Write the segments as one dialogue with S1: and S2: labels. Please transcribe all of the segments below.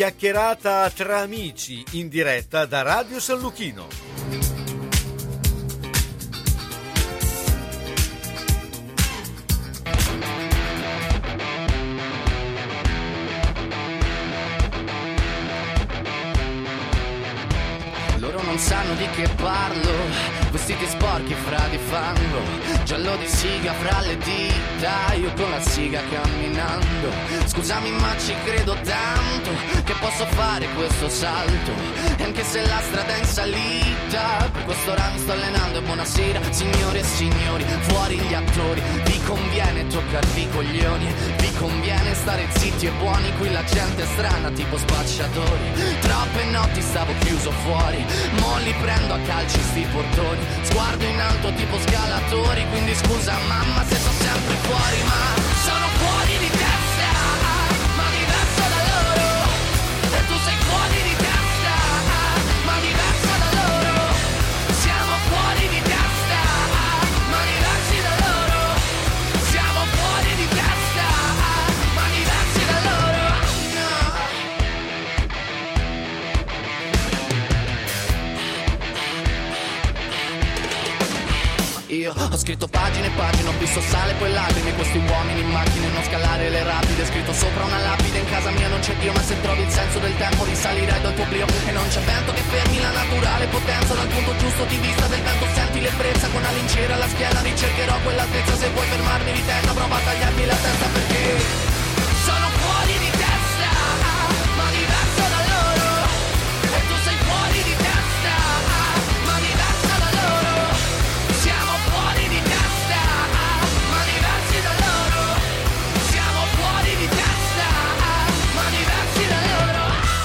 S1: chiacchierata tra amici in diretta da Radio San Luchino.
S2: Loro non sanno di che parlo, vestiti sporchi fra di fango, giallo di siga fra le dita, io con la siga camminando. Scusami ma ci credo tanto che posso fare questo salto, e anche se la strada è in salita, per quest'ora mi sto allenando. E buonasera signore e signori, fuori gli attori, vi conviene toccarvi i coglioni, vi conviene stare zitti e buoni, qui la gente è strana tipo spacciatori. Troppe notti stavo chiuso fuori, mo li prendo a calci sti portoni, sguardo in alto tipo scalatori, quindi scusa mamma se sto sempre fuori, ma sono fuori di testa, ma diverso da loro, e tu sei fuori di testa, ma diverso da loro, siamo fuori di testa, ma diversi da loro, siamo fuori di testa, ma diversi da loro, no. Io ho scritto pagine e pagine, ho visto sale poi lacrime, questi uomini in macchine, non scalare le rapide, scritto sopra una lapide, in casa mia non c'è Dio, ma se trovi il senso del tempo risalirai dal tuo oblio, e non c'è vento che fermi la naturale potenza, dal punto giusto di vista del vento senti l'ebbrezza, con la lincera alla schiena ricercherò quell'altezza, se vuoi fermarmi di testa prova a tagliarmi la testa, perché sono fuori di testa, ma diverso da loro, e tu sei fuori di testa, ma diversa da loro, siamo fuori di testa, ma diversi da loro, siamo fuori di testa, ma diversi da loro.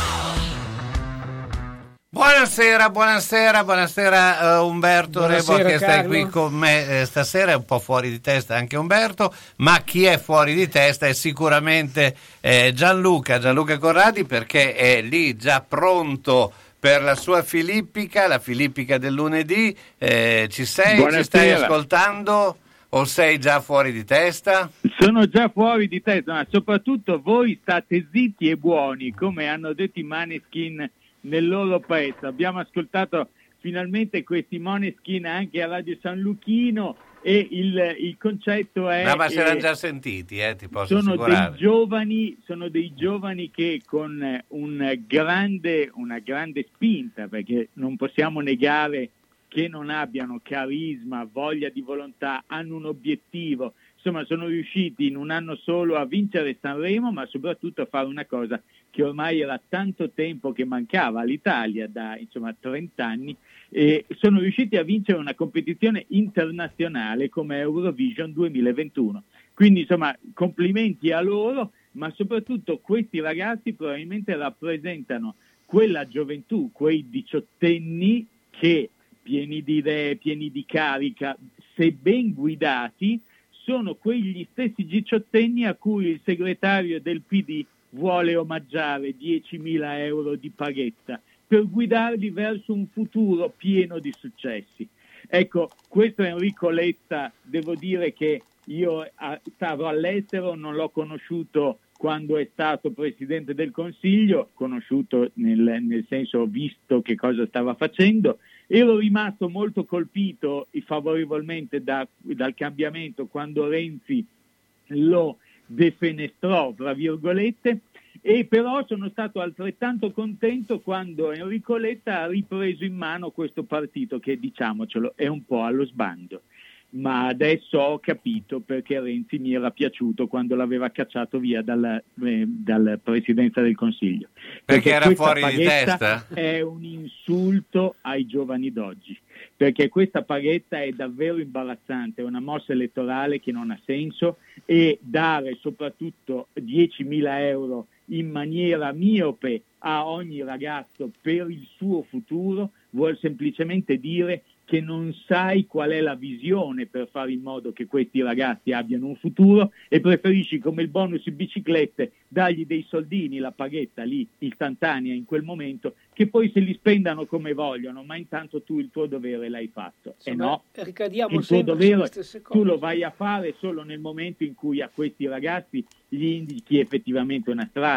S3: Buonasera Umberto
S4: Buonasera,
S3: Rebo, che stai
S4: Carlo.
S3: qui con me stasera. È un po' fuori di testa anche Umberto, ma chi è fuori di testa è sicuramente Gianluca Corradi, perché è lì già pronto per la sua filippica, la filippica del lunedì. Ci sei?
S5: Buonasera.
S3: Ci stai ascoltando o sei già fuori di testa?
S5: Sono già fuori di testa, ma soprattutto voi state zitti e buoni, come hanno detto i Maneskin nel loro pezzo. Abbiamo ascoltato finalmente questi Maneskin anche a Radio San Luchino, e il concetto è...
S3: No, ma si erano già sentiti, ti posso
S5: sono
S3: assicurare.
S5: dei giovani che con una grande spinta, perché non possiamo negare che non abbiano carisma, voglia di volontà, hanno un obiettivo, insomma sono riusciti in un anno solo a vincere Sanremo, ma soprattutto a fare una cosa che ormai era tanto tempo che mancava all'Italia, da 30 anni, e sono riusciti a vincere una competizione internazionale come Eurovision 2021. Quindi insomma complimenti a loro, ma soprattutto questi ragazzi probabilmente rappresentano quella gioventù, quei diciottenni che, pieni di idee, pieni di carica, se ben guidati, sono quegli stessi diciottenni a cui il segretario del PD vuole omaggiare 10.000 euro di paghetta per guidarli verso un futuro pieno di successi. Ecco, questo è Enrico Letta. Devo dire che io stavo all'estero, non l'ho conosciuto quando è stato Presidente del Consiglio, conosciuto nel senso ho visto che cosa stava facendo. Ero rimasto molto colpito favorevolmente dal cambiamento quando Renzi lo defenestrò, tra virgolette, e però sono stato altrettanto contento quando Enrico Letta ha ripreso in mano questo partito che, diciamocelo, è un po' allo sbando. Ma adesso ho capito perché Renzi mi era piaciuto quando l'aveva cacciato via dalla Presidenza del Consiglio.
S3: Perché era fuori di
S5: paghetta
S3: testa?
S5: È un insulto ai giovani d'oggi, perché questa paghetta è davvero imbarazzante, è una mossa elettorale che non ha senso, e dare soprattutto 10.000 euro in maniera miope a ogni ragazzo per il suo futuro vuol semplicemente dire che non sai qual è la visione per fare in modo che questi ragazzi abbiano un futuro, e preferisci, come il bonus in biciclette, dargli dei soldini, la paghetta lì istantanea in quel momento, che poi se li spendano come vogliono, ma intanto tu il tuo dovere l'hai fatto.
S4: Sì,
S5: E no,
S4: ricadiamo
S5: il tuo
S4: sempre
S5: dovere
S4: sulle stesse cose.
S5: tu lo vai a fare solo nel momento in cui a questi ragazzi gli indichi effettivamente una strada.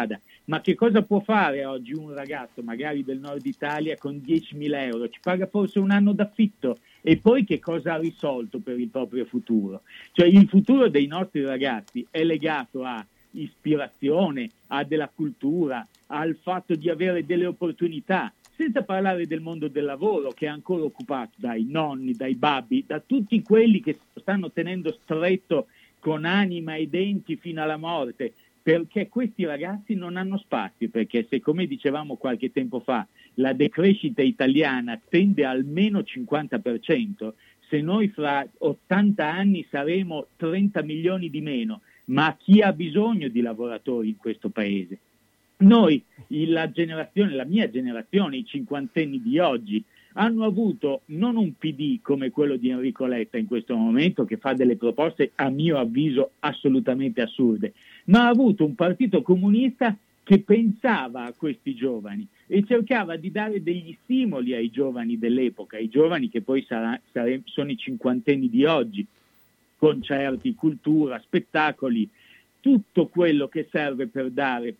S5: Ma che cosa può fare oggi un ragazzo, magari del nord Italia, con 10.000 euro? Ci paga forse un anno d'affitto e poi che cosa ha risolto per il proprio futuro? Cioè il futuro dei nostri ragazzi è legato a ispirazione, a della cultura, al fatto di avere delle opportunità, senza parlare del mondo del lavoro che è ancora occupato dai nonni, dai babbi, da tutti quelli che stanno tenendo stretto con anima e denti fino alla morte, perché questi ragazzi non hanno spazio, perché se, come dicevamo qualche tempo fa, la decrescita italiana tende almeno 50%, se noi fra 80 anni saremo 30 milioni di meno, ma chi ha bisogno di lavoratori in questo paese? Noi, la mia generazione, i cinquantenni di oggi, hanno avuto non un PD come quello di Enrico Letta in questo momento, che fa delle proposte a mio avviso assolutamente assurde, ma ha avuto un partito comunista che pensava a questi giovani e cercava di dare degli stimoli ai giovani dell'epoca, ai giovani che poi sono i cinquantenni di oggi, concerti, cultura, spettacoli, tutto quello che serve per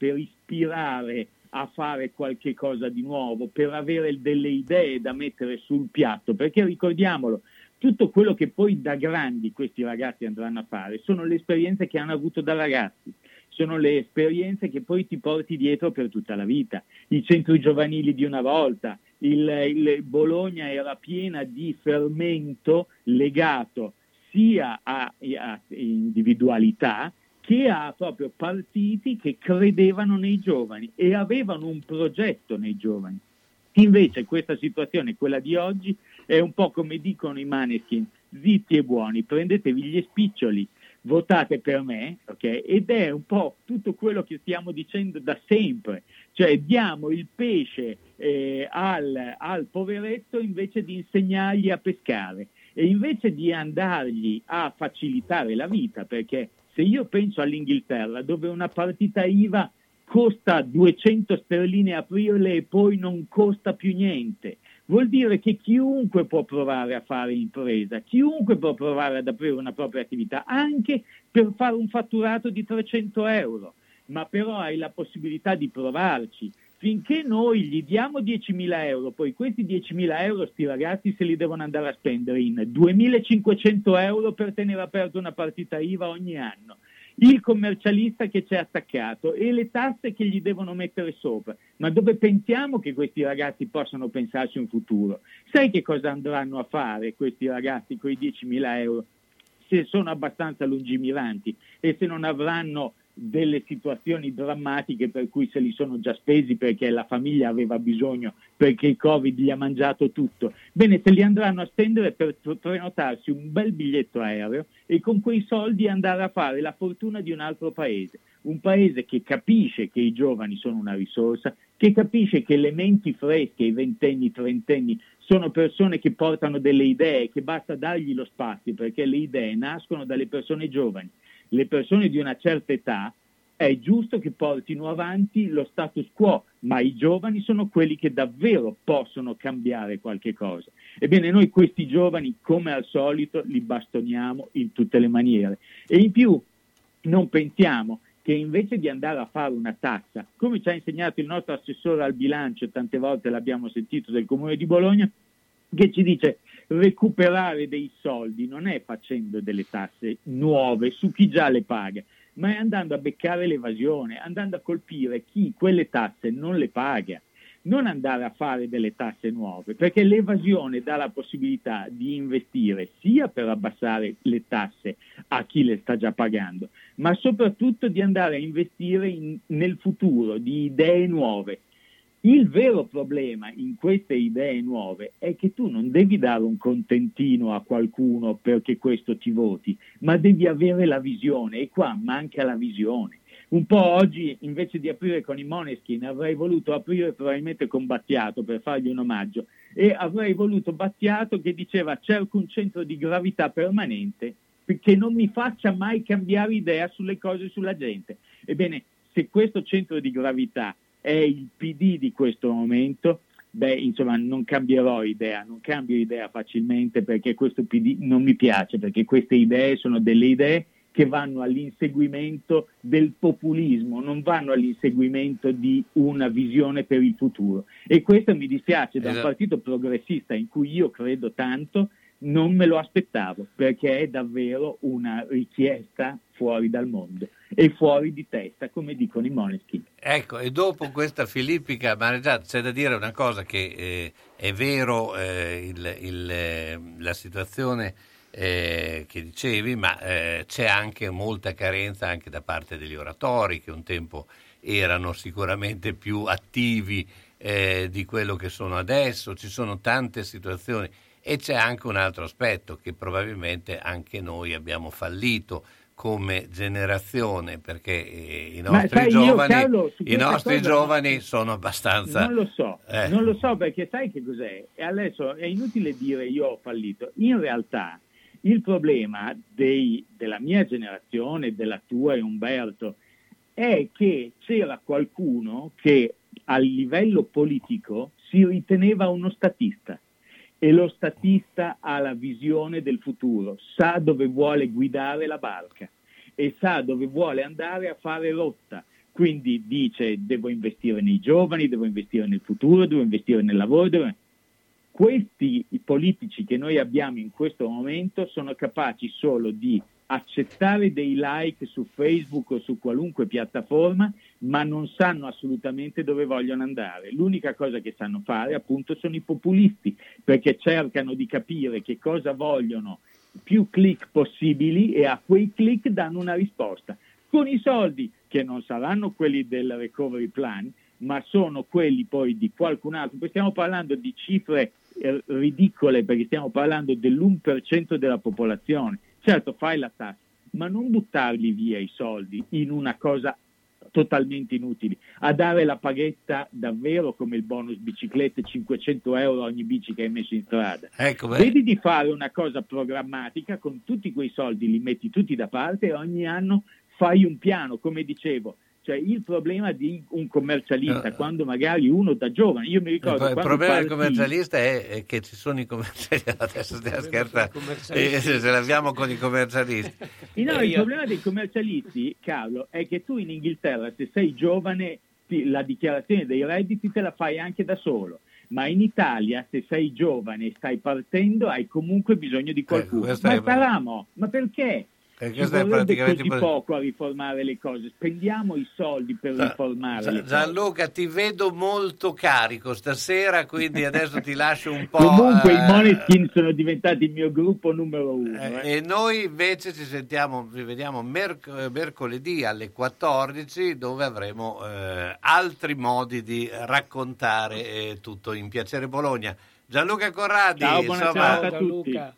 S5: ispirare a fare qualche cosa di nuovo, per avere delle idee da mettere sul piatto, perché ricordiamolo, tutto quello che poi da grandi questi ragazzi andranno a fare sono le esperienze che hanno avuto da ragazzi, sono le esperienze che poi ti porti dietro per tutta la vita. I centri giovanili di una volta, il Bologna era piena di fermento legato sia a individualità che ha proprio partiti che credevano nei giovani e avevano un progetto nei giovani. Invece questa situazione, quella di oggi, è un po' come dicono i Maneskin, zitti e buoni, prendetevi gli spiccioli, votate per me, ok? Ed è un po' tutto quello che stiamo dicendo da sempre, cioè diamo il pesce al poveretto invece di insegnargli a pescare e invece di andargli a facilitare la vita, perché se io penso all'Inghilterra, dove una partita IVA costa 200 sterline aprirle e poi non costa più niente, vuol dire che chiunque può provare a fare impresa, chiunque può provare ad aprire una propria attività, anche per fare un fatturato di 300 euro, ma però hai la possibilità di provarci. Finché noi gli diamo 10.000 euro, poi questi 10.000 euro sti ragazzi se li devono andare a spendere in 2.500 euro per tenere aperta una partita IVA ogni anno, il commercialista che c'è attaccato e le tasse che gli devono mettere sopra. Ma dove pensiamo che questi ragazzi possano pensarci un futuro? Sai che cosa andranno a fare questi ragazzi con i 10.000 euro? Se sono abbastanza lungimiranti e se non avranno delle situazioni drammatiche per cui se li sono già spesi perché la famiglia aveva bisogno, perché il Covid gli ha mangiato tutto. Bene, se li andranno a spendere per prenotarsi un bel biglietto aereo e con quei soldi andare a fare la fortuna di un altro paese. Un paese che capisce che i giovani sono una risorsa, che capisce che le menti fresche, i ventenni, i trentenni, sono persone che portano delle idee, che basta dargli lo spazio perché le idee nascono dalle persone giovani. Le persone di una certa età è giusto che portino avanti lo status quo, ma i giovani sono quelli che davvero possono cambiare qualche cosa. Ebbene, noi questi giovani, come al solito, li bastoniamo in tutte le maniere. E in più non pensiamo che invece di andare a fare una tassa, come ci ha insegnato il nostro assessore al bilancio, tante volte l'abbiamo sentito, del Comune di Bologna, che ci dice recuperare dei soldi non è facendo delle tasse nuove su chi già le paga, ma è andando a beccare l'evasione, andando a colpire chi quelle tasse non le paga, non andare a fare delle tasse nuove, perché l'evasione dà la possibilità di investire sia per abbassare le tasse a chi le sta già pagando, ma soprattutto di andare a investire nel futuro, di idee nuove. Il vero problema in queste idee nuove è che tu non devi dare un contentino a qualcuno perché questo ti voti, ma devi avere la visione e qua manca la visione. Un po' oggi invece di aprire con i Måneskin avrei voluto aprire probabilmente con Battiato per fargli un omaggio e avrei voluto Battiato che diceva cerco un centro di gravità permanente che non mi faccia mai cambiare idea sulle cose, sulla gente. Ebbene, se questo centro di gravità è il PD di questo momento, insomma non cambio idea facilmente perché questo PD non mi piace, perché queste idee sono delle idee che vanno all'inseguimento del populismo, non vanno all'inseguimento di una visione per il futuro. E questo mi dispiace, da un partito progressista in cui io credo tanto, non me lo aspettavo, perché è davvero una richiesta fuori dal mondo e fuori di testa, come dicono i Måneskin.
S3: Ecco, e dopo questa filippica mareggiata c'è da dire una cosa, che è vero, la situazione che dicevi, ma c'è anche molta carenza anche da parte degli oratori, che un tempo erano sicuramente più attivi di quello che sono adesso. Ci sono tante situazioni. E c'è anche un altro aspetto, che probabilmente anche noi abbiamo fallito come generazione, perché i nostri giovani sono abbastanza...
S5: Non lo so, perché sai che cos'è? E adesso è inutile dire io ho fallito. In realtà il problema della mia generazione, della tua e Umberto, è che c'era qualcuno che a livello politico si riteneva uno statista. E lo statista ha la visione del futuro, sa dove vuole guidare la barca e sa dove vuole andare a fare rotta. Quindi dice: devo investire nei giovani, devo investire nel futuro, devo investire nel lavoro. Questi i politici che noi abbiamo in questo momento sono capaci solo di accettare dei like su Facebook o su qualunque piattaforma, ma non sanno assolutamente dove vogliono andare. L'unica cosa che sanno fare, appunto, sono i populisti, perché cercano di capire che cosa vogliono, più click possibili, e a quei click danno una risposta, con i soldi che non saranno quelli del recovery plan, ma sono quelli poi di qualcun altro. Poi stiamo parlando di cifre ridicole, perché stiamo parlando dell'1% della popolazione. Certo, fai la tassa, ma non buttarli via i soldi in una cosa totalmente inutile, a dare la paghetta davvero come il bonus biciclette, 500 euro ogni bici che hai messo in strada.
S3: Ecco,
S5: vedi di fare una cosa programmatica, con tutti quei soldi li metti tutti da parte e ogni anno fai un piano, come dicevo. Cioè, il problema di un commercialista, quando magari uno da giovane, io mi ricordo...
S3: Il problema del commercialista è che ci sono i commercialisti, adesso stiamo scherzando, se l'abbiamo con i commercialisti.
S5: Il problema dei commercialisti, Carlo, è che tu in Inghilterra, se sei giovane, la dichiarazione dei redditi te la fai anche da solo. Ma in Italia, se sei giovane e stai partendo, hai comunque bisogno di qualcuno. Ma perché? Ci vorrebbe così poco a riformare le cose, spendiamo i soldi per riformare le cose.
S3: Gianluca, ti vedo molto carico stasera, quindi adesso ti lascio un po'.
S5: Comunque i Måneskin sono diventati il mio gruppo numero uno.
S3: E noi invece ci vediamo mercoledì alle 14, dove avremo altri modi di raccontare tutto in Piacere Bologna. Gianluca Corradi,
S5: ciao, buona serata a tutti.
S4: Gianluca.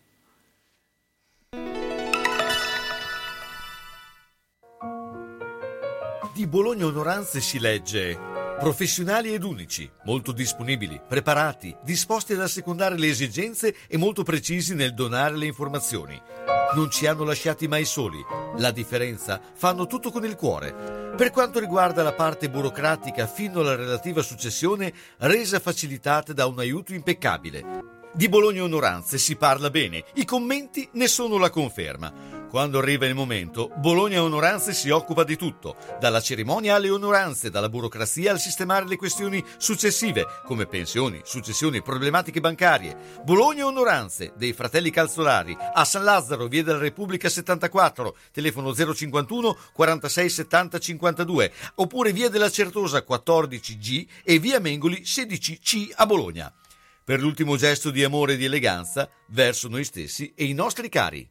S1: Di Bologna Onoranze si legge: professionali ed unici, molto disponibili, preparati, disposti ad assecondare le esigenze e molto precisi nel donare le informazioni. Non ci hanno lasciati mai soli. La differenza fanno tutto con il cuore. Per quanto riguarda la parte burocratica fino alla relativa successione, resa facilitata da un aiuto impeccabile. Di Bologna Onoranze si parla bene, i commenti ne sono la conferma. Quando arriva il momento, Bologna Onoranze si occupa di tutto, dalla cerimonia alle onoranze, dalla burocrazia al sistemare le questioni successive, come pensioni, successioni, problematiche bancarie. Bologna Onoranze, dei fratelli Calzolari, a San Lazzaro, via della Repubblica 74, telefono 051 46 70 52, oppure via della Certosa 14G e via Mengoli 16C a Bologna. Per l'ultimo gesto di amore e di eleganza verso noi stessi e i nostri cari.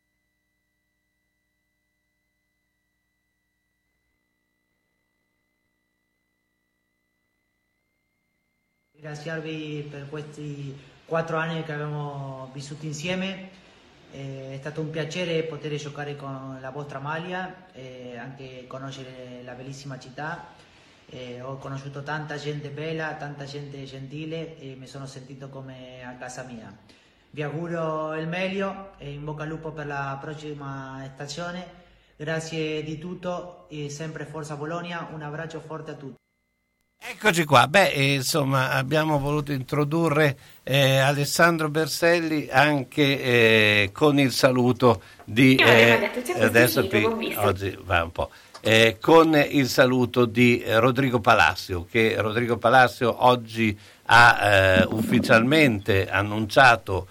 S6: Ringraziarvi per questi 4 anni che abbiamo vissuto insieme, è stato un piacere poter giocare con la vostra maglia e anche conoscere la bellissima città. Ho conosciuto tanta gente bella, tanta gente gentile e mi sono sentito come a casa mia. Vi auguro il meglio e in bocca al lupo per la prossima stagione. Grazie di tutto e sempre Forza Bologna, un abbraccio forte a tutti.
S3: Eccoci qua, insomma abbiamo voluto introdurre Alessandro Berselli anche con il saluto di adesso oggi va un po'. Con il saluto di Rodrigo Palacio, che Rodrigo Palacio oggi ha ufficialmente annunciato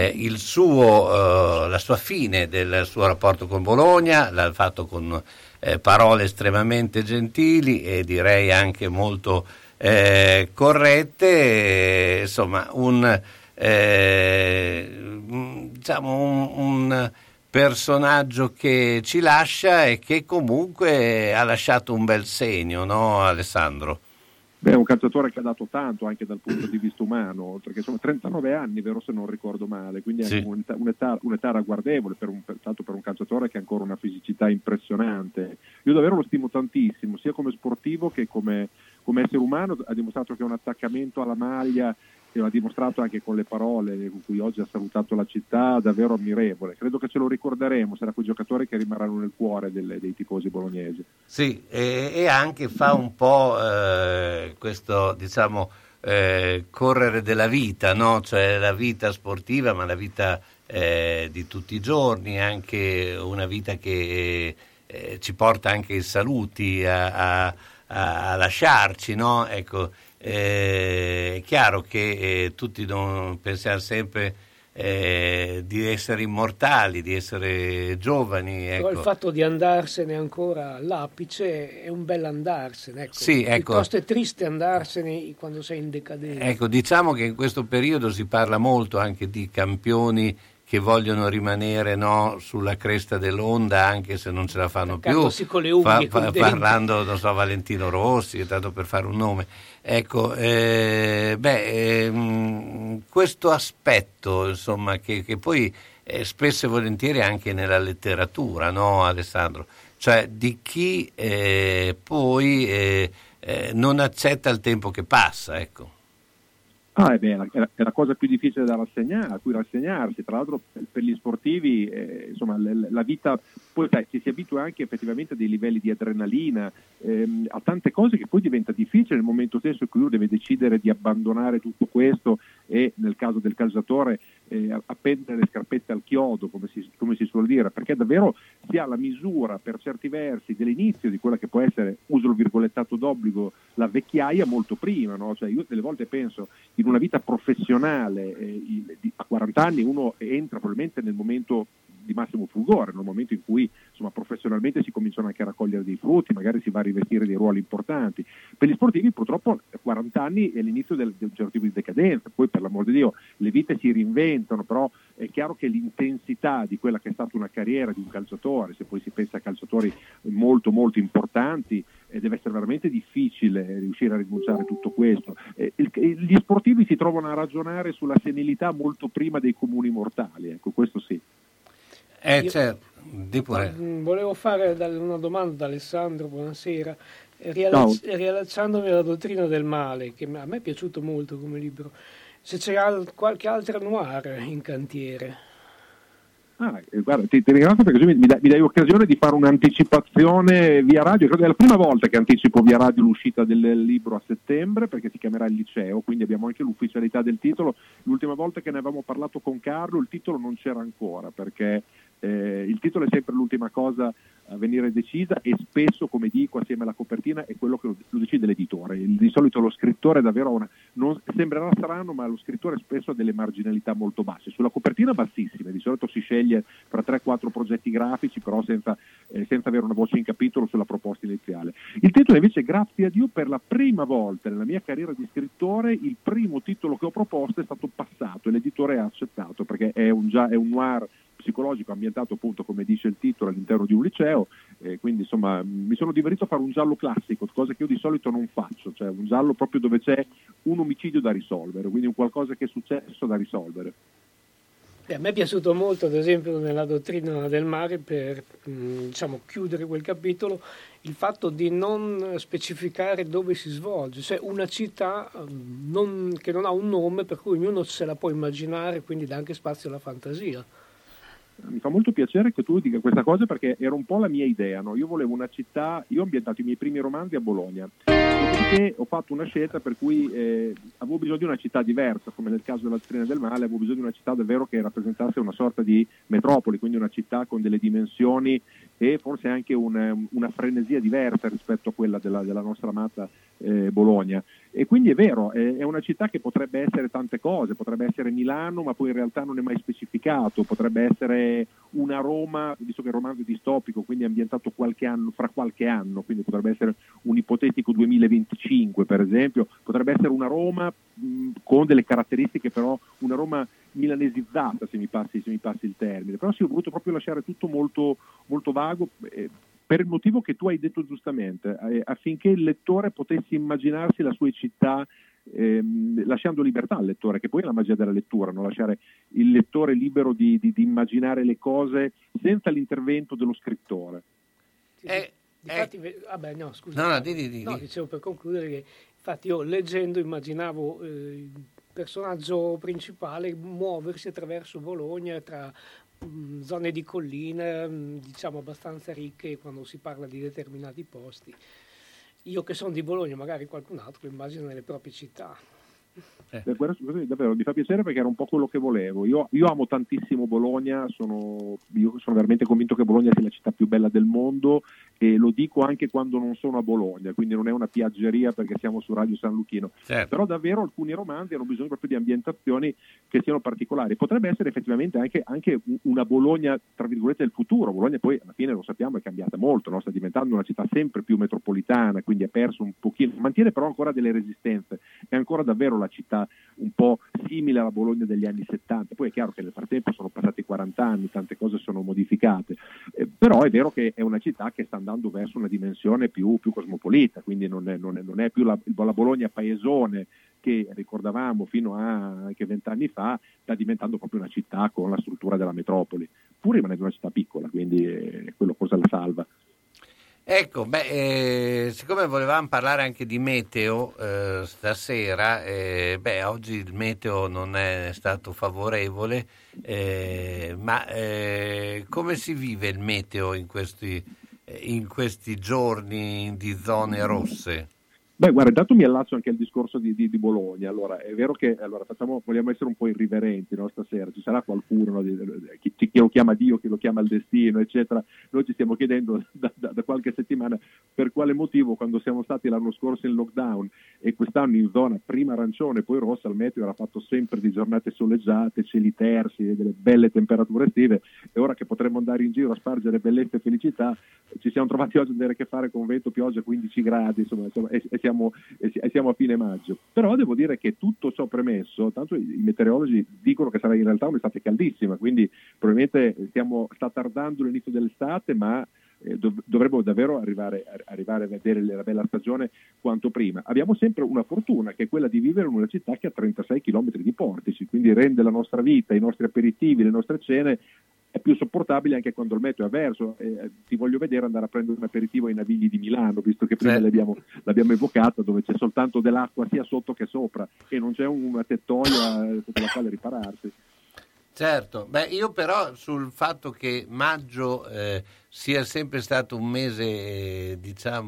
S3: la sua fine del suo rapporto con Bologna, l'ha fatto con parole estremamente gentili e direi anche molto corrette, insomma un personaggio che ci lascia e che comunque ha lasciato un bel segno, no Alessandro?
S4: È un calciatore che ha dato tanto anche dal punto di vista umano, perché sono 39 anni, vero, se non ricordo male, quindi è un'età ragguardevole tanto per un calciatore che ha ancora una fisicità impressionante. Io davvero lo stimo tantissimo, sia come sportivo che come essere umano. Ha dimostrato che è un attaccamento alla maglia, e l'ha dimostrato anche con le parole con cui oggi ha salutato la città, davvero ammirevole. Credo che ce lo ricorderemo, sarà quei giocatori che rimarranno nel cuore dei tifosi bolognesi.
S3: Sì, e anche fa un po' questo, correre della vita, no? Cioè la vita sportiva, ma la vita di tutti i giorni, anche una vita che ci porta anche i saluti a lasciarci, no? Ecco, è chiaro che tutti pensiamo sempre di essere immortali, di essere giovani. Ecco.
S7: Però il fatto di andarsene ancora all'apice è un bel andarsene. Ecco.
S3: Sì, ecco.
S7: Piuttosto è triste andarsene quando sei in decadenza.
S3: Ecco, diciamo che in questo periodo si parla molto anche di campioni che vogliono rimanere, no, sulla cresta dell'onda anche se non ce la fanno più, parlando, non so, Valentino Rossi, tanto per fare un nome. Ecco, questo aspetto, insomma, che poi spesso e volentieri anche nella letteratura, no, Alessandro? Cioè di chi poi non accetta il tempo che passa, ecco.
S4: È la cosa più difficile a cui rassegnarsi. Tra l'altro per gli sportivi insomma la vita, poi ci si abitua anche effettivamente a dei livelli di adrenalina, a tante cose che poi diventa difficile nel momento stesso in cui uno deve decidere di abbandonare tutto questo e nel caso del calciatore appendere le scarpette al chiodo, come si suol dire, perché davvero si ha la misura per certi versi dell'inizio di quella che può essere, uso il virgolettato d'obbligo, la vecchiaia molto prima, no? Cioè io delle volte penso in una vita professionale a 40 anni uno entra probabilmente nel momento di massimo fulgore, nel momento in cui insomma professionalmente si cominciano anche a raccogliere dei frutti, magari si va a rivestire dei ruoli importanti. Per gli sportivi purtroppo 40 anni è l'inizio di un certo tipo di decadenza, poi per l'amor di Dio le vite si reinventano, però è chiaro che l'intensità di quella che è stata una carriera di un calciatore, se poi si pensa a calciatori molto molto importanti, deve essere veramente difficile riuscire a rinunciare a tutto questo. Gli sportivi si trovano a ragionare sulla senilità molto prima dei comuni mortali, ecco, questo sì.
S3: Certo, di pure.
S7: Volevo fare una domanda ad Alessandro, buonasera, riallacciandomi alla dottrina del male, che a me è piaciuto molto come libro, se c'era qualche altra noir in cantiere.
S4: Guarda, ti ringrazio perché mi dai occasione di fare un'anticipazione via radio. Credo che è la prima volta che anticipo via radio l'uscita del libro a settembre, perché si chiamerà Il liceo, quindi abbiamo anche l'ufficialità del titolo. L'ultima volta che ne avevamo parlato con Carlo il titolo non c'era ancora, perché il titolo è sempre l'ultima cosa a venire decisa e spesso, come dico, assieme alla copertina è quello che lo decide l'editore. Di solito lo scrittore davvero non sembrerà strano, ma lo scrittore spesso ha delle marginalità molto basse, sulla copertina bassissime, di solito si sceglie fra 3-4 progetti grafici, però senza avere una voce in capitolo sulla proposta iniziale. Il titolo invece, grazie a Dio, per la prima volta nella mia carriera di scrittore il primo titolo che ho proposto è stato passato e l'editore ha accettato, perché è un noir psicologico ambientato, appunto, come dice il titolo, all'interno di un liceo, quindi insomma mi sono divertito a fare un giallo classico, cosa che io di solito non faccio, cioè un giallo proprio dove c'è un omicidio da risolvere, quindi un qualcosa che è successo da risolvere.
S7: A me è piaciuto molto, ad esempio, nella dottrina del mare, per chiudere quel capitolo, il fatto di non specificare dove si svolge, cioè una città che non ha un nome, per cui ognuno se la può immaginare, quindi dà anche spazio alla fantasia.
S4: Mi fa molto piacere che tu dica questa cosa, perché era un po' la mia idea, no? Io volevo una città, io ho ambientato i miei primi romanzi a Bologna, dopodiché dopodiché ho fatto una scelta per cui avevo bisogno di una città diversa, come nel caso della Trina del Male, avevo bisogno di una città davvero che rappresentasse una sorta di metropoli, quindi una città con delle dimensioni e forse anche una frenesia diversa rispetto a quella della nostra amata Bologna. E quindi è vero, è una città che potrebbe essere tante cose, potrebbe essere Milano, ma poi in realtà non è mai specificato, potrebbe essere una Roma, visto che il romanzo è distopico, quindi è ambientato fra qualche anno, quindi potrebbe essere un ipotetico 2025 per esempio, potrebbe essere una Roma con delle caratteristiche, però una Roma milanesizzata, se mi passi il termine. Però sì, ho voluto proprio lasciare tutto molto, molto vago, per il motivo che tu hai detto giustamente, affinché il lettore potesse immaginarsi la sua città, lasciando libertà al lettore, che poi è la magia della lettura, no? Lasciare il lettore libero di immaginare le cose senza l'intervento dello scrittore.
S7: Infatti, no, scusa.
S3: No, di.
S7: No, dicevo per concludere che infatti io leggendo immaginavo il personaggio principale muoversi attraverso Bologna tra zone di collina, diciamo abbastanza ricche quando si parla di determinati posti. Io che sono di Bologna, magari qualcun altro immagina nelle proprie città.
S4: Davvero mi fa piacere perché era un po' quello che volevo. Io amo tantissimo Bologna, sono veramente convinto che Bologna sia la città più bella del mondo e lo dico anche quando non sono a Bologna, quindi non è una piaggeria perché siamo su Radio San Luchino.
S3: Certo.
S4: Però davvero alcuni romanzi hanno bisogno proprio di ambientazioni che siano particolari. Potrebbe essere effettivamente anche una Bologna tra virgolette del futuro. Bologna poi alla fine lo sappiamo è cambiata molto, no? Sta diventando una città sempre più metropolitana, quindi ha perso un pochino, mantiene però ancora delle resistenze, è ancora davvero la città un po' simile alla Bologna degli anni 70. Poi è chiaro che nel frattempo sono passati 40 anni, tante cose sono modificate, però è vero che è una città che sta andando verso una dimensione più cosmopolita, quindi non è più la Bologna paesone che ricordavamo fino a anche 20 anni fa, sta diventando proprio una città con la struttura della metropoli, pur rimanendo una città piccola, quindi quello cosa la salva.
S3: Ecco, siccome volevamo parlare anche di meteo stasera, oggi il meteo non è stato favorevole, ma come si vive il meteo in questi giorni di zone rosse?
S4: Guarda, intanto mi allaccio anche al discorso di Bologna. Allora, è vero che vogliamo essere un po' irriverenti, no, stasera. Ci sarà qualcuno, chi lo chiama Dio, chi lo chiama il destino, eccetera. Noi ci stiamo chiedendo da qualche settimana per quale motivo, quando siamo stati l'anno scorso in lockdown e quest'anno in zona prima arancione poi rossa, il meteo era fatto sempre di giornate soleggiate, cieli tersi, delle belle temperature estive, e ora che potremmo andare in giro a spargere bellezza e felicità, ci siamo trovati oggi ad avere a che fare con vento, pioggia, 15 gradi, insomma e siamo a fine maggio. Però devo dire che tutto ciò premesso, tanto i meteorologi dicono che sarà in realtà un'estate caldissima, quindi probabilmente sta tardando l'inizio dell'estate, ma dovremmo davvero arrivare a vedere la bella stagione quanto prima. Abbiamo sempre una fortuna, che è quella di vivere in una città che ha 36 km di portici, quindi rende la nostra vita, i nostri aperitivi, le nostre cene è più sopportabile anche quando il meteo è avverso. Ti voglio vedere andare a prendere un aperitivo ai Navigli di Milano, visto che prima l'abbiamo evocata, dove c'è soltanto dell'acqua sia sotto che sopra e non c'è una tettoia sotto la quale ripararsi.
S3: Certo, io però sul fatto che maggio sia sempre stato un mese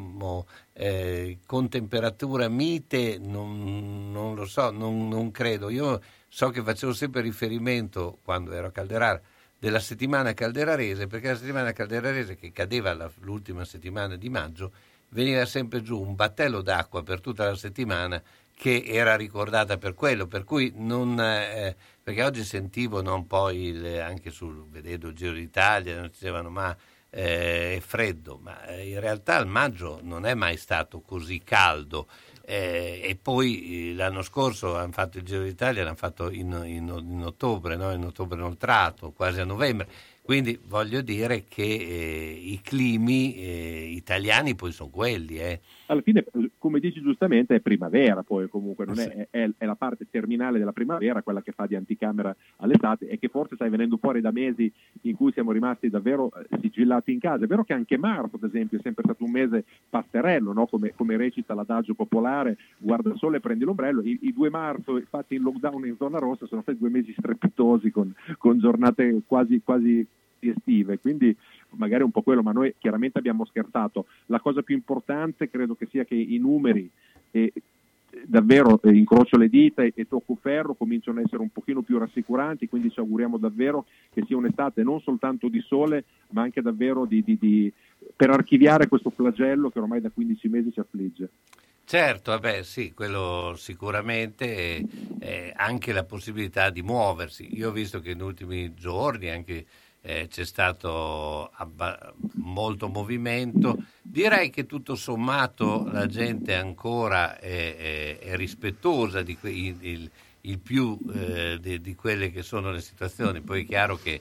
S3: con temperatura mite, non lo so, non credo. Io so che facevo sempre riferimento, quando ero a Calderara, della settimana calderarese, perché la settimana calderarese, che cadeva l'ultima settimana di maggio, veniva sempre giù un battello d'acqua per tutta la settimana che era ricordata per quello, per cui perché oggi sentivo anche vedendo il Giro d'Italia, non dicevano è freddo, ma in realtà il maggio non è mai stato così caldo. E poi l'anno scorso hanno fatto il Giro d'Italia, l'hanno fatto in ottobre, no? In ottobre inoltrato, quasi a novembre. Quindi voglio dire che i climi italiani poi sono quelli.
S4: Alla fine, come dici giustamente, è primavera, poi comunque non è la parte terminale della primavera, quella che fa di anticamera all'estate e che forse sta venendo fuori da mesi in cui siamo rimasti davvero sigillati in casa. È vero che anche marzo, ad esempio, è sempre stato un mese pasterello, no? Come recita l'adagio popolare, guarda il sole e prendi l'ombrello. I 2 marzo fatti in lockdown in zona rossa sono stati 2 mesi strepitosi con giornate quasi estive, quindi magari un po' quello, ma noi chiaramente abbiamo scherzato. La cosa più importante credo che sia che i numeri e davvero incrocio le dita e tocco ferro, cominciano a essere un pochino più rassicuranti, quindi ci auguriamo davvero che sia un'estate non soltanto di sole, ma anche davvero per archiviare questo flagello che ormai da 15 mesi ci affligge.
S3: Certo, vabbè, sì, quello sicuramente, anche la possibilità di muoversi. Io ho visto che negli ultimi giorni anche c'è stato molto movimento. Direi che tutto sommato la gente ancora è rispettosa di il più di quelle che sono le situazioni. Poi è chiaro che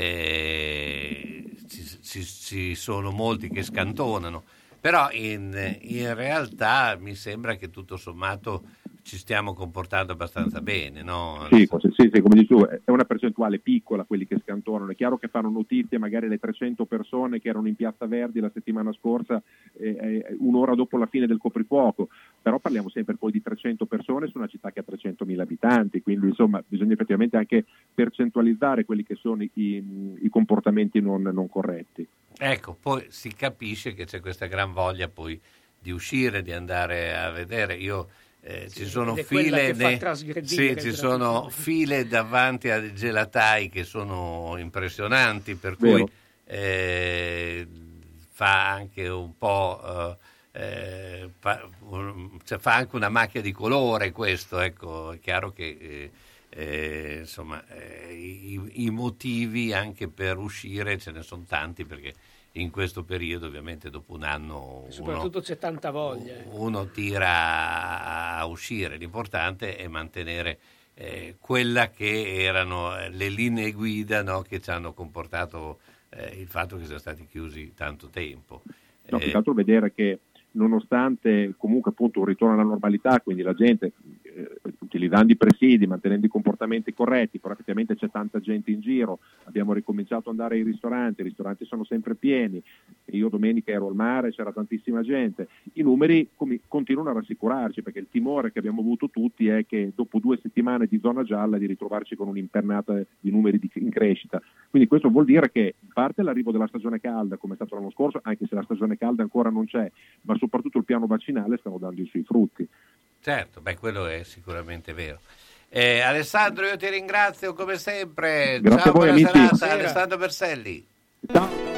S3: ci sono molti che scantonano, però in realtà mi sembra che tutto sommato ci stiamo comportando abbastanza bene, no?
S4: Sì, come dici tu, è una percentuale piccola quelli che scantonano. È chiaro che fanno notizia magari le 300 persone che erano in Piazza Verdi la settimana scorsa, un'ora dopo la fine del coprifuoco, però parliamo sempre poi di 300 persone su una città che ha 300.000 abitanti, quindi insomma bisogna effettivamente anche percentualizzare quelli che sono i comportamenti non corretti.
S3: Ecco, poi si capisce che c'è questa gran voglia poi di uscire, di andare a vedere. Io ci sono file davanti ai gelatai che sono impressionanti, per cui fa anche un po' fa anche una macchia di colore questo, ecco. È chiaro che insomma i motivi anche per uscire ce ne sono tanti, perché in questo periodo ovviamente dopo un anno
S7: soprattutto c'è tanta voglia,
S3: uno tira a uscire. L'importante è mantenere quella che erano le linee guida, no, che ci hanno comportato il fatto che siano stati chiusi tanto tempo.
S4: No, più che altro vedere che nonostante comunque appunto un ritorno alla normalità, quindi la gente utilizzando i presidi, mantenendo i comportamenti corretti, però effettivamente c'è tanta gente in giro, abbiamo ricominciato ad andare ai ristoranti, i ristoranti sono sempre pieni, io domenica ero al mare, c'era tantissima gente, i numeri continuano a rassicurarci, perché il timore che abbiamo avuto tutti è che dopo 2 settimane di zona gialla di ritrovarci con un'impennata di numeri in crescita, quindi questo vuol dire che in parte l'arrivo della stagione calda, come è stato l'anno scorso, anche se la stagione calda ancora non c'è, ma soprattutto il piano vaccinale stanno dando i suoi frutti.
S3: Certo, quello è sicuramente vero. Alessandro, io ti ringrazio come sempre.
S4: Grazie.
S3: Ciao,
S4: a voi,
S3: buona
S4: amici.
S3: serata. Alessandro Berselli.
S4: Ciao.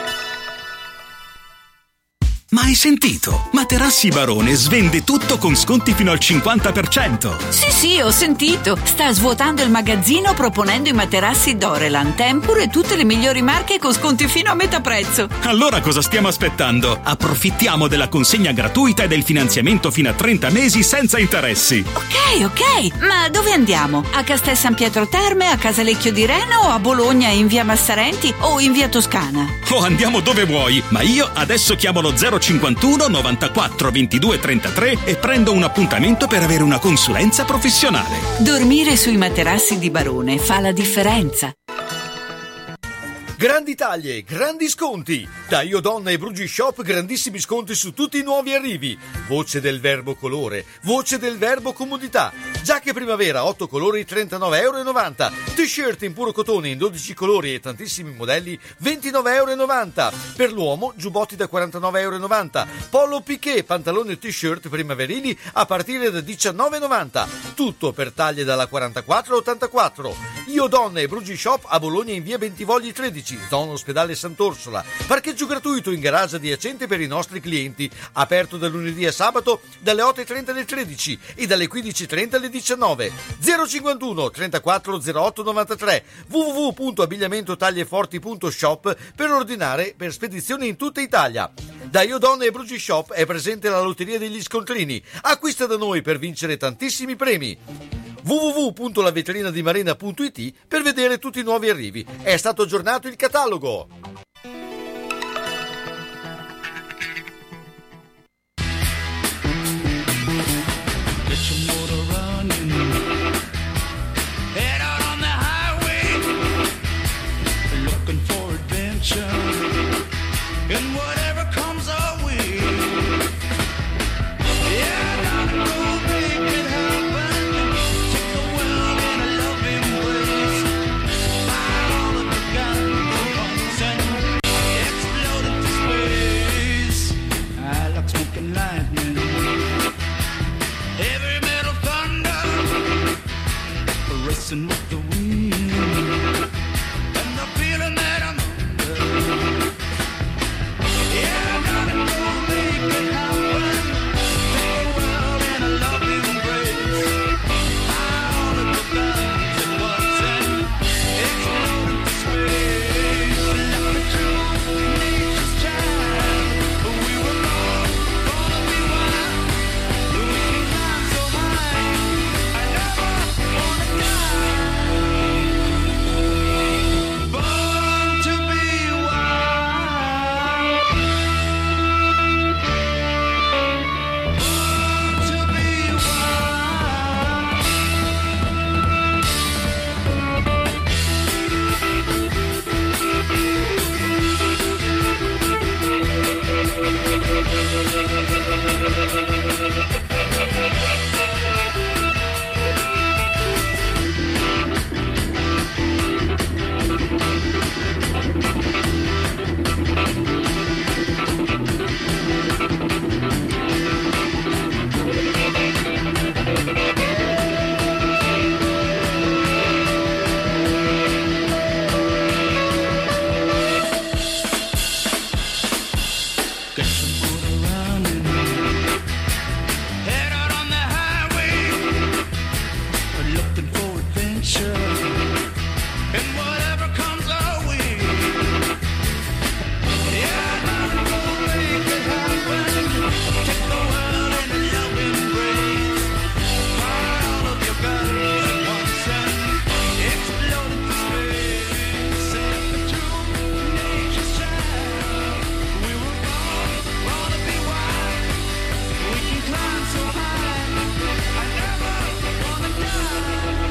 S8: Ma hai sentito? Materassi Barone svende tutto con sconti fino al 50%.
S9: Sì, ho sentito. Sta svuotando il magazzino proponendo i materassi Dorelan, Tempur e tutte le migliori marche con sconti fino a metà prezzo.
S8: Allora cosa stiamo aspettando? Approfittiamo della consegna gratuita e del finanziamento fino a 30 mesi senza interessi.
S9: Ok, ma dove andiamo? A Castel San Pietro Terme, a Casalecchio di Reno o a Bologna in via Massarenti o in via Toscana?
S8: Andiamo dove vuoi, ma io adesso chiamo lo 051 94 22 33 e prendo un appuntamento per avere una consulenza professionale.
S9: Dormire sui materassi di Barone fa la differenza.
S1: Grandi taglie, grandi sconti. Da Io Donna e Brugi Shop grandissimi sconti su tutti i nuovi arrivi. Voce del verbo colore, voce del verbo comodità. Giacche primavera 8 colori 39,90 €. T-shirt in puro cotone in 12 colori e tantissimi modelli 29,90 €. Per l'uomo giubbotti da 49,90 €. Polo piqué, pantaloni e t-shirt primaverili a partire da 19,90 €. Tutto per taglie dalla 44 all'84. Io Donna e Brugi Shop a Bologna in via Bentivogli 13. Zona Ospedale Sant'Orsola. Parcheggio gratuito in garage adiacente per i nostri clienti. Aperto da lunedì a sabato dalle 8:30 alle 13 e dalle 15:30 alle 19. 051 34 08 93. www.abbigliamentotaglieforti.shop per ordinare per spedizione in tutta Italia. Da Io Donna e Brugi Shop è presente la lotteria degli scontrini. Acquista da noi per vincere tantissimi premi. www.lavetrinadimarena.it per vedere tutti i nuovi arrivi. È stato aggiornato il catalogo.
S2: the wind and the feeling that I'm under. Yeah, I'm gonna go make it happen. Take the world in a loving embrace. Fire all of the guns at once and explode into space. Let me through nature's child. We were born gonna be wild. We can climb so high. I never wanna die. Born to be wild. Born to be got some motor running. Head out on the highway, looking for adventure. And whatever comes our way. Yeah, I'm gonna make it happen. Take the world in a loving embrace. Fire all of your guns at once and explode into space. And let me through nature's child. We were born to be wild. We can climb so high. I never wanna die.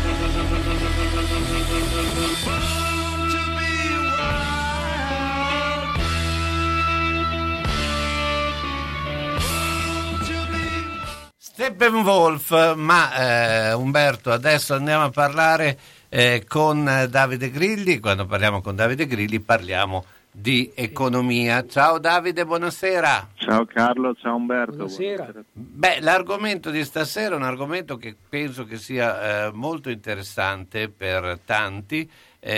S2: Born to be wild. Born to be
S3: Steppenwolf, ma Umberto, adesso andiamo a parlare con Davide Grilli. Quando parliamo con Davide Grilli parliamo di economia. Ciao Davide, buonasera.
S4: Ciao Carlo, ciao Umberto.
S7: Buonasera.
S3: Beh, l'argomento di stasera è un argomento che penso che sia molto interessante per tanti,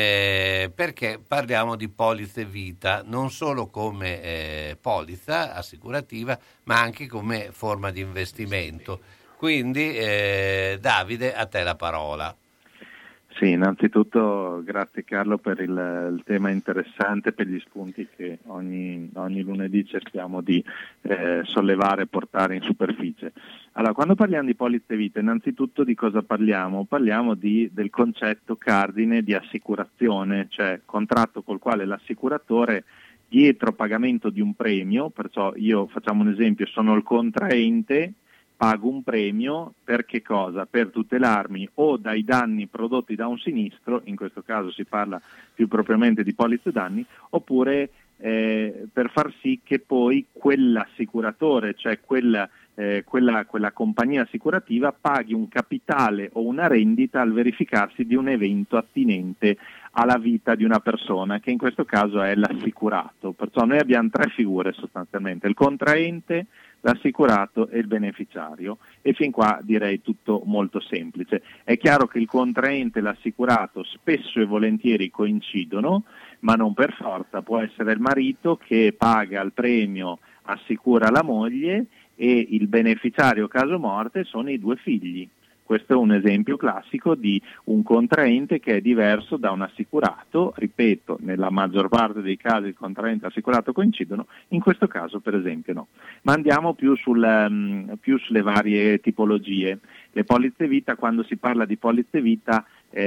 S3: perché parliamo di polizze vita, non solo come polizza assicurativa, ma anche come forma di investimento. Quindi, Davide, a te la parola.
S4: Sì, innanzitutto grazie Carlo per il tema interessante, per gli spunti che ogni lunedì cerchiamo di sollevare e portare in superficie. Allora, quando parliamo di polizze vita, innanzitutto di cosa parliamo? Parliamo del concetto cardine di assicurazione, cioè contratto col quale l'assicuratore, dietro pagamento di un premio, perciò io, facciamo un esempio, sono il contraente, pago un premio per che cosa? Per tutelarmi o dai danni prodotti da un sinistro, in questo caso si parla più propriamente di polizze danni, oppure per far sì che poi quell'assicuratore, cioè quella compagnia assicurativa, paghi un capitale o una rendita al verificarsi di un evento attinente alla vita di una persona, che in questo caso è l'assicurato. Perciò noi abbiamo tre figure sostanzialmente: il contraente, l'assicurato e il beneficiario, e fin qua direi tutto molto semplice. È chiaro che il contraente e l'assicurato spesso e volentieri coincidono, ma non per forza. Può essere il marito che paga il premio, assicura la moglie, e il beneficiario caso morte sono i due figli. Questo è un esempio classico di un contraente che è diverso da un assicurato. Ripeto, nella maggior parte dei casi il contraente e l'assicurato coincidono, in questo caso per esempio no. Ma andiamo più sulle varie tipologie. Le polizze vita, quando si parla di polizze vita,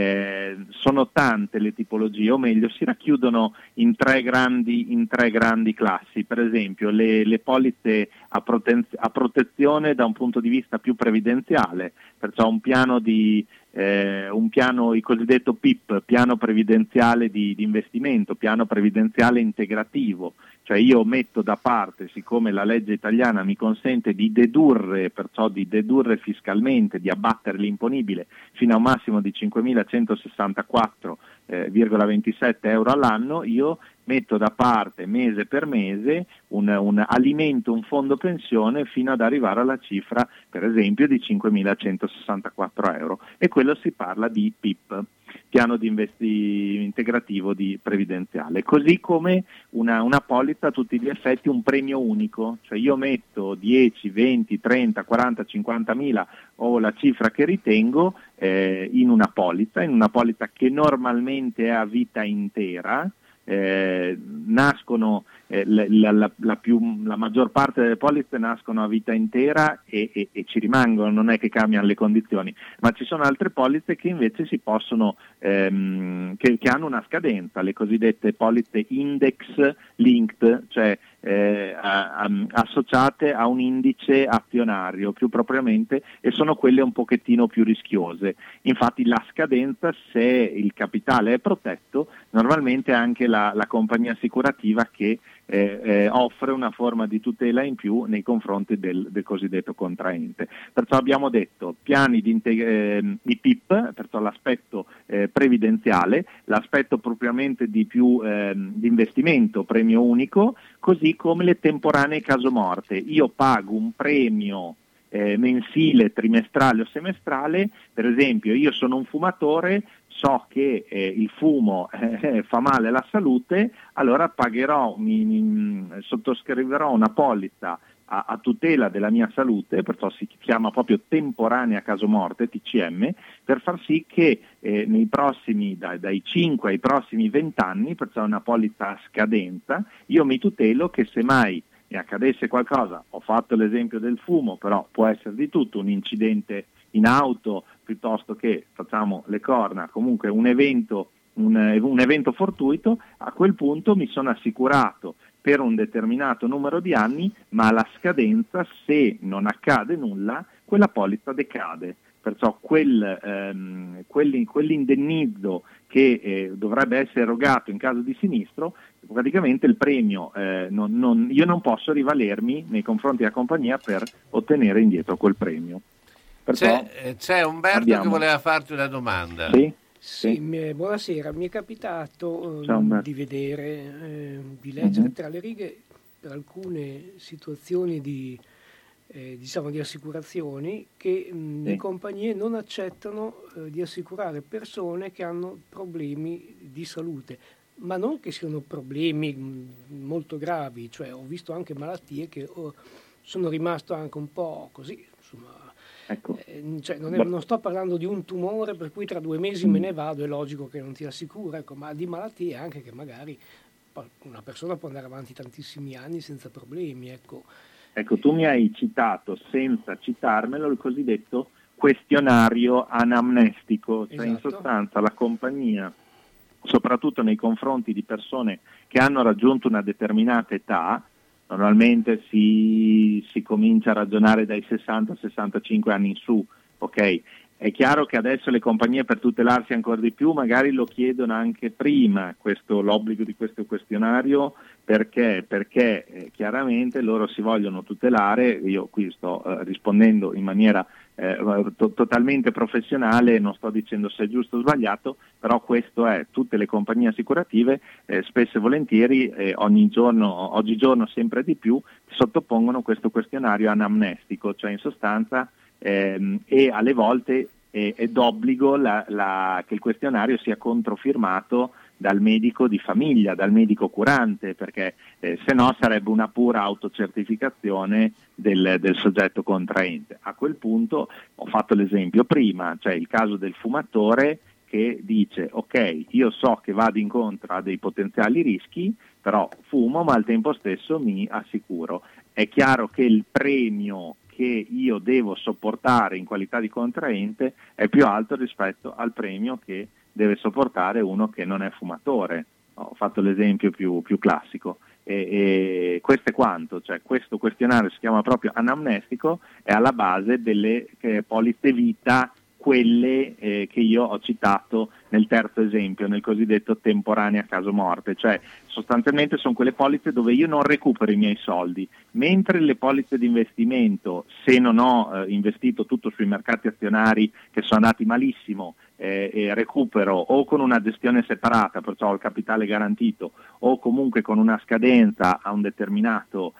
S4: sono tante le tipologie, o meglio si racchiudono in tre grandi classi. Per esempio le polizze a protezione da un punto di vista più previdenziale, perciò un piano, il cosiddetto PIP, piano previdenziale di investimento, piano previdenziale integrativo, cioè io metto da parte, siccome la legge italiana mi consente di dedurre, perciò di dedurre fiscalmente, di abbattere l'imponibile fino a un massimo di 5.164,27 euro all'anno, io metto da parte mese per mese alimento un fondo pensione fino ad arrivare alla cifra, per esempio, di 5.164 euro, e quello si parla di PIP.
S10: piano di integrativo di previdenziale, così come una polizza a tutti gli effetti un premio unico, cioè io metto 10, 20, 30, 40, 50 mila o la cifra che ritengo in una polizza che normalmente è a vita intera. Nascono la maggior parte delle polizze nascono a vita intera e ci rimangono, non è che cambiano le condizioni, ma ci sono altre polizze che invece si possono che hanno una scadenza, le cosiddette polizze index linked, cioè associate a un indice azionario più propriamente, e sono quelle un pochettino più rischiose. Infatti la scadenza, se il capitale è protetto, normalmente anche la compagnia assicurativa che offre una forma di tutela in più nei confronti del cosiddetto contraente. Perciò abbiamo detto piani di PIP, perciò l'aspetto previdenziale, l'aspetto propriamente di investimento, premio unico, così come le temporanee caso morte. Io pago un premio mensile, trimestrale o semestrale. Per esempio, io sono un fumatore, so che il fumo fa male alla salute, allora sottoscriverò una polizza a tutela della mia salute, perciò si chiama proprio temporanea caso morte, TCM, per far sì che nei prossimi, dai 5 ai prossimi 20 anni, perciò una polizza a scadenza, io mi tutelo che se mai mi accadesse qualcosa, ho fatto l'esempio del fumo, però può essere di tutto, un incidente in auto, piuttosto che, facciamo le corna, comunque un evento fortuito, a quel punto mi sono assicurato per un determinato numero di anni, ma alla scadenza, se non accade nulla, quella polizza decade. Perciò quell'indennizzo che dovrebbe essere erogato in caso di sinistro, praticamente il premio, io non posso rivalermi nei confronti della compagnia per ottenere indietro quel premio. Perciò
S3: c'è Umberto che voleva farti una domanda.
S7: Sì, buonasera. Mi è capitato di vedere, di leggere tra le righe per alcune situazioni di assicurazioni che le compagnie non accettano di assicurare persone che hanno problemi di salute, ma non che siano problemi molto gravi, cioè ho visto anche malattie che sono rimasto anche un po' così, insomma.
S10: Ecco.
S7: Cioè non sto parlando di un tumore per cui tra 2 mesi me ne vado, è logico che non ti assicura, ecco, ma di malattie anche che magari una persona può andare avanti tantissimi anni senza problemi. Ecco,
S10: tu mi hai citato, senza citarmelo, il cosiddetto questionario anamnestico, cioè in sostanza la compagnia, soprattutto nei confronti di persone che hanno raggiunto una determinata età, normalmente si comincia a ragionare dai 60-65 anni in su, ok? È chiaro che adesso le compagnie, per tutelarsi ancora di più, magari lo chiedono anche prima l'obbligo di questo questionario, perché chiaramente loro si vogliono tutelare. Io qui sto rispondendo in maniera totalmente professionale, non sto dicendo se è giusto o sbagliato, però questo è, tutte le compagnie assicurative spesso e volentieri oggigiorno sempre di più sottopongono questo questionario anamnestico, cioè in sostanza e alle volte è d'obbligo che il questionario sia controfirmato dal medico di famiglia, dal medico curante, perché se no sarebbe una pura autocertificazione del soggetto contraente. A quel punto ho fatto l'esempio prima, cioè il caso del fumatore che dice ok, io so che vado incontro a dei potenziali rischi, però fumo, ma al tempo stesso mi assicuro. È chiaro che il premio che io devo sopportare in qualità di contraente è più alto rispetto al premio che deve sopportare uno che non è fumatore. Ho fatto l'esempio più classico e questo è quanto, cioè questo questionario si chiama proprio anamnestico, è alla base delle polizze vita, quelle che io ho citato nel terzo esempio, nel cosiddetto temporanea caso morte, cioè sostanzialmente sono quelle polizze dove io non recupero i miei soldi, mentre le polizze di investimento, se non ho investito tutto sui mercati azionari che sono andati malissimo, e recupero o con una gestione separata, perciò ho il capitale garantito, o comunque con una scadenza a un determinato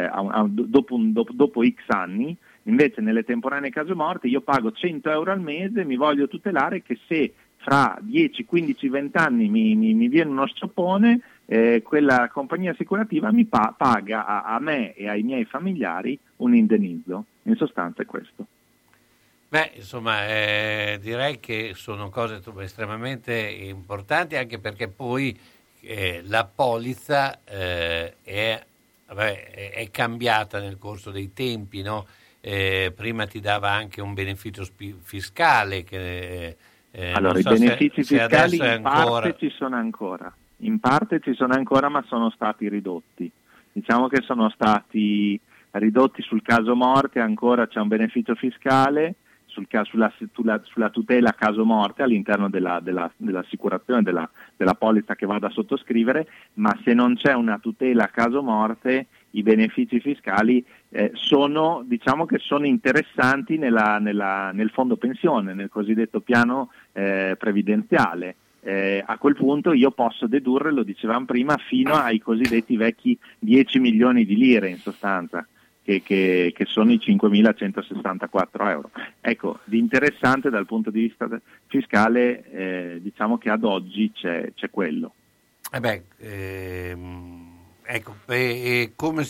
S10: dopo X anni. Invece nelle temporanee caso morte io pago 100 euro al mese, mi voglio tutelare che se fra 10, 15, 20 anni mi viene uno sciopone, quella compagnia assicurativa mi paga a me e ai miei familiari un indennizzo. In sostanza è questo.
S3: Beh, insomma, direi che sono cose estremamente importanti, anche perché poi la polizza è cambiata nel corso dei tempi, no? Prima ti dava anche un beneficio fiscale che
S10: allora, i benefici fiscali in parte ci sono ancora, ma sono stati ridotti. Diciamo che sono stati ridotti sul caso morte, ancora c'è un beneficio fiscale sulla tutela caso morte all'interno dell'assicurazione, della polizza che vado a sottoscrivere, ma se non c'è una tutela caso morte, i benefici fiscali sono interessanti nel fondo pensione, nel cosiddetto piano previdenziale. A quel punto io posso dedurre, lo dicevamo prima, fino ai cosiddetti vecchi 10 milioni di lire in sostanza, che sono i 5.164 euro. Ecco, di interessante dal punto di vista fiscale, diciamo che ad oggi c'è quello.
S3: Come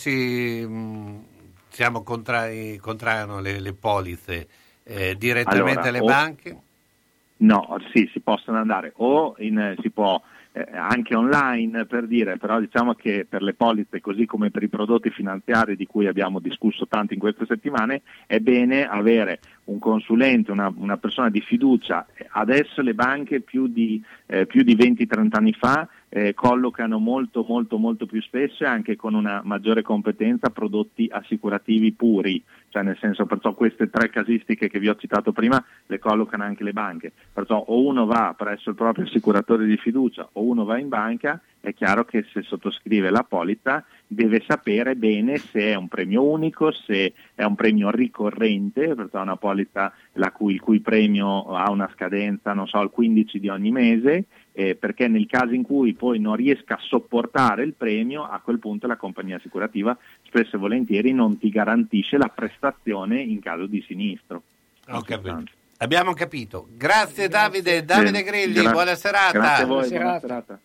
S3: contraggono le polizze? Direttamente alle banche?
S10: No, sì, si possono andare si può anche online, per dire, però diciamo che per le polizze, così come per i prodotti finanziari di cui abbiamo discusso tanto in queste settimane, è bene avere un consulente, una persona di fiducia. Adesso le banche più di 20-30 anni fa collocano molto più spesso e anche con una maggiore competenza prodotti assicurativi puri, cioè nel senso, perciò queste 3 casistiche che vi ho citato prima le collocano anche le banche, perciò o uno va presso il proprio assicuratore di fiducia o uno va in banca. È chiaro che se sottoscrive la polizza deve sapere bene se è un premio unico, se è un premio ricorrente, perciò una polizza il cui premio ha una scadenza, non so, il 15 di ogni mese, perché nel caso in cui poi non riesca a sopportare il premio, a quel punto la compagnia assicurativa spesso e volentieri non ti garantisce la prestazione in caso di sinistro.
S3: Abbiamo capito. Grazie Davide Grilli, buona serata.
S10: Grazie a voi, buona serata.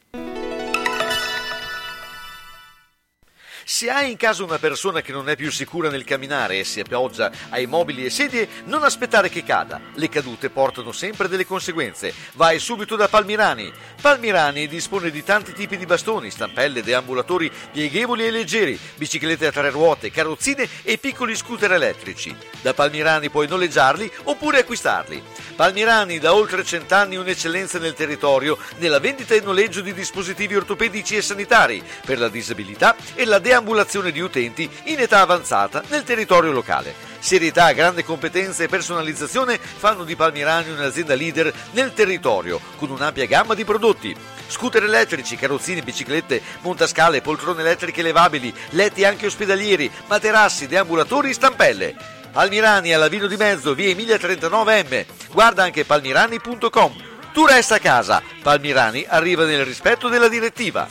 S1: Se hai in casa una persona che non è più sicura nel camminare e si appoggia ai mobili e sedie, non aspettare che cada. Le cadute portano sempre delle conseguenze. Vai subito da Palmirani. Palmirani dispone di tanti tipi di bastoni, stampelle, deambulatori pieghevoli e leggeri, biciclette a 3 ruote, carrozzine e piccoli scooter elettrici. Da Palmirani puoi noleggiarli oppure acquistarli. Palmirani, da oltre 100 anni un'eccellenza nel territorio nella vendita e noleggio di dispositivi ortopedici e sanitari per la disabilità e la deambulazione di utenti in età avanzata nel territorio locale. Serietà, grande competenza e personalizzazione fanno di Palmirani un'azienda leader nel territorio, con un'ampia gamma di prodotti. Scooter elettrici, carrozzine, biciclette, montascale, poltrone elettriche levabili, letti anche ospedalieri, materassi, deambulatori, stampelle. Palmirani alla Vino di Mezzo, via Emilia 39M. Guarda anche palmirani.com. Tu resta a casa. Palmirani arriva nel rispetto della direttiva.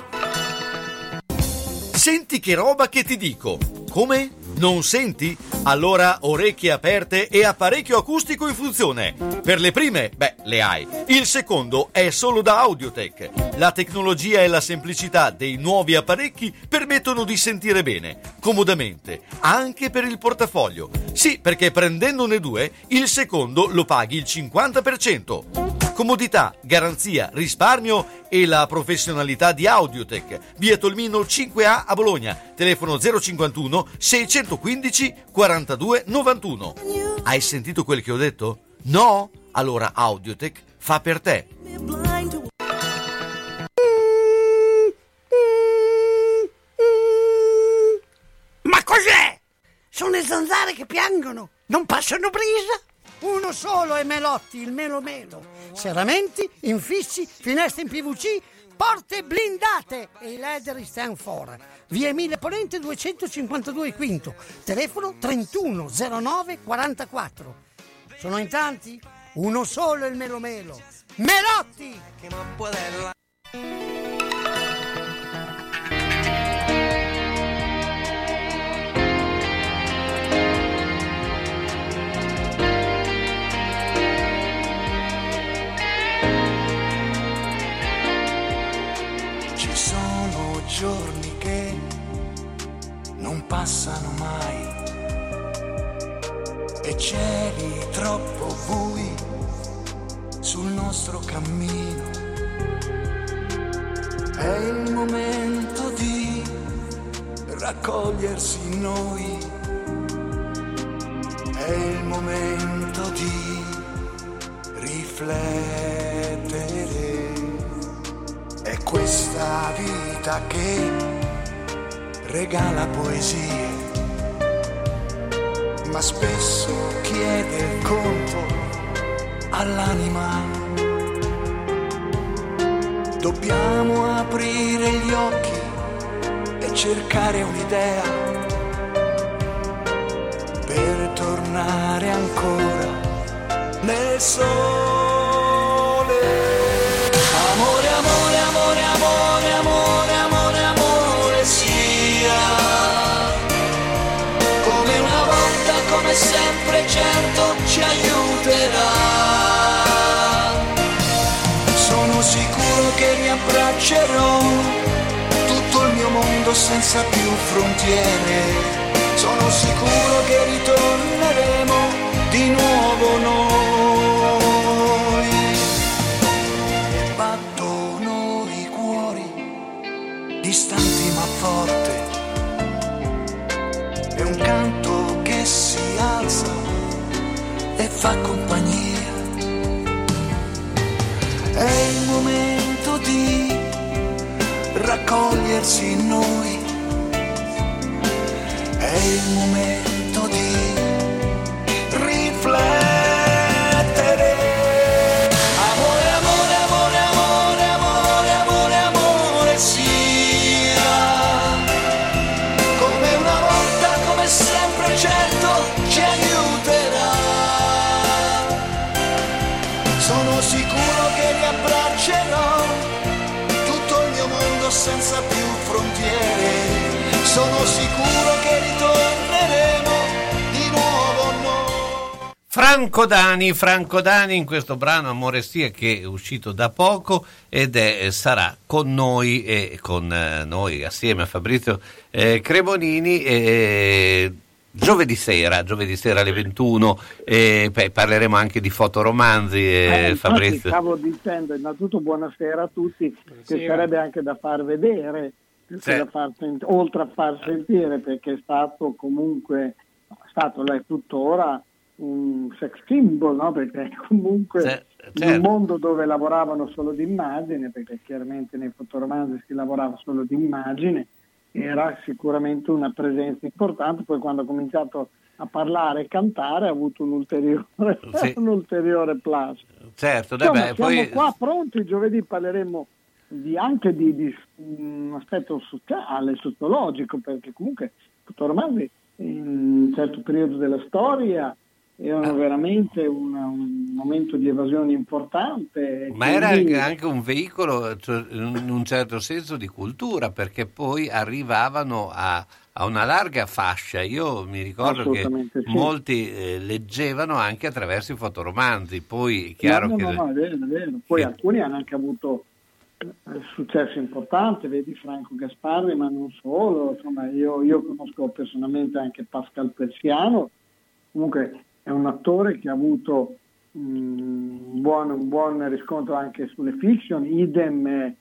S1: Senti che roba che ti dico. Come? Non senti? Allora orecchie aperte e apparecchio acustico in funzione. Per le prime, le hai. Il secondo è solo da Audiotech. La tecnologia e la semplicità dei nuovi apparecchi permettono di sentire bene, comodamente, anche per il portafoglio. Sì, perché prendendone 2, il secondo lo paghi il 50%. Comodità, garanzia, risparmio e la professionalità di Audiotech. Via Tolmino 5A a Bologna. Telefono 051 615 42 91. Hai sentito quel che ho detto? No? Allora Audiotech fa per te.
S11: Ma cos'è? Sono le zanzare che piangono, non passano brisa. Uno solo è Melotti, il Melo Melo. Serramenti, infissi, finestre in PVC, porte blindate e i leder stand for. Via Emilia Ponente 252 Quinto. Telefono 31 09 44. Sono in tanti? Uno solo è il Melo Melo. Melotti!
S12: passano mai, e cieli troppo bui sul nostro cammino. È il momento di raccogliersi in noi, è il momento di riflettere. È questa vita che regala poesie, ma spesso chiede il conto all'anima. Dobbiamo aprire gli occhi e cercare un'idea per tornare ancora nel sole. Amore, amore, amore, amore, amore, amore, amore, sia come una volta, come sempre, certo ci aiuterà. Sono sicuro che riabbraccerò tutto il mio mondo senza più frontiere. Sono sicuro che ritorneremo di nuovo noi. E battono i cuori distanti ma forte. È un canto che si alza e fa compagnia. È il momento di raccogliersi in noi, è il momento di riflettere. Amore, amore, amore, amore, amore, amore, amore, sia come una volta, come sempre, certo ci aiuterà. Sono sicuro che riabbraccerò tutto il mio mondo senza più frontiere. Sono sicuro che ritorneremo di nuovo noi.
S3: Franco Dani in questo brano Amore Sia, che è uscito da poco ed sarà con noi e con noi assieme a Fabrizio Cremonini giovedì sera alle 21. Parleremo anche di fotoromanzi, Fabrizio.
S13: Stavo dicendo innanzitutto buonasera a tutti, che sarebbe anche da far vedere, da oltre a far sentire, perché è stato comunque, lei tuttora un sex symbol, no? Perché comunque in un mondo dove lavoravano solo di immagine, perché chiaramente nei fotoromanzi si lavorava solo di immagine, era sicuramente una presenza importante. Poi quando ha cominciato a parlare e cantare ha avuto un ulteriore plus.
S3: Certo,
S13: siamo qua pronti. Giovedì parleremo anche di un aspetto sociale, sociologico, perché comunque i fotoromanzi in un certo periodo della storia erano veramente un momento di evasione importante.
S3: Ma era anche un veicolo, cioè, in un certo senso, di cultura, perché poi arrivavano a una larga fascia. Io mi ricordo che molti leggevano anche attraverso i fotoromanzi. Poi è chiaro
S13: è vero. Poi alcuni hanno anche avuto successo importante, vedi Franco Gasparri, ma non solo. Insomma, io conosco personalmente anche Pascal Persiano. Comunque è un attore che ha avuto un buon riscontro anche sulle fiction, idem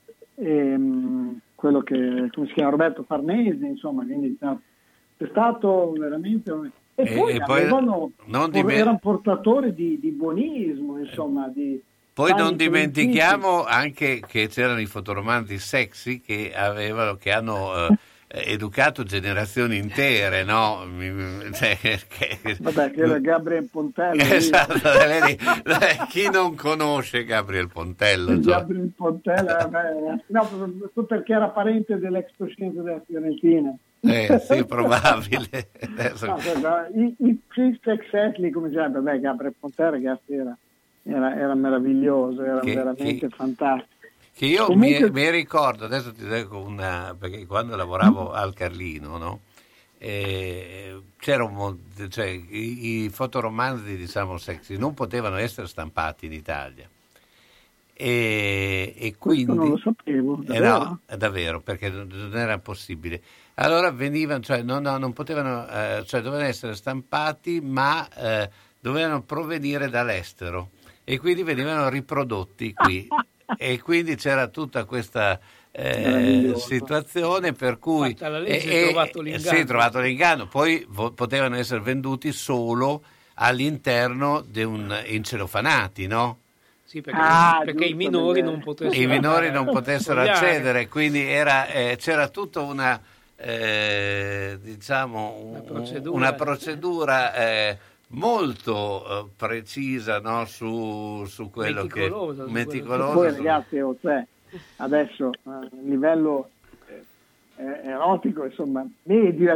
S13: quello che, come si chiama, Roberto Farnese, insomma, quindi è stato veramente erano portatori di buonismo, insomma,
S3: poi non dimentichiamo anche che c'erano i fotoromanzi sexy che hanno educato generazioni intere, no?
S13: Vabbè, che era Gabriel Pontello.
S3: Esatto, chi non conosce Gabriel Pontello?
S13: Gabriel Pontello, perché era parente dell'ex presidente della Fiorentina.
S3: Sì, probabile.
S13: I Sex Athlete, come si chiama? Gabriel Pontello, ragazzi, era meraviglioso, era veramente fantastico.
S3: Che io mi ricordo, adesso ti dico perché quando lavoravo al Carlino, no? C'era i fotoromanzi, diciamo, sexy non potevano essere stampati in Italia, e quindi
S13: non lo sapevo, davvero?
S3: no, davvero, perché non era possibile. Allora venivano, cioè non potevano, cioè dovevano essere stampati, ma dovevano provenire dall'estero e quindi venivano riprodotti qui. E quindi c'era tutta questa situazione per cui trovato l'inganno. Poi potevano essere venduti solo all'interno in celofanati, no?
S7: Sì, perché i minori non
S3: potessero accedere, quindi c'era tutta una procedura molto precisa, no? su quello meticolosa.
S13: Poi ragazzi, adesso a livello erotico, insomma, medio,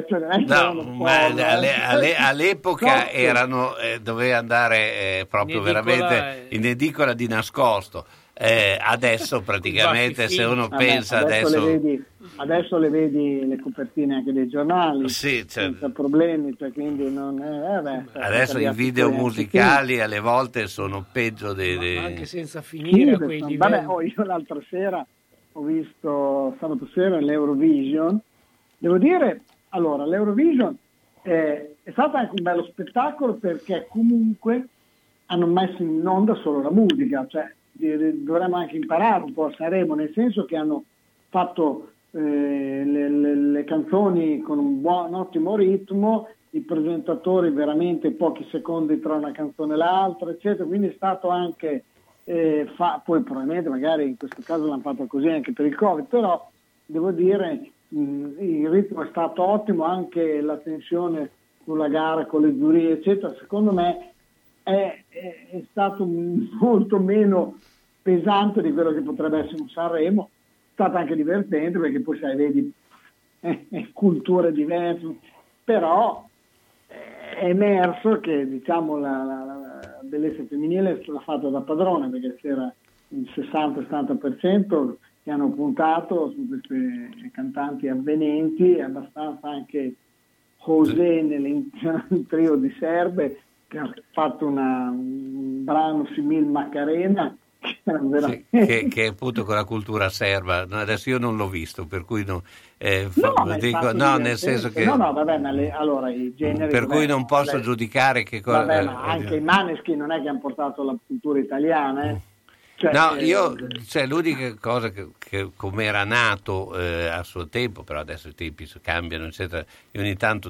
S3: all'epoca doveva andare proprio veramente in edicola di nascosto. Adesso praticamente se uno pensa
S13: adesso le vedi le copertine anche dei giornali senza problemi, cioè, quindi non
S3: adesso i video musicali alle volte sono peggio
S7: anche senza finire a quei livelli.
S13: Io l'altra sera ho visto, sabato sera, l'Eurovision. Devo dire, allora, l'Eurovision è stato anche un bello spettacolo, perché comunque hanno messo in onda solo la musica, cioè dovremmo anche imparare un po' a Sanremo, nel senso che hanno fatto le canzoni con un ottimo ritmo, i presentatori veramente pochi secondi tra una canzone e l'altra, eccetera, quindi è stato anche poi probabilmente magari in questo caso l'hanno fatto così anche per il Covid, però devo dire il ritmo è stato ottimo, anche la tensione sulla gara con le giurie eccetera, secondo me è stato molto meno pesante di quello che potrebbe essere un Sanremo. È stato anche divertente, perché poi vedi culture diverse, però è emerso che diciamo la bellezza femminile l'ha fatta da padrone, perché c'era il 60-70% che hanno puntato su queste cantanti avvenenti, abbastanza anche José nel trio di Serbe, che ha fatto un brano simile Macarena,
S3: che appunto con la cultura serba. Adesso io non l'ho visto, per cui nel senso che
S13: allora i generi,
S3: per cui non posso giudicare che cosa.
S13: Ma anche i Maneskin non è che hanno portato la cultura italiana,
S3: l'unica cosa che come era nato a suo tempo, però adesso i tempi cambiano eccetera, e ogni tanto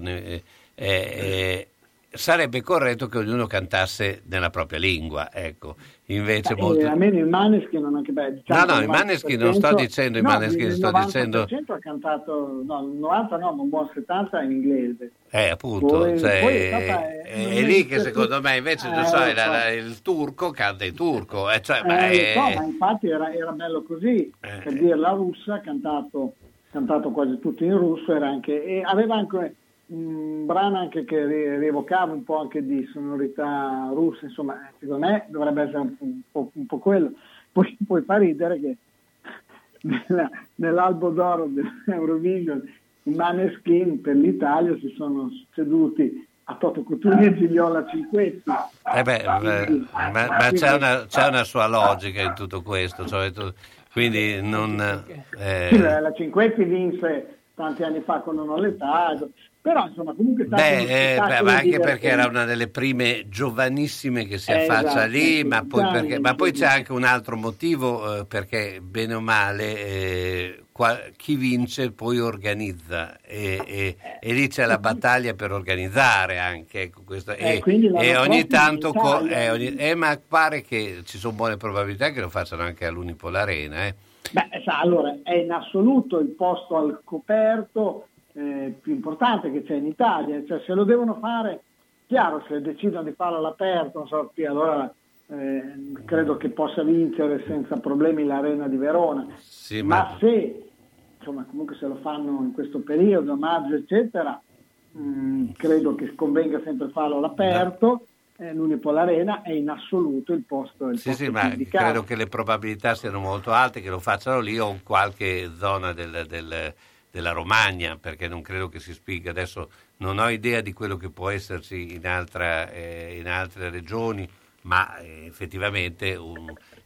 S3: sarebbe corretto che ognuno cantasse nella propria lingua, ecco. Invece
S13: almeno i Maneskin non anche
S3: i Maneskin non sto dicendo, i Maneskin sto dicendo
S13: ha cantato, il 90 ma un buon 70 in inglese.
S3: Appunto, è lì che secondo me invece il turco canta in turco,
S13: ma infatti era bello così, per dire, la russa ha cantato quasi tutto in russo, e aveva anche un brano anche che rievocava un po' anche di sonorità russe, insomma, secondo me dovrebbe essere un po' quello. Poi fa ridere che nell'albo d'oro dell'Eurovision i Maneskin per l'Italia si sono seduti a Toto Cutugno e Gigliola Cinquetti.
S3: Ma c'è una sua logica in tutto questo, quindi non
S13: la Cinquetti vinse tanti anni fa con Non ho l'età, però insomma comunque
S3: ma anche perché era una delle prime giovanissime che si affaccia lì, ma poi c'è anche un altro motivo, perché bene o male chi vince poi organizza e lì c'è la battaglia per organizzare anche questo, e ogni tanto ma pare che ci sono buone probabilità che lo facciano anche all'Unipol Arena.
S13: Allora è in assoluto il posto al coperto più importante che c'è in Italia, cioè se lo devono fare, chiaro, se decidono di farlo all'aperto, allora credo che possa vincere senza problemi l'Arena di Verona, ma se insomma comunque se lo fanno in questo periodo, a maggio eccetera, credo che convenga sempre farlo all'aperto. L'Unipol Arena è in assoluto il posto
S3: ma credo che le probabilità siano molto alte che lo facciano lì o in qualche zona della Romagna, perché non credo che si spiega. Adesso non ho idea di quello che può esserci in altre regioni, ma effettivamente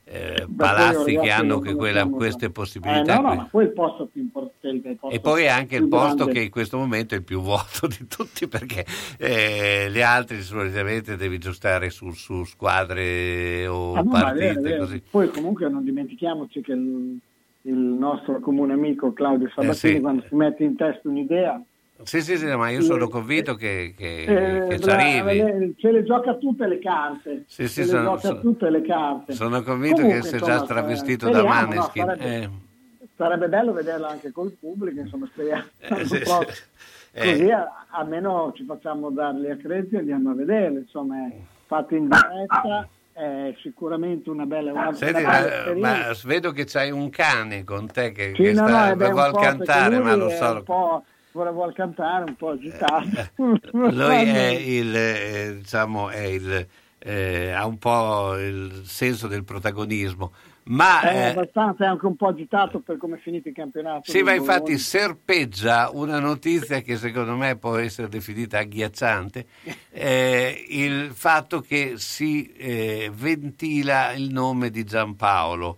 S3: palazzi che hanno queste possibilità.
S13: Ma poi il posto più importante.
S3: E poi anche il posto che in questo momento è il più vuoto di tutti, perché gli altri solitamente devi giustare su squadre o partite. Così.
S13: Poi comunque non dimentichiamoci che il nostro comune amico Claudio Sabatini, quando si mette in testa un'idea,
S3: sì, ma io sono convinto che ci arrivi.
S13: Se le gioca tutte le carte. Tutte le carte.
S3: Sono convinto che sia già travestito da Maneskin.
S13: Sarebbe bello vederla anche col pubblico, insomma, speriamo. Così almeno ci facciamo darli a credito e andiamo a vederle, insomma, fatto in diretta. È sicuramente una bella
S3: ma vedo che c'hai un cane con te che vuol cantare, ma lo so.
S13: Vuole cantare un po' agitato.
S3: Lui ha un po' il senso del protagonismo, ma
S13: è abbastanza, è anche un po' agitato per come è finito il campionato.
S3: Sì, ma infatti serpeggia una notizia che secondo me può essere definita agghiacciante, il fatto che si ventila il nome di Giampaolo.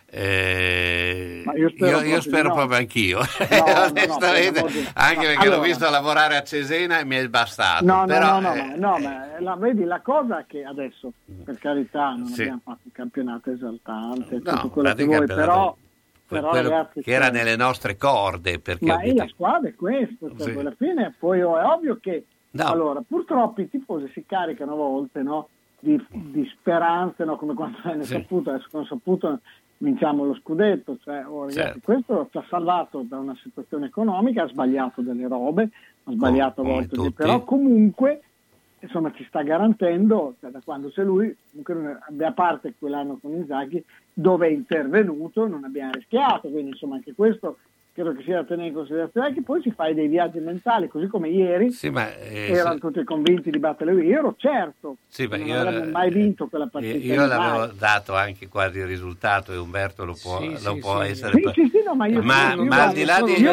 S3: Io spero proprio anch'io, onestamente, anche perché l'ho visto lavorare a Cesena e mi è bastato.
S13: Ma vedi, la cosa che adesso, per carità, non abbiamo fatto un campionato esaltante, tutto quello che vuoi, però ragazzi,
S3: che era nelle nostre corde, perché
S13: la squadra è questa, alla fine poi è ovvio che allora purtroppo i tifosi si caricano a volte, no, di speranze, no, come quando hanno saputo vinciamo lo scudetto, ragazzi, questo ci ha salvato da una situazione economica, ha sbagliato delle robe, ha sbagliato a volte, però comunque insomma ci sta garantendo, da quando c'è lui, comunque, a parte quell'anno con Inzaghi, dove è intervenuto non abbiamo rischiato, quindi insomma anche questo credo che sia da tenere in considerazione, che poi si fa dei viaggi mentali, così come ieri erano tutti convinti di battere lui, io ero certo non avremmo mai vinto quella partita.
S3: Io l'avevo dato anche quasi il risultato e Umberto lo può essere. Ma al di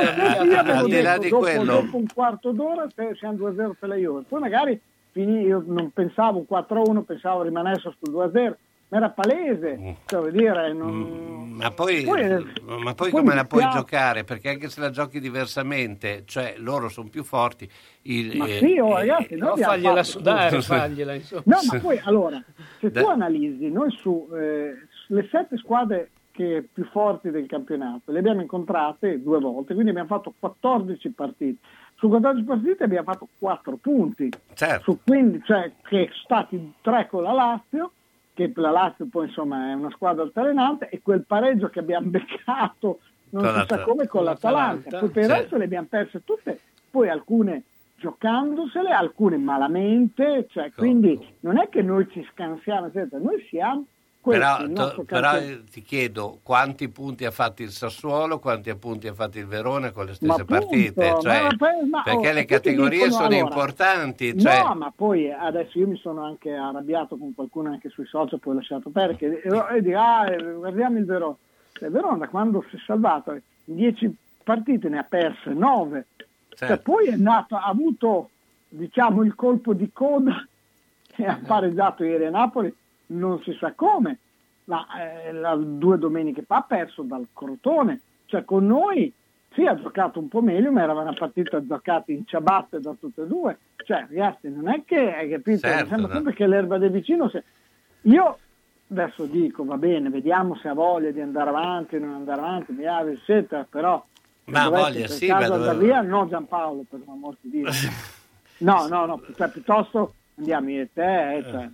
S3: là di quello,
S13: dopo un quarto d'ora siamo 2-0 per la Juve, poi magari io non pensavo 4-1, pensavo rimanesse sul 2-0, ma era palese, vuol dire,
S3: ma poi come la puoi giocare? Perché anche se la giochi diversamente, cioè loro sono più forti.
S13: Ragazzi, noi
S7: fagliela sudare, fagliela, insomma.
S13: No, ma poi allora, se tu analizzi, noi su le 7 squadre che più forti del campionato le abbiamo incontrate 2 volte, quindi abbiamo fatto 14 partite. Su 14 partite abbiamo fatto 4 punti.
S3: Certo.
S13: Su 15, cioè che stati 3 con la Lazio, che la Lazio poi insomma è una squadra altalenante, e quel pareggio che abbiamo beccato non si sa come con l'Atalanta. Poi per il resto le abbiamo perse tutte, poi alcune giocandosele, alcune malamente, quindi non è che noi ci scansiamo, noi siamo
S3: però ti chiedo quanti punti ha fatto il Sassuolo, quanti punti ha fatto il Verona con le stesse partite, perché le categorie sono importanti.
S13: No, ma poi adesso io mi sono anche arrabbiato con qualcuno anche sui social, poi ho lasciato perdere, e dico, guardiamo il Verona. Il Verona da quando si è salvato in 10 partite ne ha perse 9, poi ha avuto diciamo il colpo di coda e ha pareggiato ieri a Napoli, non si sa come, ma 2 domeniche fa ha perso dal Crotone, con noi ha giocato un po' meglio, ma era una partita giocata in ciabatte da tutte e 2, ragazzi, non è che hai capito, sembra sempre che l'erba del vicino io adesso dico va bene, vediamo se ha voglia di andare avanti o non andare avanti, eccetera, però
S3: ma voglia
S13: andare via, no Giampaolo, per l'amor di Dio. no, piuttosto andiamo io e te,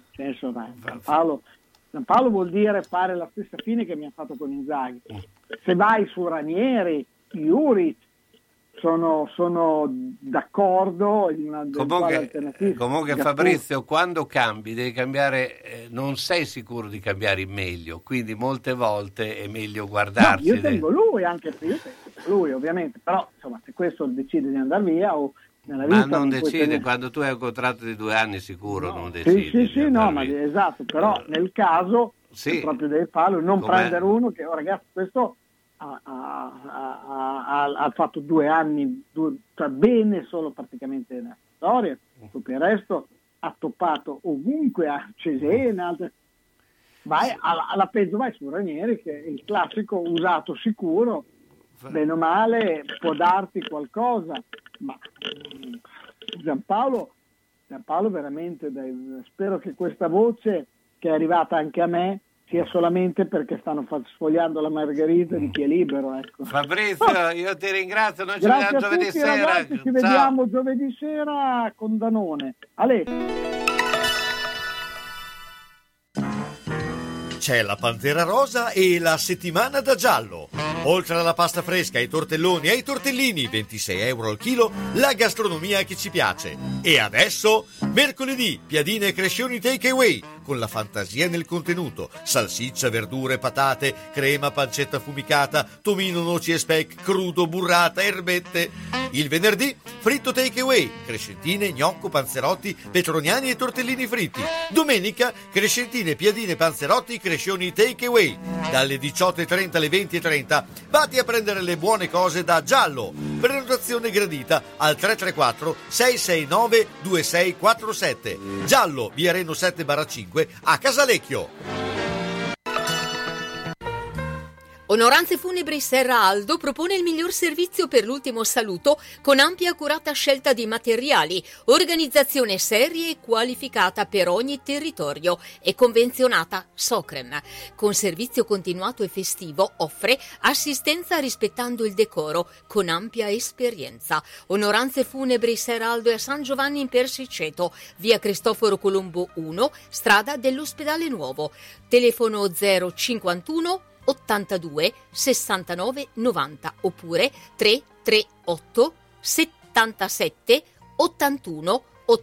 S13: Giampaolo vuol dire fare la stessa fine che mi ha fatto con Inzaghi. Se vai su Ranieri, Juric, sono d'accordo in una
S3: comunque Fabrizio, quando cambi devi cambiare, non sei sicuro di cambiare in meglio, quindi molte volte è meglio guardarsi.
S13: Io tengo lui, ovviamente, però insomma se questo decide di andare via o nella vita,
S3: ma non decide, quando tu hai un contratto di 2 anni sicuro non decidi.
S13: Sì, ma esatto, però nel caso proprio devi farlo, non prendere uno che ragazzi, questo ha fatto 2 anni bene solo praticamente nella storia, tutto il resto ha toppato ovunque, a Cesena, alla peggio vai su Ranieri, che è il classico usato sicuro, bene o male può darti qualcosa, ma Giampaolo veramente, spero che questa voce che è arrivata anche a me sia solamente perché stanno sfogliando la margherita di chi è libero, ecco.
S3: Fabrizio, io ti ringrazio, noi ci
S13: Grazie
S3: vediamo giovedì sera.
S13: Ragazzi, ci vediamo giovedì sera con Danone.
S1: C'è la Pantera Rosa e la settimana da giallo. Oltre alla pasta fresca, ai tortelloni e ai tortellini, 26 euro al chilo, la gastronomia che ci piace. E adesso, mercoledì, piadine e crescioni take away, con la fantasia nel contenuto. Salsiccia, verdure, patate, crema, pancetta affumicata, tomino, noci e speck, crudo, burrata, erbette. Il venerdì, fritto take away, crescentine, gnocco, panzerotti, petroniani e tortellini fritti. Domenica, crescentine, piadine, panzerotti, crescioni take away. Dalle 18.30 alle 20.30 vatti a prendere le buone cose da Giallo. Prenotazione gradita al 334 669 2647. Giallo, via Reno 7/5 a Casalecchio.
S14: Onoranze Funebri Serra Aldo propone il miglior servizio per l'ultimo saluto con ampia e accurata scelta di materiali, organizzazione seria e qualificata per ogni territorio e convenzionata Socrem. Con servizio continuato e festivo offre assistenza rispettando il decoro con ampia esperienza. Onoranze Funebri Serra Aldo a San Giovanni in Persiceto, via Cristoforo Colombo 1, strada dell'Ospedale Nuovo. Telefono 051 82 69 90 oppure 338 77 81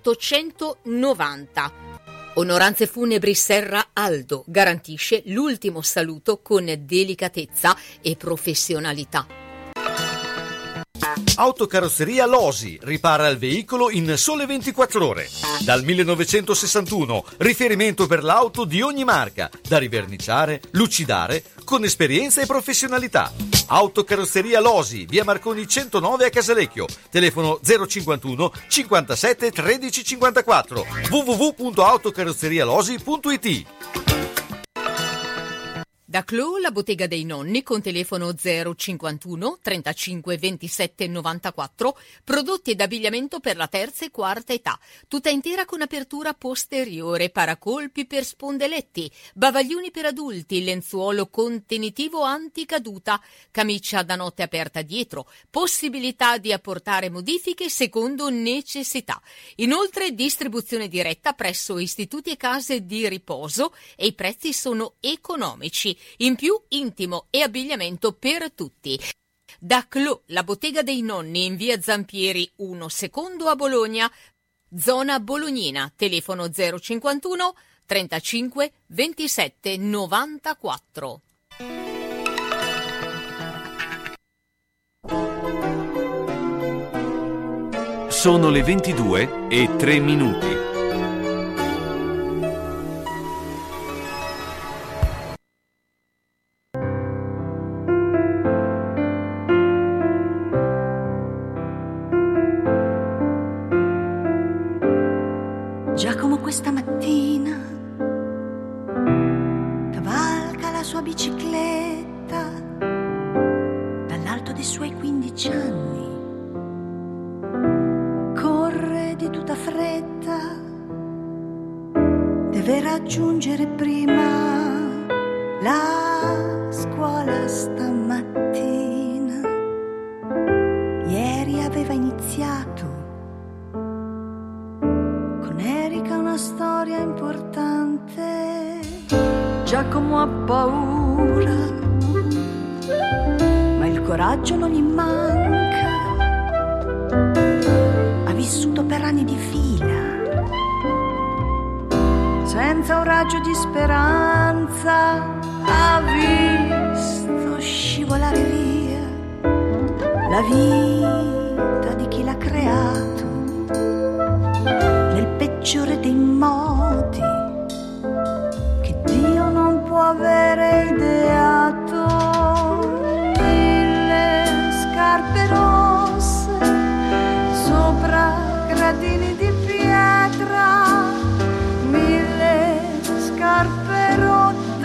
S14: 890. Onoranze Funebri Serra Aldo garantisce l'ultimo saluto con delicatezza e professionalità.
S1: Autocarrozzeria Losi ripara il veicolo in sole 24 ore. Dal 1961, riferimento per l'auto di ogni marca, da riverniciare, lucidare, con esperienza e professionalità. Autocarrozzeria Losi, via Marconi 109 a Casalecchio. Telefono 051 57 13 54. www.autocarrozzerialosi.it.
S14: Da Clou, la bottega dei nonni, con telefono 051 35 27 94, prodotti ed abbigliamento per la terza e quarta età, tutta intera con apertura posteriore, paracolpi per spondeletti, bavaglioni per adulti, lenzuolo contenitivo anticaduta, camicia da notte aperta dietro, possibilità di apportare modifiche secondo necessità. Inoltre distribuzione diretta presso istituti e case di riposo e i prezzi sono economici. In più intimo e abbigliamento per tutti. Da Clou, la bottega dei nonni in via Zampieri 1 secondo a Bologna, zona bolognina, telefono 051 35 27 94.
S15: Sono le 22:03.
S16: Giacomo questa mattina cavalca la sua bicicletta dall'alto dei suoi 15 anni, corre di tutta fretta, deve raggiungere prima la scuola stamattina. Ieri aveva iniziato una storia importante. Giacomo ha paura, ma il coraggio non gli manca. Ha vissuto per anni di fila, senza un raggio di speranza. Ha visto scivolare via la vita di chi l'ha creato nel peggiore dei modi che Dio non può avere ideato. 1000 scarpe rosse sopra gradini di pietra, 1000 scarpe rotte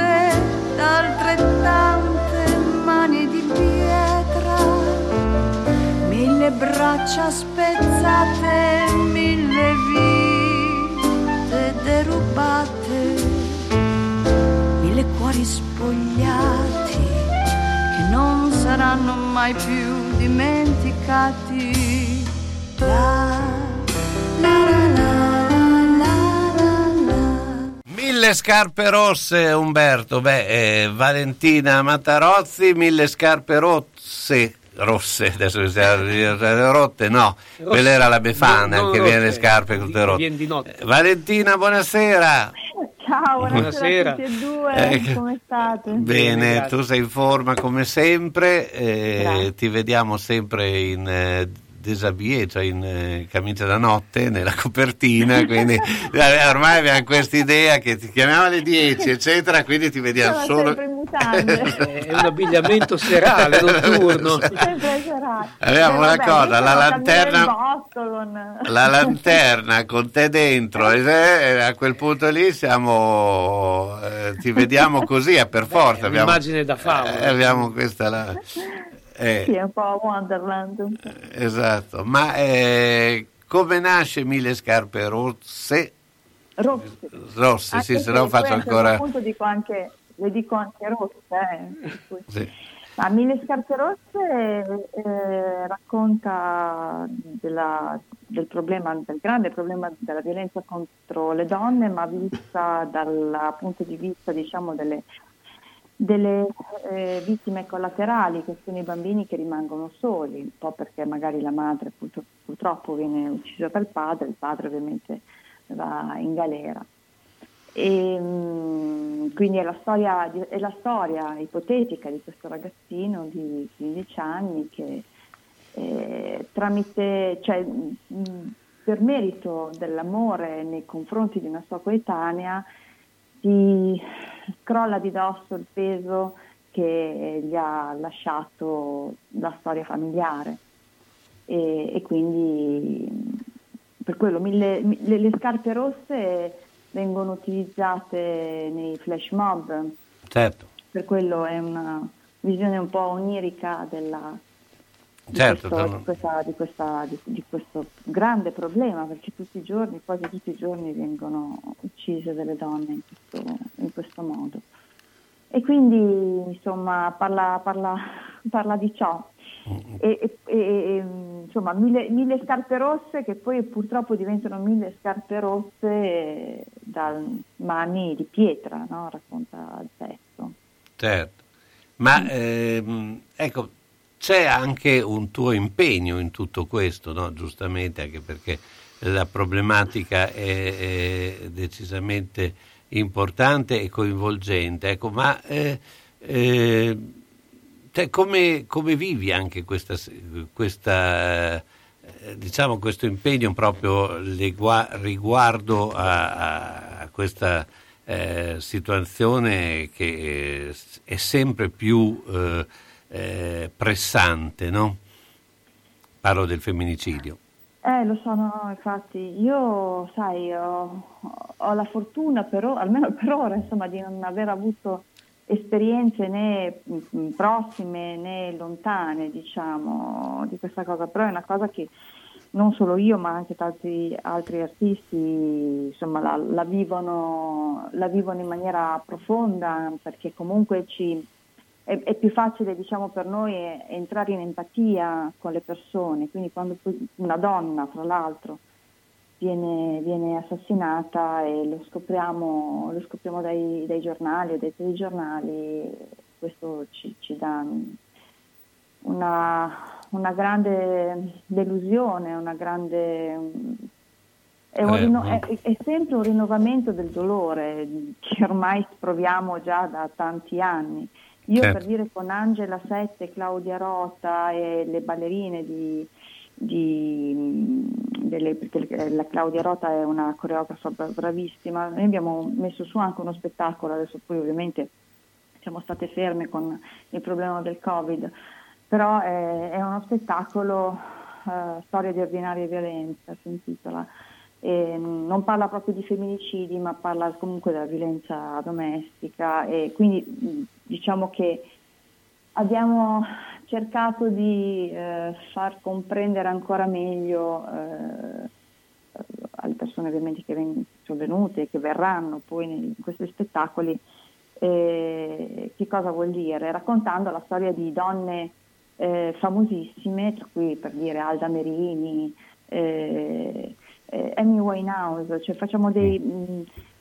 S16: braccia spezzate, 1000 vite derubate, 1000 cuori spogliati che non saranno mai più dimenticati. La, la, la, la, la, la, la.
S3: 1000 scarpe rosse, Umberto. Valentina Matarozzi, 1000 scarpe rosse, adesso rotte, no, quella era la Befana, che viene le scarpe tutte rotte. Valentina, buonasera.
S17: Ciao, buonasera a tutti e due, come state?
S3: Bene, tu sei in forma come sempre, ti vediamo sempre in déshabillé, cioè in camicia da notte, nella copertina, quindi ormai abbiamo questa idea che ti chiamiamo alle 10, eccetera, quindi ti vediamo solo...
S17: sempre in mutande.
S7: È un abbigliamento serale, notturno.
S17: Sempre serale.
S3: Abbiamo una cosa, la lanterna con te dentro, e a quel punto lì siamo, ti vediamo così, per forza.
S7: Un'immagine da favola.
S3: Abbiamo questa...
S17: Sì, è un po' Wonderland.
S3: Esatto, ma come nasce 1000 scarpe rosse? Rosse, sì, se no faccio ancora...
S17: Appunto le dico anche rosse.
S3: Sì.
S17: Ma 1000 scarpe rosse racconta del problema, del grande problema della violenza contro le donne, ma vista dal punto di vista, diciamo, delle vittime collaterali, che sono i bambini che rimangono soli, un po' perché magari la madre purtroppo viene uccisa dal padre, il padre ovviamente va in galera. E quindi è la storia ipotetica di questo ragazzino di 15 anni che per merito dell'amore nei confronti di una sua coetanea si scrolla di dosso il peso che gli ha lasciato la storia familiare, e quindi per quello le scarpe rosse vengono utilizzate nei flash mob.
S3: Certo.
S17: Per quello è una visione un po' onirica di questo grande problema, perché quasi tutti i giorni vengono uccise delle donne in questo modo. E quindi insomma parla di ciò. Insomma 1000 scarpe rosse che poi purtroppo diventano 1000 scarpe rosse da mani di pietra, no? Racconta il testo.
S3: Certo, ma ecco, c'è anche un tuo impegno in tutto questo, no? Giustamente, anche perché la problematica è decisamente importante e coinvolgente, ecco, ma come vivi anche questa diciamo questo impegno proprio riguardo a questa situazione che è sempre più pressante, no? Parlo del femminicidio.
S17: Lo so, no, infatti io, sai, ho la fortuna, però, almeno per ora, insomma, di non aver avuto esperienze né prossime né lontane, diciamo, di questa cosa, però è una cosa che non solo io ma anche tanti altri artisti, insomma, la vivono in maniera profonda, perché comunque è più facile, diciamo, per noi entrare in empatia con le persone, quindi quando una donna, fra l'altro, viene assassinata e lo scopriamo dai giornali o dai telegiornali, questo ci dà una grande delusione, è sempre un rinnovamento del dolore che ormai proviamo già da tanti anni. Io, certo, per dire, con Angela Sette, Claudia Rota e le ballerine perché la Claudia Rota è una coreografa bravissima, noi abbiamo messo su anche uno spettacolo, adesso poi ovviamente siamo state ferme con il problema del Covid, però è uno spettacolo, Storia di ordinaria violenza si intitola, e non parla proprio di femminicidi ma parla comunque della violenza domestica, e quindi diciamo che abbiamo cercato di far comprendere ancora meglio alle persone ovviamente che sono venute e che verranno poi in questi spettacoli che cosa vuol dire, raccontando la storia di donne famosissime, tra cui per dire Alda Merini, Amy Winehouse, cioè facciamo dei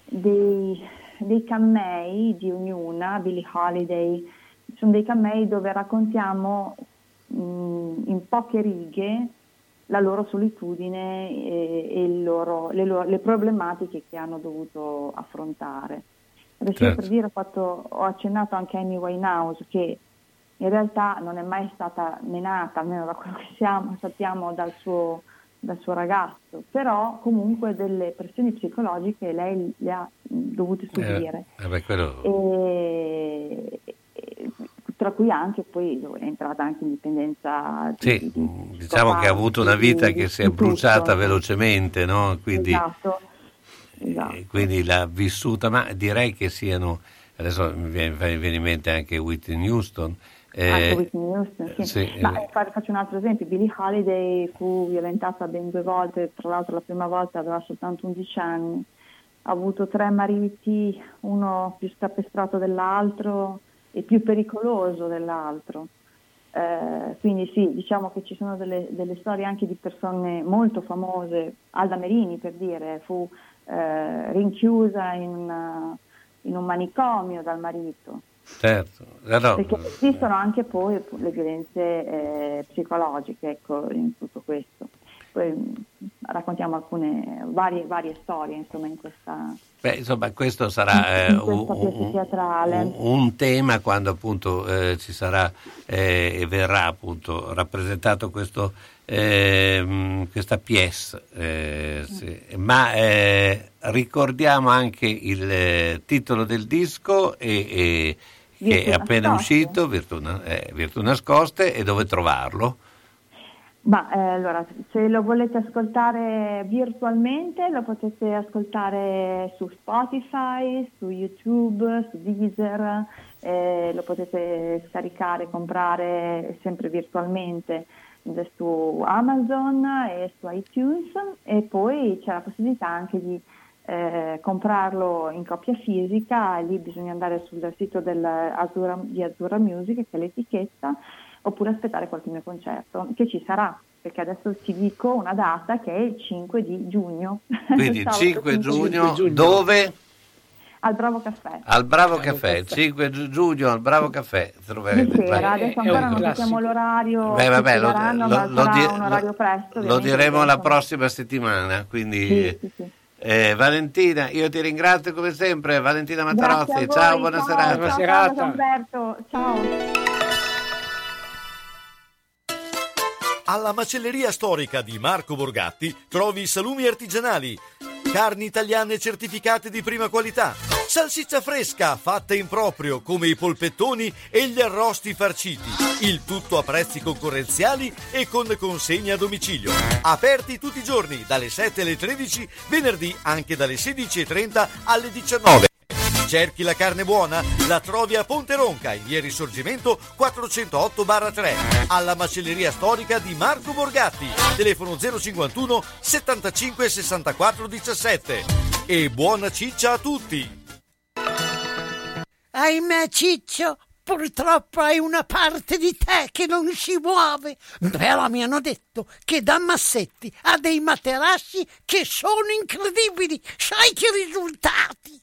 S17: cammei di ognuna, Billie Holiday, sono dei cammei dove raccontiamo in poche righe la loro solitudine e le problematiche che hanno dovuto affrontare. Adesso certo. Per dire, ho accennato anche a Amy Winehouse, che in realtà non è mai stata menata, almeno da quello che sappiamo dal suo ragazzo, però comunque delle pressioni psicologiche lei le ha dovute subire. Tra cui anche poi è entrata anche indipendenza.
S3: Sì, diciamo che ha avuto una vita che si è bruciata velocemente, no? Quindi, esatto. Quindi l'ha vissuta, ma direi che siano, adesso mi viene in mente anche Whitney Houston.
S17: Anche Whitney Houston, sì.
S3: Sì.
S17: Ma faccio un altro esempio, Billie Holiday fu violentata ben 2 volte, tra l'altro la prima volta aveva soltanto 11 anni, ha avuto 3 mariti, uno più scapestrato dell'altro e più pericoloso dell'altro. Quindi sì, diciamo che ci sono delle storie anche di persone molto famose. Alda Merini, per dire, fu rinchiusa in un manicomio dal marito.
S3: Certo,
S17: perché esistono anche poi le violenze psicologiche, ecco, in tutto questo. Poi raccontiamo alcune varie storie, insomma, in questa.
S3: Insomma, questo sarà un tema quando appunto ci sarà e verrà appunto rappresentato questa pièce. Sì. Ma ricordiamo anche il titolo del disco che è appena uscito, Virtù Nascoste, e dove trovarlo?
S17: Allora, se lo volete ascoltare virtualmente lo potete ascoltare su Spotify, su YouTube, su Deezer, lo potete scaricare, comprare sempre virtualmente su Amazon e su iTunes, e poi c'è la possibilità anche di comprarlo in copia fisica. Lì bisogna andare sul sito di Azzurra Music, che è l'etichetta, oppure aspettare qualche mio concerto, che ci sarà, perché adesso ti dico una data che è il 5 di giugno.
S3: Quindi il 5 giugno, dove?
S17: Al Bravo Caffè.
S3: Al Bravo Caffè, il 5 giugno al Bravo Caffè troverete.
S17: Adesso ancora non sappiamo l'orario,
S3: un orario presto. Lo diremo la prossima settimana, quindi... Sì. Valentina, io ti ringrazio come sempre, Valentina Matarozzi, ciao, buona serata.
S17: Buona serata. Umberto, ciao.
S1: Alla macelleria storica di Marco Borgatti trovi salumi artigianali, carni italiane certificate di prima qualità, salsiccia fresca fatta in proprio come i polpettoni e gli arrosti farciti, il tutto a prezzi concorrenziali e con consegna a domicilio. Aperti tutti i giorni dalle 7 alle 13, venerdì anche dalle 16:30 alle 19. Cerchi la carne buona? La trovi a Ponte Ronca, in via Risorgimento 408/3, alla macelleria storica di Marco Borgatti, telefono 051 75 64 17. E buona ciccia a tutti!
S11: Ahimè, Ciccio, purtroppo hai una parte di te che non si muove, però mi hanno detto che da Massetti ha dei materassi che sono incredibili. Sai che risultati!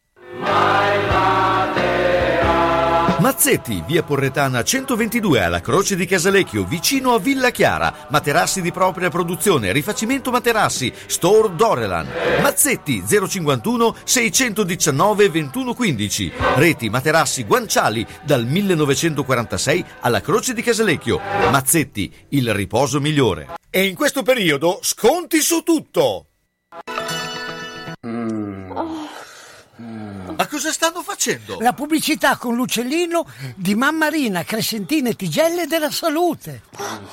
S1: Mazzetti, via Porretana 122 alla Croce di Casalecchio, vicino a Villa Chiara. Materassi di propria produzione, rifacimento materassi, Store Dorelan. Mazzetti 051 619 2115. Reti materassi guanciali dal 1946 alla Croce di Casalecchio. Mazzetti, il riposo migliore. E in questo periodo sconti su tutto. Ma cosa stanno facendo?
S11: La pubblicità con l'uccellino di Mammarina, Crescentine Tigelle della Salute.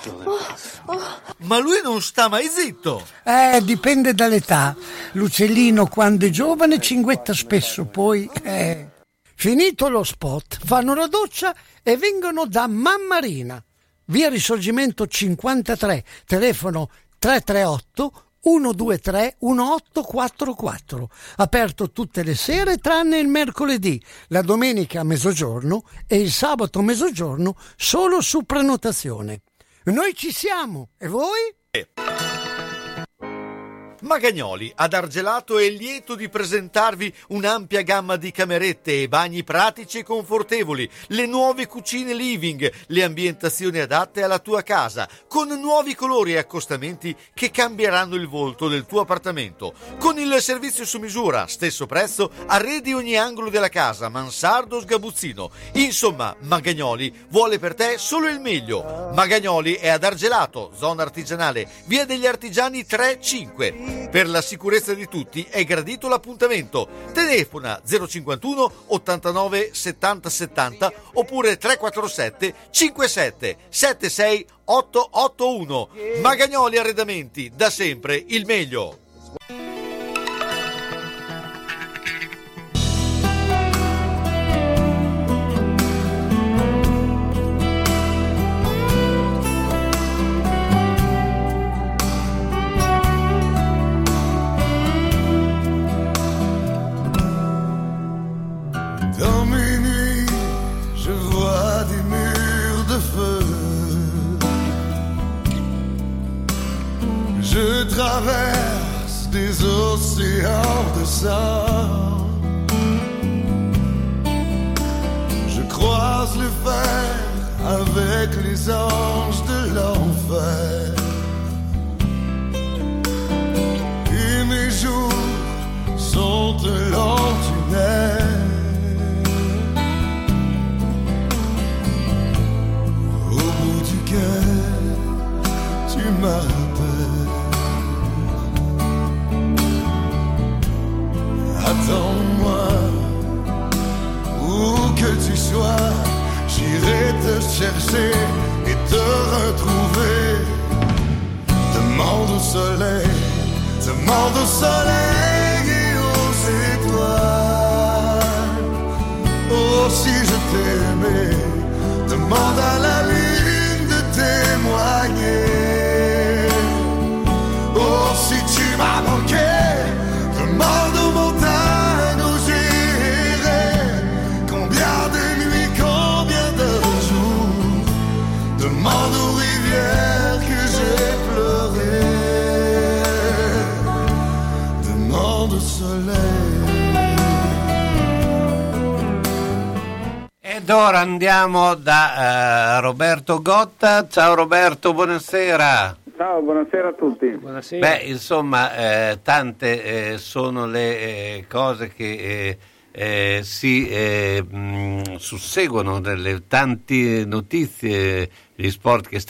S1: Ma lui non sta mai zitto.
S11: Dipende dall'età. L'uccellino quando è giovane cinguetta spesso, poi finito lo spot fanno la doccia e vengono da Mammarina. via Risorgimento 53, telefono 338 123 1844, aperto tutte le sere tranne il mercoledì, la domenica a mezzogiorno e il sabato a mezzogiorno solo su prenotazione. Noi ci siamo, e voi?
S1: Magagnoli ad Argelato è lieto di presentarvi un'ampia gamma di camerette e bagni pratici e confortevoli, le nuove cucine living, le ambientazioni adatte alla tua casa, con nuovi colori e accostamenti che cambieranno il volto del tuo appartamento. Con il servizio su misura, stesso prezzo, arredi ogni angolo della casa, mansardo, sgabuzzino. Insomma, Magagnoli vuole per te solo il meglio. Magagnoli è ad Argelato, zona artigianale, via degli Artigiani 3-5. Per la sicurezza di tutti è gradito l'appuntamento. Telefona 051 89 70 70 oppure 347 57 76 881. Magagnoli Arredamenti, da sempre il meglio.
S12: Je traverse des océans de sang. Je croise le fer avec les anges de l'enfer. Et mes jours sont un long tunnel. Au bout duquel tu m'appelles. Attends-moi, où que tu sois, j'irai te chercher et te retrouver. Demande au soleil et aux étoiles. Oh, si je t'aimais, demande à la lune de témoigner. Oh, si tu m'as manqué, demande aux montagnes où j'irai. Combien de nuits, combien de jours, demande aux rivières que j'ai pleuré. Demande au soleil.
S3: Ed ora andiamo da Roberto Gotta. Ciao Roberto, buonasera.
S18: Ciao, buonasera a tutti.
S7: Buonasera.
S3: Beh, insomma, tante sono le cose che si susseguono, delle tante notizie, gli sport che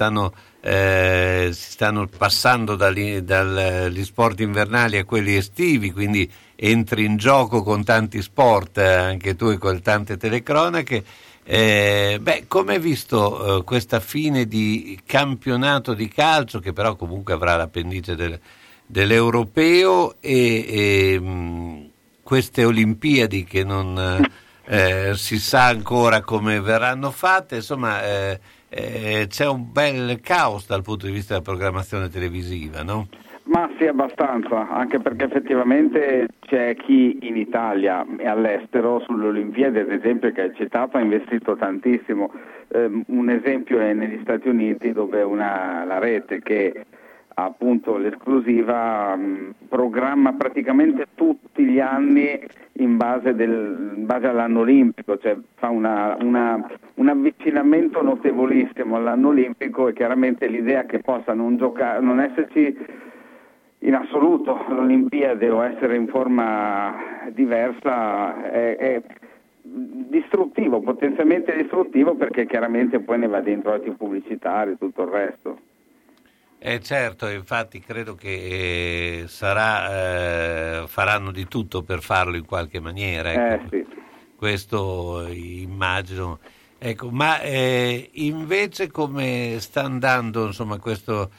S3: si stanno passando dagli sport invernali a quelli estivi, quindi entri in gioco con tanti sport, anche tu, e con tante telecronache. Come hai visto questa fine di campionato di calcio, che però comunque avrà l'appendice dell'europeo, e queste Olimpiadi che non si sa ancora come verranno fatte, insomma c'è un bel caos dal punto di vista della programmazione televisiva, no?
S18: Ma sì, abbastanza, anche perché effettivamente c'è chi in Italia e all'estero sulle Olimpiadi, ad esempio, che hai citato, ha investito tantissimo. Un esempio è negli Stati Uniti, dove la rete che ha appunto l'esclusiva programma praticamente tutti gli anni in base all'anno olimpico, cioè fa un avvicinamento notevolissimo all'anno olimpico, e chiaramente l'idea che possa non esserci in assoluto l'Olimpiade o essere in forma diversa è distruttivo, potenzialmente distruttivo, perché chiaramente poi ne va dentro altri pubblicitari e tutto il resto.
S3: Certo, infatti credo che faranno di tutto per farlo in qualche maniera, ecco.
S18: Sì.
S3: Questo immagino. Ecco, ma invece come sta andando, insomma, questo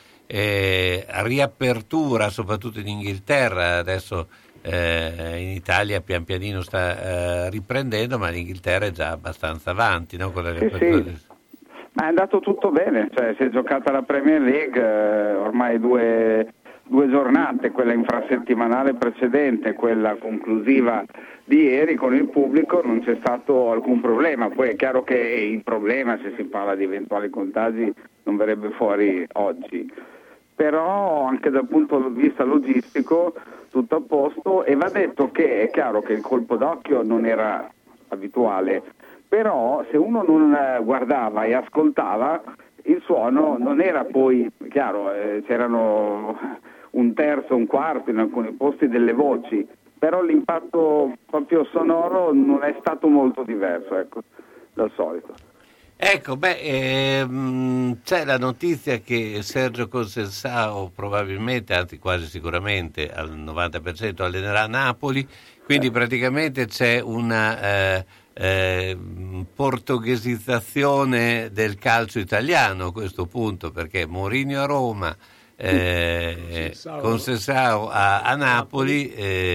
S3: riapertura, soprattutto in Inghilterra? Adesso in Italia pian pianino sta riprendendo, ma l'Inghilterra è già abbastanza avanti, no? Con le
S18: sì. Ma è andato tutto bene, cioè si è giocata la Premier League, ormai due giornate, quella infrasettimanale precedente, quella conclusiva di ieri con il pubblico, non c'è stato alcun problema. Poi è chiaro che il problema, se si parla di eventuali contagi, non verrebbe fuori oggi, però anche dal punto di vista logistico tutto a posto, e va detto che è chiaro che il colpo d'occhio non era abituale, però se uno non guardava e ascoltava il suono non era poi chiaro, c'erano un terzo, un quarto in alcuni posti delle voci, però l'impatto proprio sonoro non è stato molto diverso, ecco, dal solito.
S3: Ecco, c'è la notizia che Sergio Conceição probabilmente, anzi quasi sicuramente al 90% allenerà Napoli, quindi praticamente c'è una portoghesizzazione del calcio italiano a questo punto, perché Mourinho a Roma, Conceição a Napoli.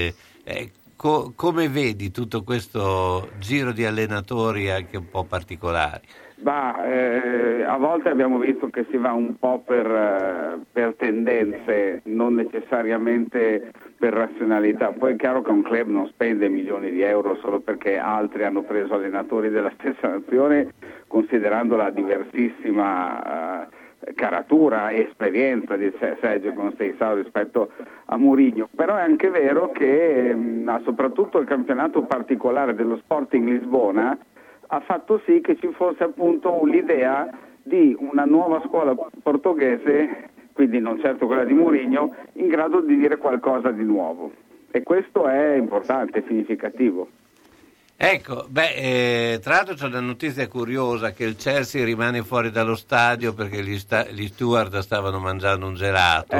S3: Come vedi tutto questo giro di allenatori anche un po' particolari?
S18: A volte abbiamo visto che si va un po' per tendenze, non necessariamente per razionalità. Poi è chiaro che un club non spende milioni di euro solo perché altri hanno preso allenatori della stessa nazione, considerando la diversissima caratura e esperienza di Sergio Conceição rispetto a Mourinho. Però è anche vero che soprattutto il campionato particolare dello Sporting Lisbona ha fatto sì che ci fosse appunto l'idea di una nuova scuola portoghese, quindi non certo quella di Mourinho, in grado di dire qualcosa di nuovo, e questo è importante, significativo.
S3: Ecco, tra l'altro c'è una notizia curiosa, che il Chelsea rimane fuori dallo stadio perché gli steward stavano mangiando un gelato.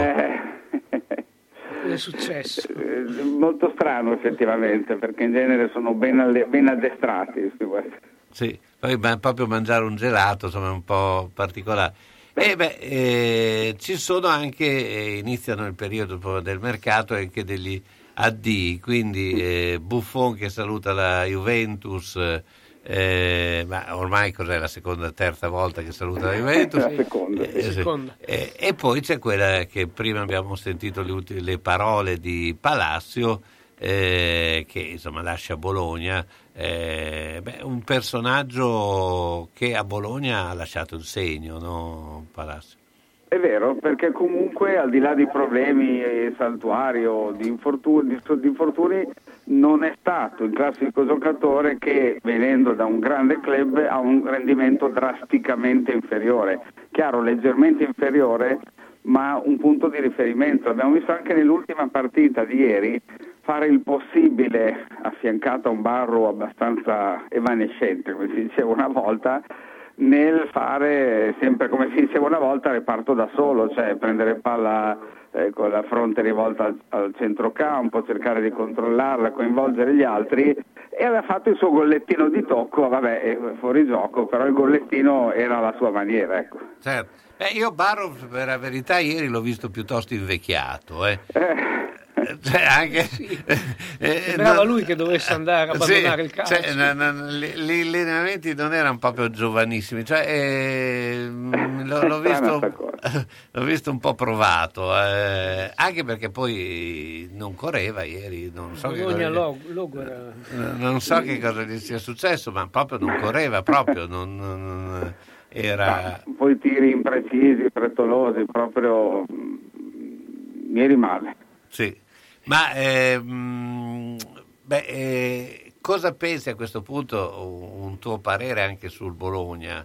S7: È successo?
S18: Molto strano effettivamente, perché in genere sono ben addestrati.
S3: Sì, poi proprio mangiare un gelato, insomma, è un po' particolare. Ci sono anche, iniziano il periodo del mercato anche degli addii, quindi Buffon che saluta la Juventus, ma ormai cos'è la seconda, terza volta che saluta la Juventus?
S18: La seconda.
S3: E poi c'è quella che prima abbiamo sentito le parole di Palacio, che insomma lascia Bologna, un personaggio che a Bologna ha lasciato il segno, no, Palacio?
S18: È vero, perché comunque al di là di problemi saltuari o di infortuni, non è stato il classico giocatore che, venendo da un grande club, ha un rendimento drasticamente inferiore. Chiaro, leggermente inferiore, ma un punto di riferimento. L'abbiamo visto anche nell'ultima partita di ieri, fare il possibile affiancato a un Barrow abbastanza evanescente, come si diceva una volta, nel fare sempre, come si diceva una volta, reparto da solo, cioè prendere palla con la fronte rivolta al centrocampo, cercare di controllarla, coinvolgere gli altri, e aveva fatto il suo gollettino di tocco, fuori gioco, però il gollettino era la sua maniera, ecco.
S3: Certo. Io Barrow, per la verità, ieri l'ho visto piuttosto invecchiato, Cioè, anche
S7: sembrava lui che dovesse andare a abbandonare il calcio.
S3: Gli allenamenti non erano proprio giovanissimi, l'ho visto un po' provato, anche perché poi non correva ieri, non so che cosa gli sia successo, ma proprio non correva proprio, era...
S18: Poi tiri imprecisi, frettolosi, proprio ieri male.
S3: Sì. Ma cosa pensi a questo punto, un tuo parere anche sul Bologna,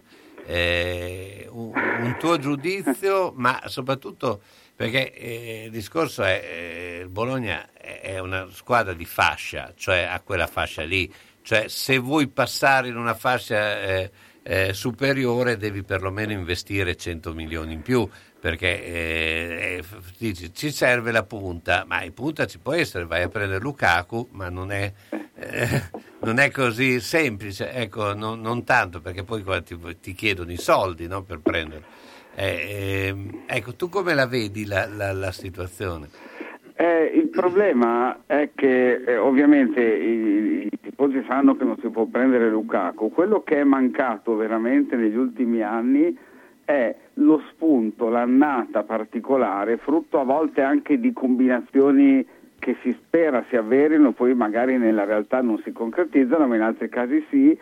S3: un tuo giudizio, ma soprattutto perché il discorso è il Bologna è una squadra di fascia, cioè a quella fascia lì, cioè se vuoi passare in una fascia superiore devi perlomeno investire 100 milioni in più, perché dici, ci serve la punta, ma in punta ci può essere, vai a prendere Lukaku, ma non è così semplice, ecco, non tanto, perché poi ti chiedono i soldi, no, per prenderlo. Ecco, tu come la vedi la situazione?
S18: Il problema è che ovviamente i tifosi sanno che non si può prendere Lukaku. Quello che è mancato veramente negli ultimi anni è lo spunto, l'annata particolare, frutto a volte anche di combinazioni che si spera si avverino, poi magari nella realtà non si concretizzano, ma in altri casi sì.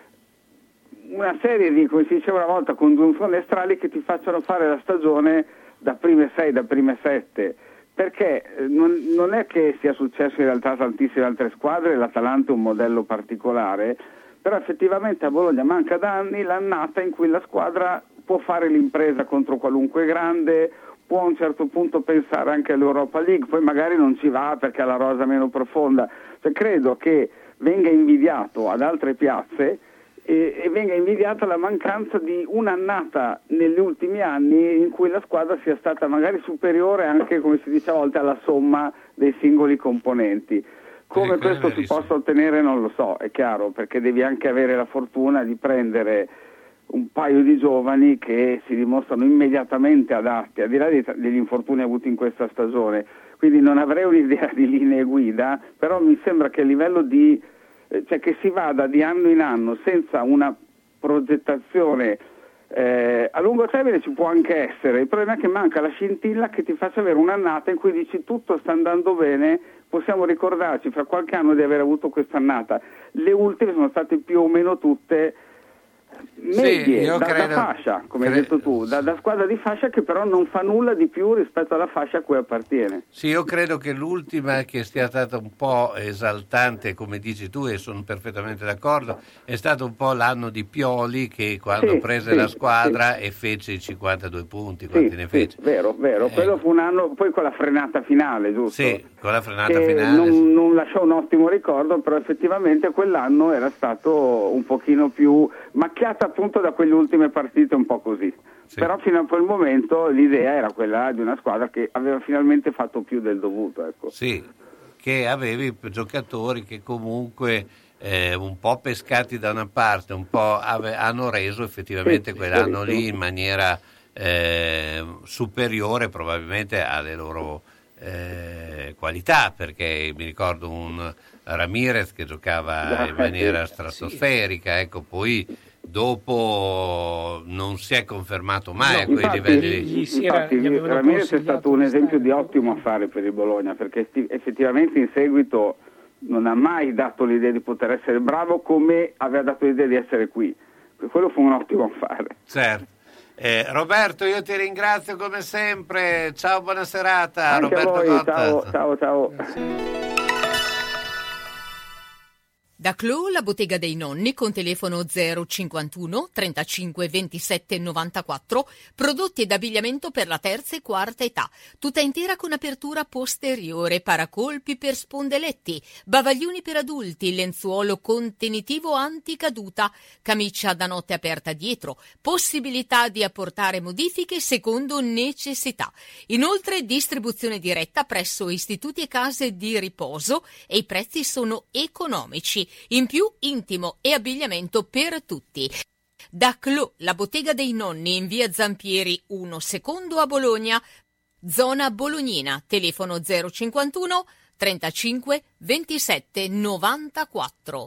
S18: Una serie di, come si diceva una volta, congiunzioni astrali che ti facciano fare la stagione da prime 6, da prime 7. Perché non è che sia successo in realtà a tantissime altre squadre, l'Atalanta è un modello particolare, però effettivamente a Bologna manca da anni l'annata in cui la squadra può fare l'impresa contro qualunque grande, può a un certo punto pensare anche all'Europa League, poi magari non ci va perché ha la rosa meno profonda. Cioè, credo che venga invidiato ad altre piazze e venga invidiata la mancanza di un'annata negli ultimi anni in cui la squadra sia stata magari superiore anche, come si dice a volte, alla somma dei singoli componenti. Come questo si possa ottenere non lo so, è chiaro, perché devi anche avere la fortuna di prendere un paio di giovani che si dimostrano immediatamente adatti, al di là degli infortuni avuti in questa stagione. Quindi non avrei un'idea di linee guida, però mi sembra che a livello di cioè che si vada di anno in anno senza una progettazione a lungo termine ci può anche essere, il problema è che manca la scintilla che ti faccia avere un'annata in cui dici tutto sta andando bene, possiamo ricordarci fra qualche anno di aver avuto questa annata. Le ultime sono state più o meno tutte medie, da fascia, come hai detto tu, da squadra di fascia che però non fa nulla di più rispetto alla fascia a cui appartiene.
S3: Sì, io credo che l'ultima che sia stata un po' esaltante, come dici tu, e sono perfettamente d'accordo, è stato un po' l'anno di Pioli, che quando prese la squadra e fece i 52 punti, quanti ne fece?
S18: Vero, quello fu un anno, poi con la frenata finale, giusto?
S3: Sì, con la frenata finale.
S18: Non lasciò un ottimo ricordo, però effettivamente quell'anno era stato un pochino più macchiata appunto da quelle ultime partite un po' così. Sì. Però fino a quel momento l'idea era quella di una squadra che aveva finalmente fatto più del dovuto, ecco.
S3: Sì, che avevi giocatori che comunque un po' pescati da una parte, un po' hanno reso effettivamente quell'anno lì in maniera superiore probabilmente alle loro qualità, perché mi ricordo un Ramirez che giocava in maniera stratosferica, ecco, poi dopo non si è confermato mai a quei livelli.
S18: Ramirez è stato un esempio di ottimo affare per il Bologna, perché effettivamente in seguito non ha mai dato l'idea di poter essere bravo come aveva dato l'idea di essere qui. Quello fu un ottimo affare.
S3: Certo. Roberto, io ti ringrazio come sempre, ciao, buona serata.
S18: Anche
S3: Roberto
S18: a voi, ciao.
S14: Da Clou, la bottega dei nonni, con telefono 051 35 27 94, prodotti ed abbigliamento per la terza e quarta età, tutta intera con apertura posteriore, paracolpi per spondeletti, bavaglioni per adulti, lenzuolo contenitivo anticaduta, camicia da notte aperta dietro, possibilità di apportare modifiche secondo necessità. Inoltre distribuzione diretta presso istituti e case di riposo e i prezzi sono economici. In più intimo e abbigliamento per tutti. Da Clou, la bottega dei nonni, in via Zampieri 1 secondo a Bologna, zona Bolognina, telefono 051 35 27 94.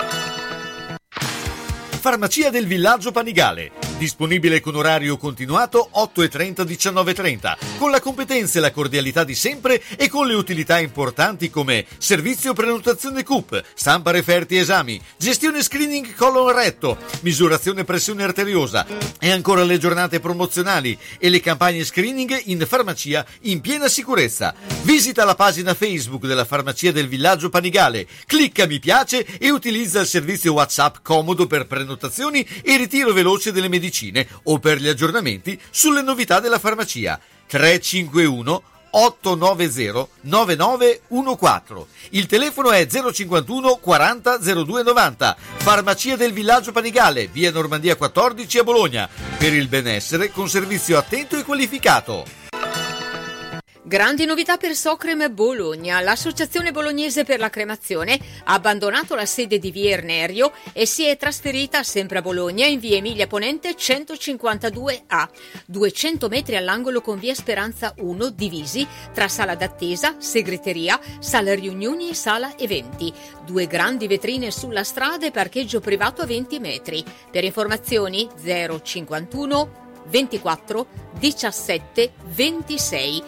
S1: Farmacia del Villaggio Panigale, disponibile con orario continuato 8:30 19:30, con la competenza e la cordialità di sempre e con le utilità importanti come servizio prenotazione CUP, stampa referti e esami, gestione screening colon retto, misurazione pressione arteriosa e ancora le giornate promozionali e le campagne screening in farmacia in piena sicurezza. Visita la pagina Facebook della Farmacia del Villaggio Panigale, clicca mi piace e utilizza il servizio WhatsApp comodo per prenotazioni e ritiro veloce delle medicine o per gli aggiornamenti sulle novità della farmacia. 351 890 9914. Il telefono è 051 40 02 90. Farmacia del Villaggio Panigale, via Normandia 14 a Bologna. Per il benessere con servizio attento e qualificato.
S14: Grandi novità per Socrem Bologna. L'associazione bolognese per la cremazione ha abbandonato la sede di via Ernerio e si è trasferita sempre a Bologna in via Emilia Ponente 152A, 200 metri all'angolo con via Speranza 1, divisi tra sala d'attesa, segreteria, sala riunioni e sala eventi. 2 grandi vetrine sulla strada e parcheggio privato a 20 metri. Per informazioni 051 24 17 26,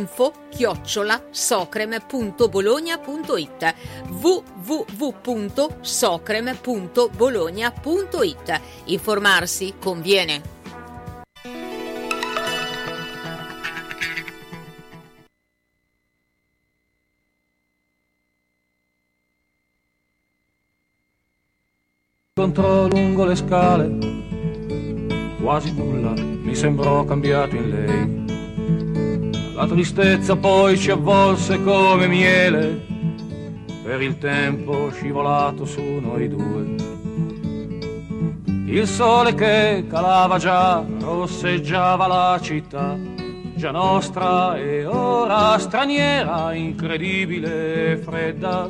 S14: info@socrem.bologna.it, www.socrem.bologna.it. Informarsi conviene.
S19: Incontrò lungo le scale, quasi nulla mi sembrò cambiato in lei. La tristezza poi ci avvolse come miele, per il tempo scivolato su noi due. Il sole che calava già rosseggiava la città, già nostra e ora straniera, incredibile e fredda,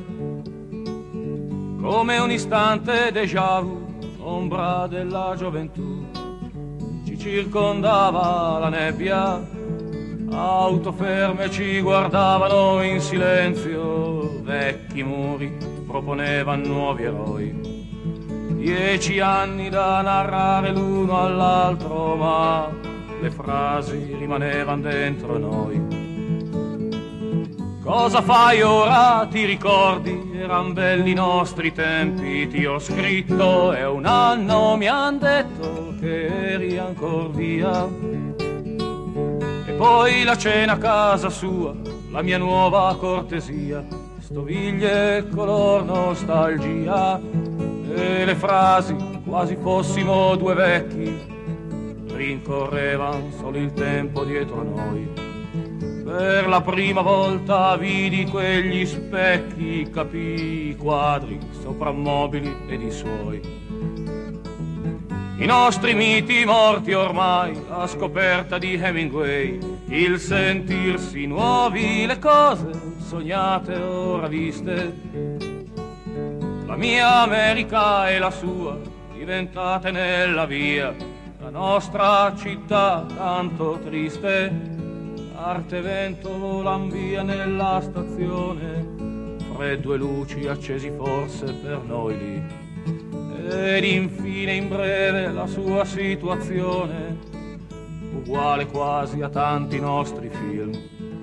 S19: come un istante déjà vu, ombra della gioventù. Ci circondava la nebbia, auto ferme ci guardavano in silenzio, vecchi muri proponevano nuovi eroi. 10 anni da narrare l'uno all'altro, ma le frasi rimanevano dentro noi. Cosa fai ora, ti ricordi? Eran belli i nostri tempi, ti ho scritto e 1 anno mi han detto che eri ancor via. E poi la cena a casa sua, la mia nuova cortesia, stoviglie color nostalgia, e le frasi quasi fossimo 2 vecchi, rincorrevan solo il tempo dietro noi. Per la prima volta vidi quegli specchi, capii i quadri soprammobili ed i suoi. I nostri miti morti ormai, la scoperta di Hemingway, il sentirsi nuovi, le cose sognate ora viste. La mia America e la sua, diventate nella via, la nostra città tanto triste. Arte e vento volan via nella stazione, freddo e luci accesi forse per noi lì. Ed infine in breve la sua situazione, uguale quasi a tanti nostri film.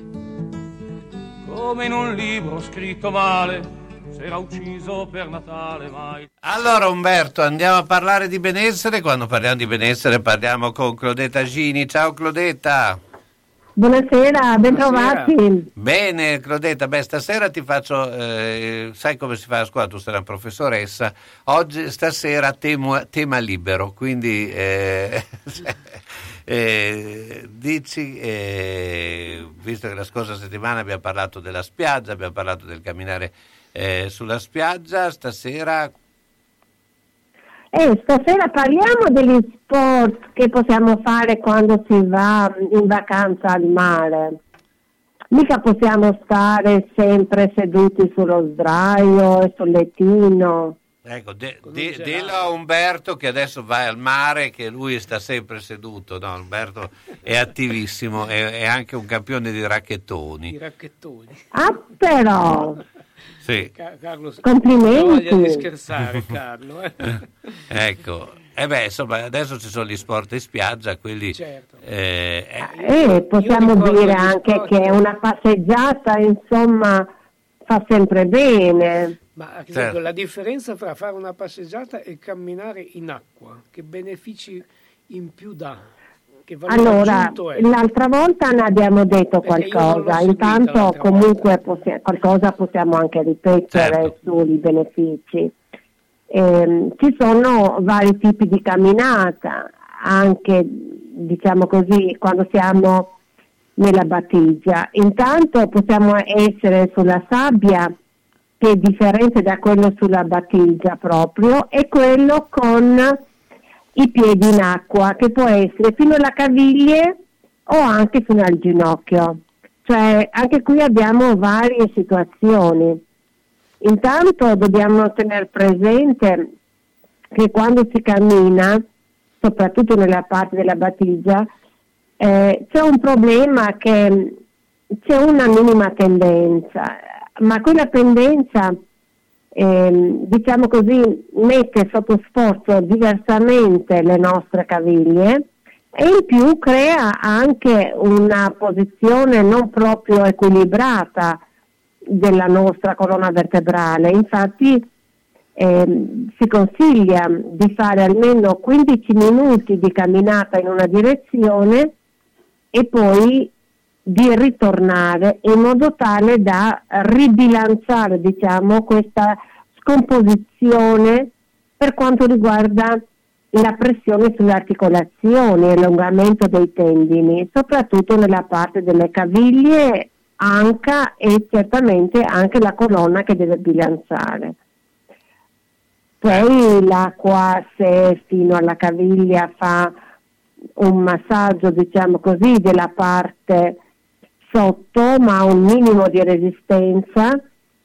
S19: Come in un libro scritto male, s'era ucciso per Natale mai.
S3: Allora Umberto, andiamo a parlare di benessere. Quando parliamo di benessere parliamo con Claudetta Gini. Ciao Claudetta.
S20: Buonasera, bentrovati.
S3: Bene Claudetta, stasera ti faccio, sai come si fa a scuola, tu sei una professoressa, stasera tema libero, quindi dici, visto che la scorsa settimana abbiamo parlato della spiaggia, abbiamo parlato del camminare sulla spiaggia, stasera
S20: parliamo degli sport che possiamo fare quando si va in vacanza al mare. Mica possiamo stare sempre seduti sullo sdraio e sul lettino.
S3: Ecco, dillo a Umberto che adesso vai al mare, che lui sta sempre seduto. No, Umberto è attivissimo, è anche un campione di racchettoni.
S20: Ah, però...
S3: Sì.
S7: Carlo,
S20: complimenti.
S7: Non voglia di scherzare, Carlo.
S3: Ecco, insomma, adesso ci sono gli sport in spiaggia, quelli.
S7: Certo.
S20: Possiamo dire anche che una passeggiata, insomma, fa sempre bene.
S7: Ma ad esempio, la differenza fra fare una passeggiata e camminare in acqua, che benefici in più dà?
S20: Allora, l'altra volta ne abbiamo detto qualcosa, intanto comunque qualcosa possiamo anche ripetere sui benefici. Ci sono vari tipi di camminata, anche diciamo così quando siamo nella battigia. Intanto possiamo essere sulla sabbia, che è differente da quello sulla battigia proprio, e quello con i piedi in acqua, che può essere fino alla caviglie o anche fino al ginocchio. Cioè, anche qui abbiamo varie situazioni. Intanto dobbiamo tenere presente che quando si cammina, soprattutto nella parte della Batigia, c'è un problema che c'è una minima tendenza, ma quella tendenza, diciamo così, mette sotto sforzo diversamente le nostre caviglie e in più crea anche una posizione non proprio equilibrata della nostra colonna vertebrale. Infatti si consiglia di fare almeno 15 minuti di camminata in una direzione e poi di ritornare in modo tale da ribilanciare, diciamo, questa scomposizione per quanto riguarda la pressione sulle articolazioni, l'allungamento dei tendini, soprattutto nella parte delle caviglie, anca e certamente anche la colonna che deve bilanciare. Poi l'acqua, se fino alla caviglia fa un massaggio, diciamo così, della parte sotto, ma un minimo di resistenza,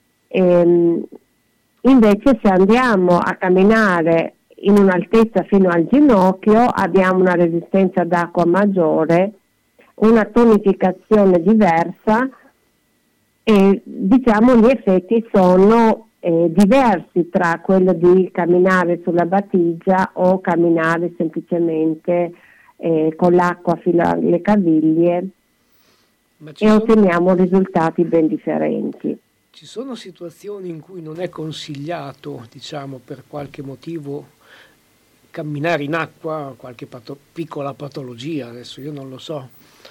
S20: invece se andiamo a camminare in un'altezza fino al ginocchio abbiamo una resistenza d'acqua maggiore, una tonificazione diversa e diciamo gli effetti sono diversi tra quello di camminare sulla Batigia o camminare semplicemente con l'acqua fino alle caviglie e otteniamo risultati ben differenti.
S7: Ci sono situazioni in cui non è consigliato, diciamo, per qualche motivo camminare in acqua, qualche piccola patologia, adesso io non lo so.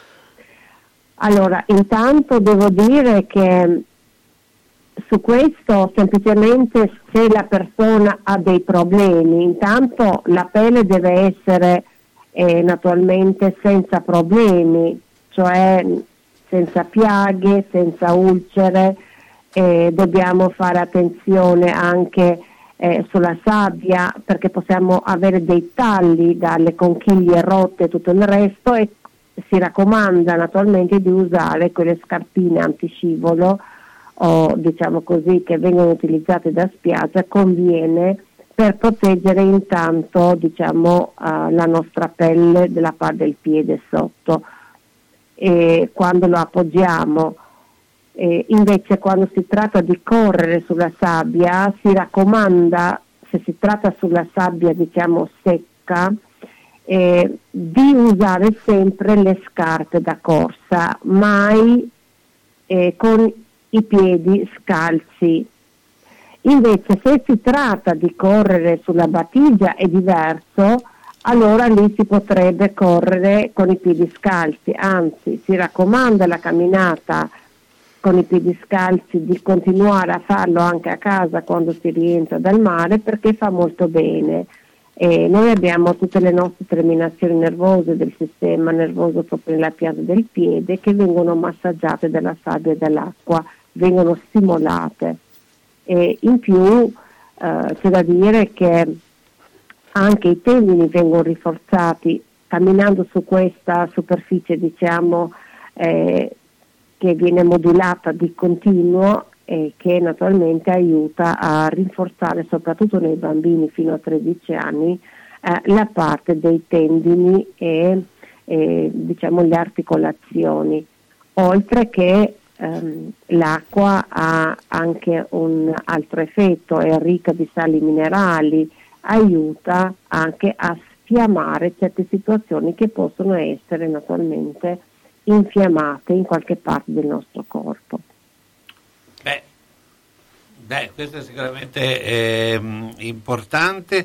S20: Allora, intanto devo dire che su questo semplicemente se la persona ha dei problemi, intanto la pelle deve essere naturalmente senza problemi, cioè senza piaghe, senza ulcere, dobbiamo fare attenzione anche sulla sabbia perché possiamo avere dei talli dalle conchiglie rotte e tutto il resto e si raccomanda naturalmente di usare quelle scarpine antiscivolo o diciamo così che vengono utilizzate da spiaggia, conviene per proteggere intanto diciamo la nostra pelle della parte del piede sotto e quando lo appoggiamo. Invece quando si tratta di correre sulla sabbia si raccomanda, se si tratta sulla sabbia diciamo secca, di usare sempre le scarpe da corsa, mai con i piedi scalzi. Invece se si tratta di correre sulla Batigia è diverso, allora lì si potrebbe correre con i piedi scalzi, anzi si raccomanda la camminata con i piedi scalzi di continuare a farlo anche a casa quando si rientra dal mare perché fa molto bene. Noi abbiamo tutte le nostre terminazioni nervose del sistema nervoso proprio nella pianta del piede che vengono massaggiate dalla sabbia e dall'acqua, vengono stimolate e in più c'è da dire che anche i tendini vengono rinforzati camminando su questa superficie diciamo che viene modulata di continuo e che naturalmente aiuta a rinforzare soprattutto nei bambini fino a 13 anni la parte dei tendini e diciamo le articolazioni, oltre che l'acqua ha anche un altro effetto, è ricca di sali minerali, aiuta anche a sfiammare certe situazioni che possono essere naturalmente infiammate in qualche parte del nostro corpo.
S3: Questo è sicuramente importante.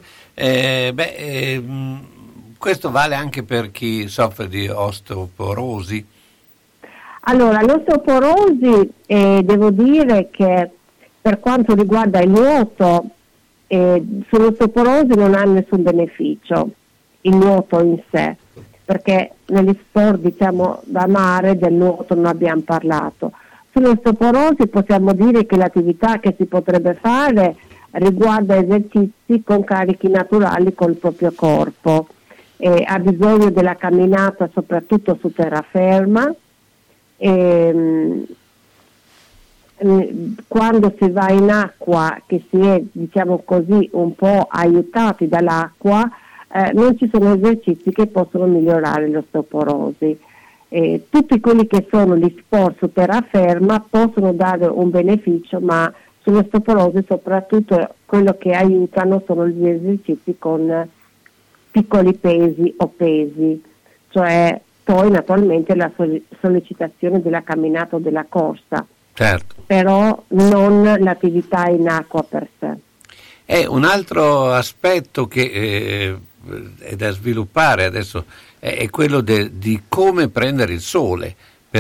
S3: Questo vale anche per chi soffre di osteoporosi.
S20: Allora, l'osteoporosi devo dire che per quanto riguarda il nuoto, sull'osteoporosi non ha nessun beneficio il nuoto in sé, perché negli sport diciamo da mare del nuoto non abbiamo parlato. Sull'osteoporosi possiamo dire che l'attività che si potrebbe fare riguarda esercizi con carichi naturali col proprio corpo, ha bisogno della camminata soprattutto su terraferma quando si va in acqua, che si è, diciamo così, un po' aiutati dall'acqua, non ci sono esercizi che possono migliorare l'osteoporosi. Tutti quelli che sono gli sport su terraferma possono dare un beneficio, ma sull'osteoporosi soprattutto quello che aiutano sono gli esercizi con piccoli pesi o pesi, cioè poi naturalmente la sollecitazione della camminata o della corsa,
S3: certo,
S20: però non l'attività in acqua per sé.
S3: È un altro aspetto che è da sviluppare adesso, è quello di come prendere il sole,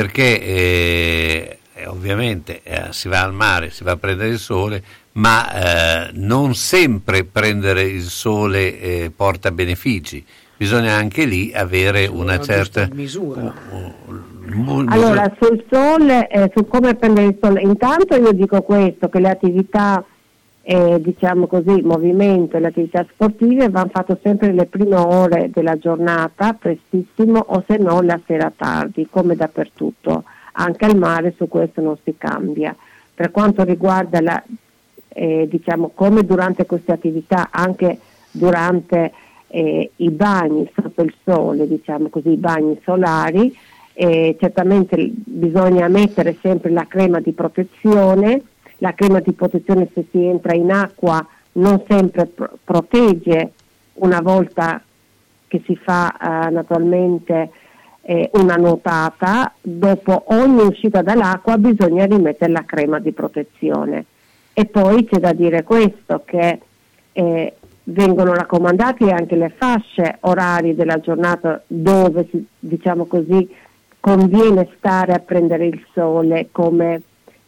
S3: perché ovviamente si va al mare, si va a prendere il sole, ma non sempre prendere il sole porta benefici, bisogna anche lì avere una certa
S7: misura.
S20: Allora, sul sole, su come prendere il sole, intanto io dico questo, che le attività diciamo così, movimento e le attività sportive vanno fatte sempre nelle prime ore della giornata, prestissimo, o se no la sera tardi, come dappertutto. Anche al mare su questo non si cambia. Per quanto riguarda diciamo come durante queste attività, anche durante i bagni sotto il sole, diciamo così, i bagni solari, certamente bisogna mettere sempre la crema di protezione. La crema di protezione, se si entra in acqua, non sempre protegge una volta che si fa naturalmente una nuotata. Dopo ogni uscita dall'acqua bisogna rimettere la crema di protezione. E poi c'è da dire questo, che vengono raccomandate anche le fasce orarie della giornata dove diciamo così, conviene stare a prendere il sole, come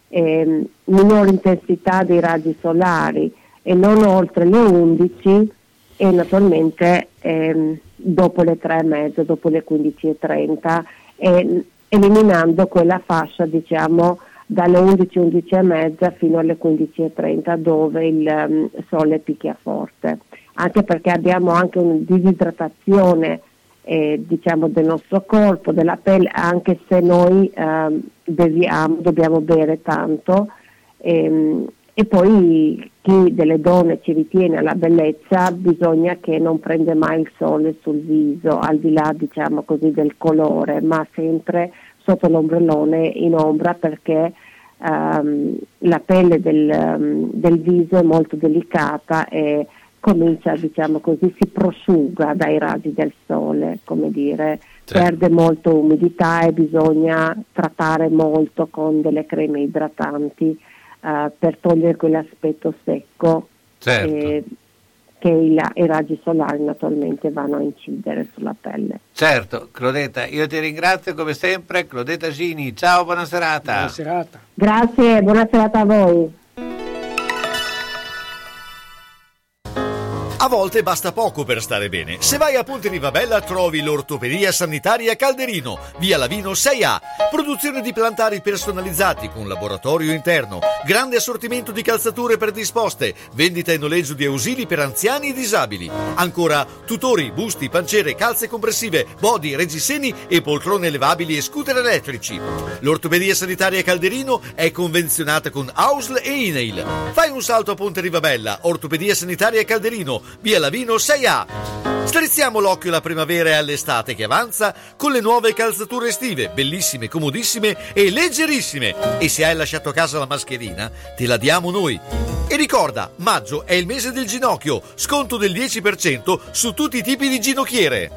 S20: minore intensità dei raggi solari e non oltre le 11 e naturalmente dopo le 3:30, dopo le 15:30, eliminando quella fascia, diciamo, dalle 11:30 fino alle 15:30 dove il sole picchia forte, anche perché abbiamo anche una disidratazione diciamo del nostro corpo, della pelle, anche se noi dobbiamo bere tanto, e poi chi delle donne ci ritiene alla bellezza bisogna che non prende mai il sole sul viso, al di là, diciamo così, del colore, ma sempre sotto l'ombrellone in ombra, perché la pelle del viso è molto delicata e comincia, diciamo così, si prosciuga dai raggi del sole, come dire, perde molto umidità e bisogna trattare molto con delle creme idratanti per togliere quell'aspetto secco che i raggi solari naturalmente vanno a incidere sulla pelle.
S3: Certo, Claudetta, io ti ringrazio come sempre. Claudetta Gini, ciao, buona serata.
S7: Buona serata.
S20: Grazie, buona serata a voi.
S1: A volte basta poco per stare bene. Se vai a Ponte Rivabella trovi l'Ortopedia Sanitaria Calderino, via Lavino 6A. Produzione di plantari personalizzati con laboratorio interno, grande assortimento di calzature predisposte, vendita e noleggio di ausili per anziani e disabili. Ancora tutori, busti, panciere, calze compressive, body, reggiseni e poltrone elevabili e scooter elettrici. L'Ortopedia Sanitaria Calderino è convenzionata con AUSL e INAIL. Fai un salto a Ponte Rivabella, Ortopedia Sanitaria Calderino, via Lavino 6A. Strizziamo l'occhio alla primavera e all'estate che avanza con le nuove calzature estive, bellissime, comodissime e leggerissime. E se hai lasciato a casa la mascherina, te la diamo noi. E ricorda, maggio è il mese del ginocchio, sconto del 10% su tutti i tipi di ginocchiere.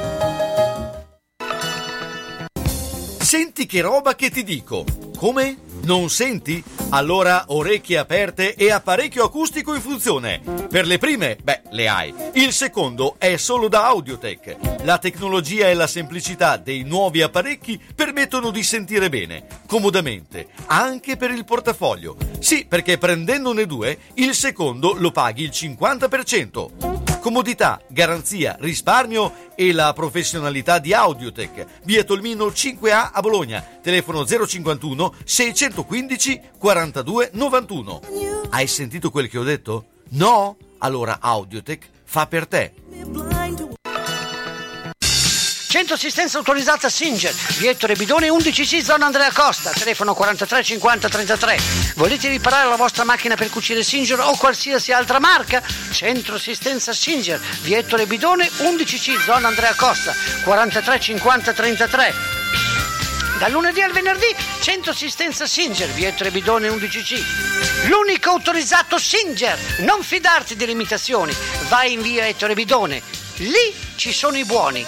S1: Senti che roba che ti dico. Come? Non senti? Allora orecchie aperte e apparecchio acustico in funzione. Per le prime, le hai. Il secondo è solo da Audiotech. La tecnologia e la semplicità dei nuovi apparecchi permettono di sentire bene, comodamente, anche per il portafoglio. Sì, perché prendendone due, il secondo lo paghi il 50%. Comodità, garanzia, risparmio e la professionalità di Audiotech. Via Tolmino 5A a Bologna. Telefono 051 615 42 91. Hai sentito quel che ho detto? No? Allora Audiotech fa per te.
S11: Centro assistenza autorizzata Singer, via Ettore Bidone 11C, zona Andrea Costa, telefono 43 50 33. Volete riparare la vostra macchina per cucire Singer o qualsiasi altra marca? Centro assistenza Singer, via Ettore Bidone 11C, zona Andrea Costa, 43 50 33. Dal lunedì al venerdì, centro assistenza Singer, via Ettore Bidone 11C. L'unico autorizzato Singer. Non fidarti delle imitazioni. Vai in via Ettore Bidone. Lì ci sono i buoni.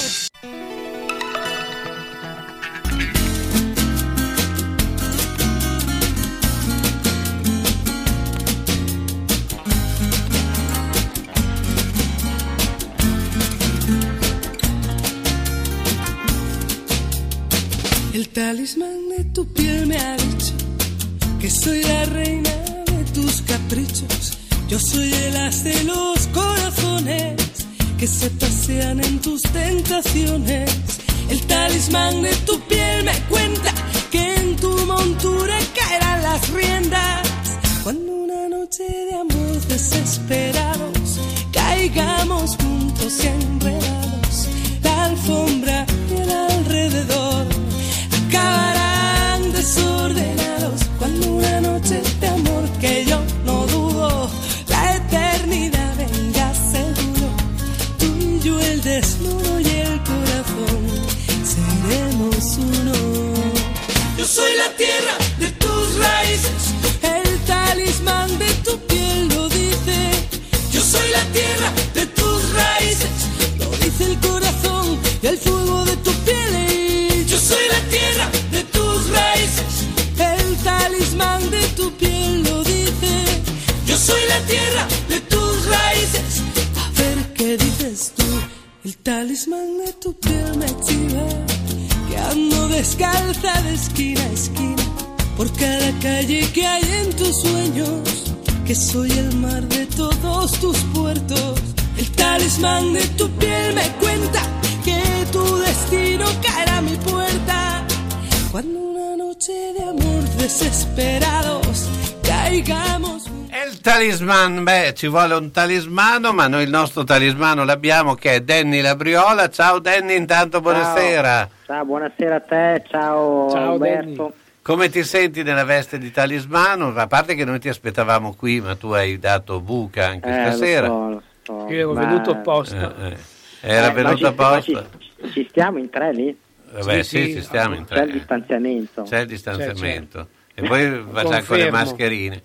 S21: El talismán de tu piel me ha dicho que soy la reina de tus caprichos. Yo soy el as de los corazones que se pasean en tus tentaciones. El talismán de tu piel me cuenta que en tu montura caerán las riendas. Cuando una noche de amor desesperados caigamos juntos y enredados, la alfombra y el alrededor acabarán desordenados. Cuando una noche de amor que yo no dudo, la eternidad venga seguro, tú y yo el desnudo y el corazón seremos uno. Yo soy la tierra de tus raíces, el talismán de tu piel lo dice. Yo soy la tierra de tus raíces, lo dice el corazón y el fuego de tu piel. Yo soy la tierra de tus raíces, el talismán de tu piel lo dice. Yo soy la tierra de tus raíces. A ver qué dices tú. El talismán de tu piel me chiva, que ando descalza de esquina a esquina por cada calle que hay en tus sueños, que soy el mar de todos tus puertos. El talismán de tu piel me cuenta que tu destino caerá a mi puerta. Quando una noche de amor desesperados caigamos.
S3: Il talisman, ci vuole un talismano, ma noi il nostro talismano l'abbiamo, che è Danny Labriola. Ciao Danny, intanto buonasera.
S22: Ciao, buonasera a te, ciao Alberto.
S3: Danny. Come ti senti nella veste di talismano? A parte che noi ti aspettavamo qui, ma tu hai dato buca anche stasera.
S22: Lo so.
S7: Io ero venuto apposta.
S3: Era venuto apposta.
S22: Ci stiamo in tre lì?
S3: Sì, ci stiamo in tre.
S22: C'è il distanziamento.
S3: C'è il distanziamento. E poi facciamo con le mascherine.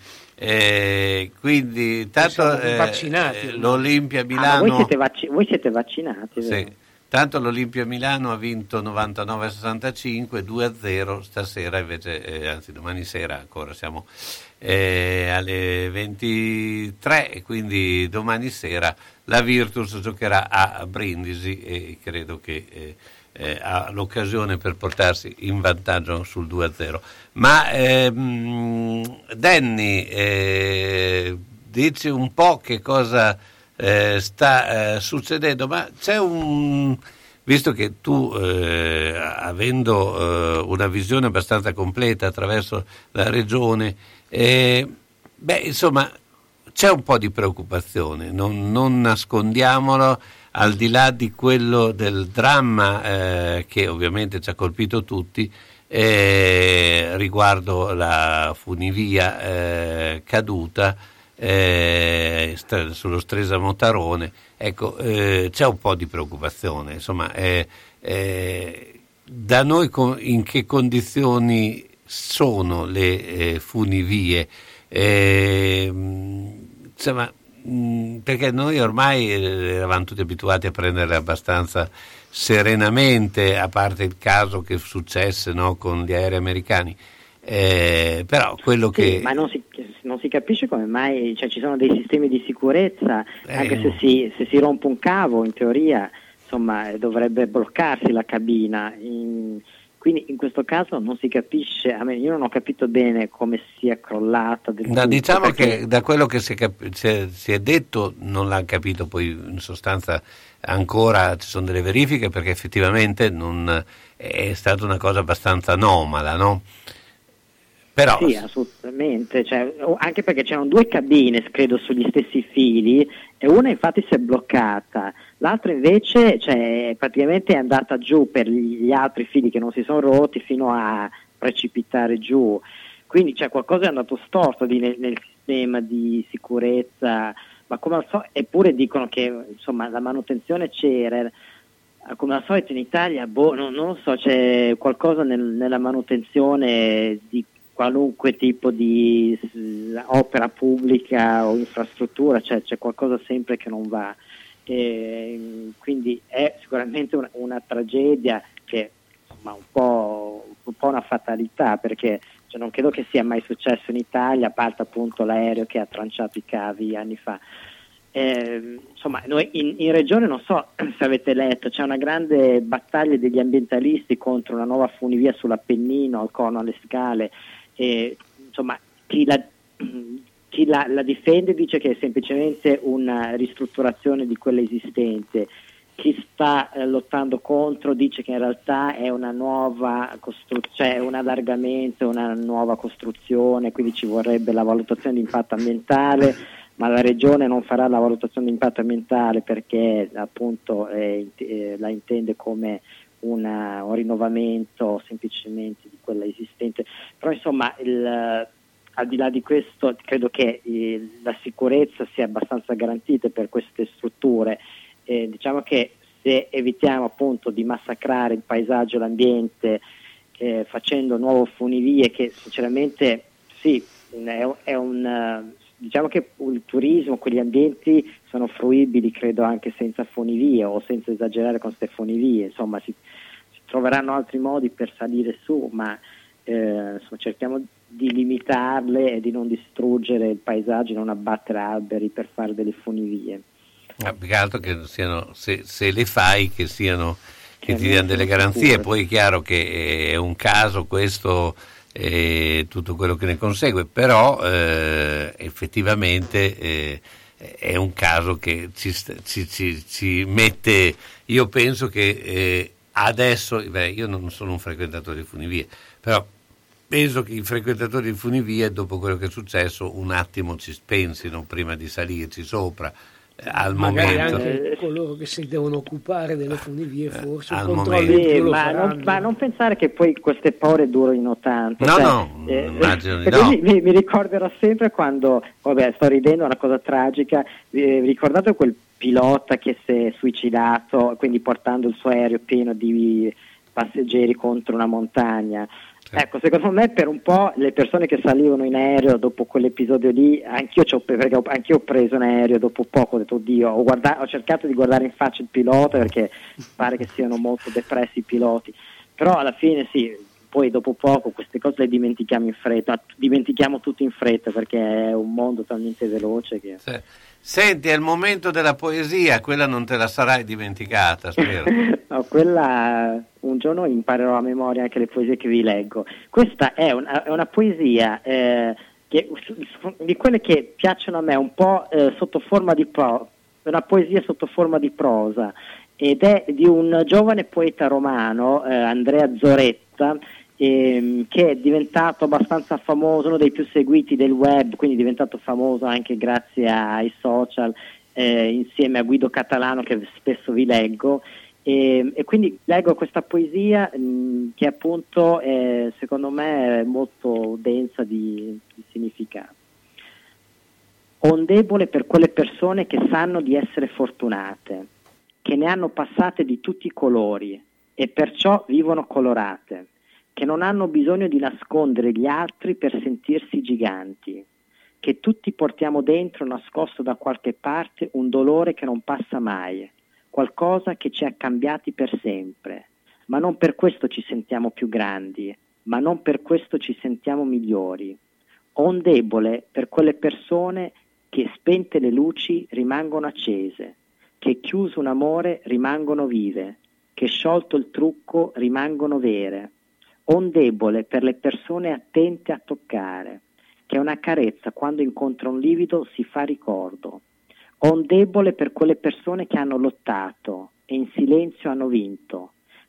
S3: Quindi tanto
S7: vaccinati.
S3: l'Olimpia Milano.
S22: Voi siete vaccinati, vero?
S3: Sì. Tanto l'Olimpia Milano ha vinto 99-65, 2-0 stasera, invece, anzi domani sera ancora siamo alle 23, e quindi domani sera la Virtus giocherà a Brindisi e credo che ha l'occasione per portarsi in vantaggio sul 2-0. Ma Danny, dici un po' che cosa sta succedendo, ma c'è visto che tu avendo una visione abbastanza completa attraverso la regione, insomma c'è un po' di preoccupazione, non nascondiamolo, al di là di quello del dramma che ovviamente ci ha colpito tutti riguardo la funivia caduta sullo Stresa Motarone. Ecco, c'è un po' di preoccupazione, insomma, da noi in che condizioni sono le funivie, insomma, perché noi ormai eravamo tutti abituati a prenderle abbastanza serenamente, a parte il caso che successe, no, con gli aerei americani, però quello che...
S22: Ma non si capisce come mai, cioè, ci sono dei sistemi di sicurezza, anche se si rompe un cavo, in teoria, insomma, dovrebbe bloccarsi la cabina. Quindi in questo caso non si capisce, io non ho capito bene come sia crollata.
S3: Diciamo perché... che da quello che si è detto non l'hanno capito, poi in sostanza ancora ci sono delle verifiche, perché effettivamente non è stata una cosa abbastanza anomala, no? Però
S22: sì, assolutamente, cioè, anche perché c'erano 2 cabine, credo, sugli stessi fili, e una infatti si è bloccata, l'altra invece, cioè, praticamente è andata giù per gli altri fili che non si sono rotti fino a precipitare giù. Quindi qualcosa è andato storto nel sistema di sicurezza, ma come al solito, eppure dicono che insomma la manutenzione c'era. Come al solito in Italia, non lo so, c'è qualcosa nella manutenzione di qualunque tipo di opera pubblica o infrastruttura, c'è qualcosa sempre che non va. Quindi è sicuramente una tragedia che insomma un po' una fatalità, perché non credo che sia mai successo in Italia, a parte appunto l'aereo che ha tranciato i cavi anni fa. Insomma, noi in regione, non so se avete letto, c'è una grande battaglia degli ambientalisti contro una nuova funivia sull'Appennino, al Corno alle Scale, insomma chi la difende dice che è semplicemente una ristrutturazione di quella esistente, chi sta lottando contro dice che in realtà è una nuova cioè un allargamento, una nuova costruzione, quindi ci vorrebbe la valutazione di impatto ambientale, ma la regione non farà la valutazione di impatto ambientale perché appunto la intende come un rinnovamento semplicemente di quella esistente. Però insomma al di là di questo credo che la sicurezza sia abbastanza garantita per queste strutture. Diciamo che se evitiamo appunto di massacrare il paesaggio e l'ambiente facendo nuove funivie, che sinceramente sì, è un diciamo che il turismo, quegli ambienti sono fruibili credo anche senza funivie o senza esagerare con queste funivie, insomma si troveranno altri modi per salire su, ma insomma, cerchiamo di limitarle e di non distruggere il paesaggio, non abbattere alberi per fare delle funivie.
S3: Più che altro che siano, se le fai, che siano, che ti diano delle garanzie. Poi è chiaro che è un caso questo, tutto quello che ne consegue, però effettivamente è un caso che ci mette, io penso che adesso, io non sono un frequentatore di funivie, però penso che i frequentatori di funivie, dopo quello che è successo, un attimo ci pensino prima di salirci sopra. Al
S7: magari
S3: momento
S7: anche coloro che si devono occupare delle funivie forse
S3: al
S7: momento.
S22: Ma non pensare che poi queste paure durino tanto.
S3: Immagino di no.
S22: Mi ricorderò sempre quando, sto ridendo, è una cosa tragica, vi ricordate quel pilota che si è suicidato, quindi portando il suo aereo pieno di passeggeri contro una montagna? Ecco, secondo me per un po' le persone che salivano in aereo dopo quell'episodio lì, perché anch'io ho preso un aereo dopo poco, ho detto oddio, ho cercato di guardare in faccia il pilota perché pare che siano molto depressi i piloti, però alla fine sì, poi dopo poco queste cose le dimentichiamo in fretta, dimentichiamo tutto in fretta perché è un mondo talmente veloce che...
S3: Sì. Senti, è il momento della poesia, quella non te la sarai dimenticata, spero.
S22: No, quella un giorno imparerò a memoria anche le poesie che vi leggo. Questa è una poesia di quelle che piacciono a me, un po' sotto forma di una poesia sotto forma di prosa, ed è di un giovane poeta romano, Andrea Zoretta, che è diventato abbastanza famoso, uno dei più seguiti del web, quindi è diventato famoso anche grazie ai social, insieme a Guido Catalano, che spesso vi leggo, e quindi leggo questa poesia che appunto secondo me è molto densa di significato. Ho un debole per quelle persone che sanno di essere fortunate, che ne hanno passate di tutti i colori e perciò vivono colorate, che non hanno bisogno di nascondere gli altri per sentirsi giganti, che tutti portiamo dentro, nascosto da qualche parte, un dolore che non passa mai, qualcosa che ci ha cambiati per sempre, ma non per questo ci sentiamo più grandi, ma non per questo ci sentiamo migliori. Ho un debole per quelle persone che spente le luci rimangono accese, che chiuso un amore rimangono vive, che sciolto il trucco rimangono vere. Ho un debole per le persone attente a toccare, che una carezza quando incontra un livido si fa ricordo. Ho un debole per quelle persone che hanno lottato e in silenzio hanno vinto,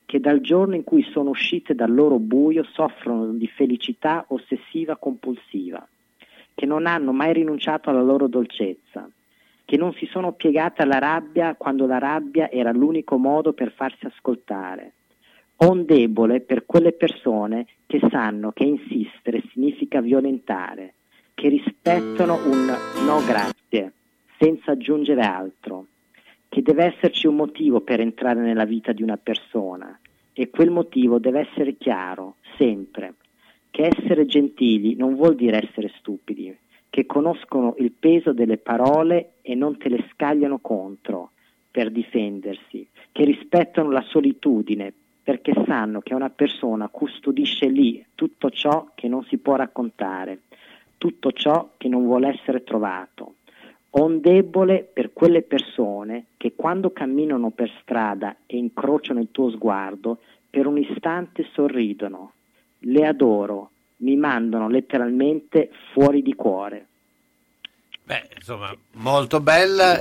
S22: che dal giorno in cui sono uscite dal loro buio soffrono di felicità ossessiva compulsiva, che non hanno mai rinunciato alla loro dolcezza, che non si sono piegate alla rabbia quando la rabbia era l'unico modo per farsi ascoltare. Ho un debole per quelle persone che sanno che insistere significa violentare, che rispettano un no grazie, senza aggiungere altro, che deve esserci un motivo per entrare nella vita di una persona e quel motivo deve essere chiaro, sempre, che essere gentili non vuol dire essere stupidi, che conoscono il peso delle parole e non te le scagliano contro per difendersi, che rispettano la solitudine perché sanno che una persona custodisce lì tutto ciò che non si può raccontare, tutto ciò che non vuole essere trovato. Ho un debole per quelle persone che quando camminano per strada e incrociano il tuo sguardo, per un istante sorridono. Le adoro, mi mandano letteralmente fuori di cuore.
S3: Beh, insomma, molto bella,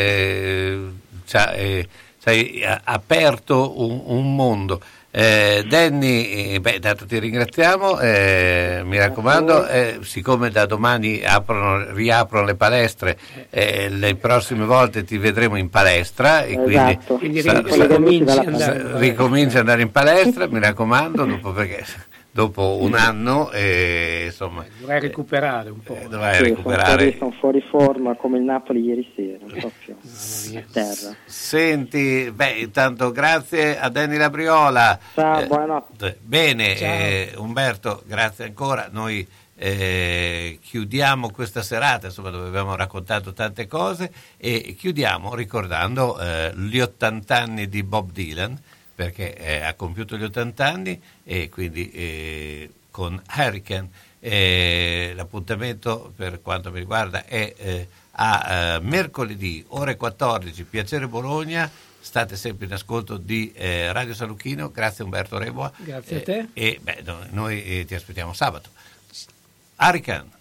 S3: hai aperto un mondo. Danny, tanto ti ringraziamo, mi raccomando, siccome da domani riaprono le palestre, le prossime volte ti vedremo in palestra e quindi ricominci ad andare in palestra, mi raccomando, dopo un anno insomma
S7: dovrai recuperare un po'.
S22: Sono fuori forma come il Napoli ieri sera, proprio a terra.
S3: Senti, intanto grazie a Danny Labriola.
S22: Ciao, buonanotte.
S3: Bene,
S22: Ciao.
S3: Umberto, grazie ancora. Noi chiudiamo questa serata, insomma, dove abbiamo raccontato tante cose, e chiudiamo ricordando gli 80 anni di Bob Dylan, perché ha compiuto gli 80 anni e quindi con Hurricane l'appuntamento per quanto mi riguarda è a mercoledì ore 14, Piacere Bologna. State sempre in ascolto di Radio San Lucchino. Grazie Umberto Reboa.
S7: Grazie a te.
S3: E noi ti aspettiamo sabato. Hurricane.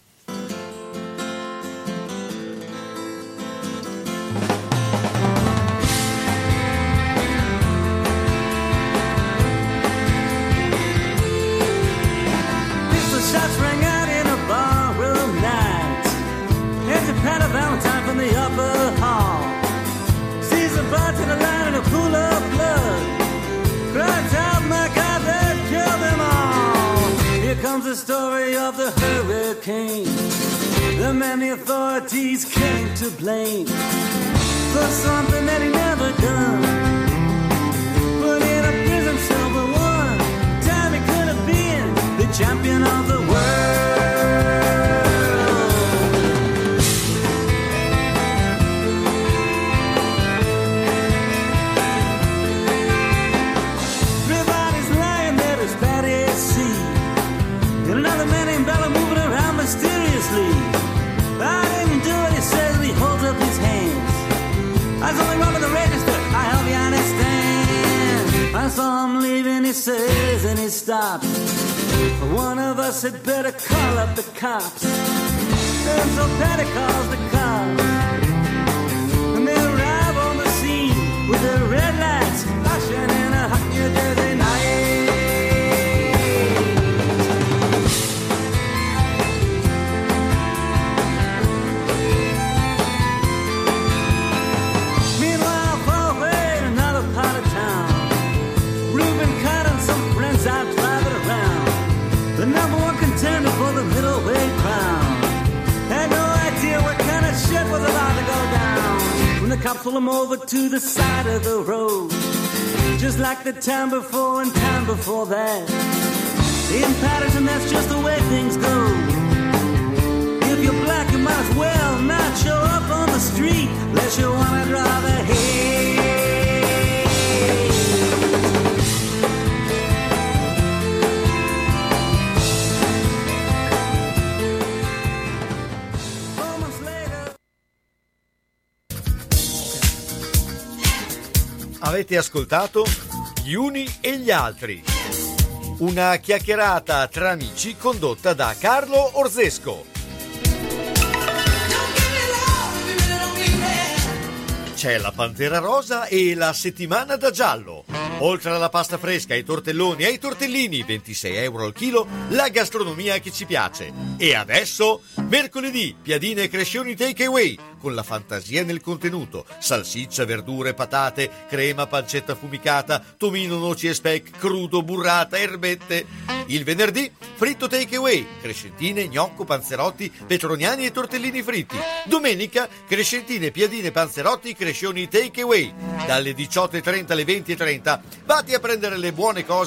S5: Shots rang out in a barroom night. Enter Pat Valentine from the upper hall. Sees a bartender lying in a pool of blood. Cries out, my God, they killed them all. Here comes the story of the hurricane. The man the authorities came to blame for something that he never done. Put in a prison cell for one time he could have been the champion of the world. Three bodies lying there as bad as sea, and another man named Bella moving around mysteriously. I didn't do it, he says, and he holds up his hands. I was only robbing the register, I hope you understand. I saw him leaving, he says, and he stops. One of us had better call up the cops. And so Patty calls the cops, and they arrive on the scene with their red lights flashing in a hot New Jersey night. Meanwhile, far away in another part of town, Reuben Cott and some friends out driving around. The number one contender for the middleweight crown had no idea what kind of shit was about to go down. When the cops pull him over to the side of the road, just like the time before and time before that. In Patterson, that's just the way things go. If you're black, you might as well not show up on the street unless you wanna drive ahead.
S1: Avete ascoltato Gli Uni e gli Altri, una chiacchierata tra amici condotta da Carlo Orzesco. C'è la Pantera Rosa e la Settimana da Giallo. Oltre alla pasta fresca, ai tortelloni e ai tortellini, 26 euro al chilo, la gastronomia che ci piace. E adesso, mercoledì, piadine e crescioni takeaway, con la fantasia nel contenuto, salsiccia, verdure, patate, crema, pancetta affumicata, tomino, noci e speck, crudo, burrata, erbette. Il venerdì, fritto takeaway, crescentine, gnocco, panzerotti, petroniani e tortellini fritti. Domenica, crescentine, piadine, panzerotti, crescioni takeaway. Dalle 18.30 alle 20.30, vatti a prendere le buone cose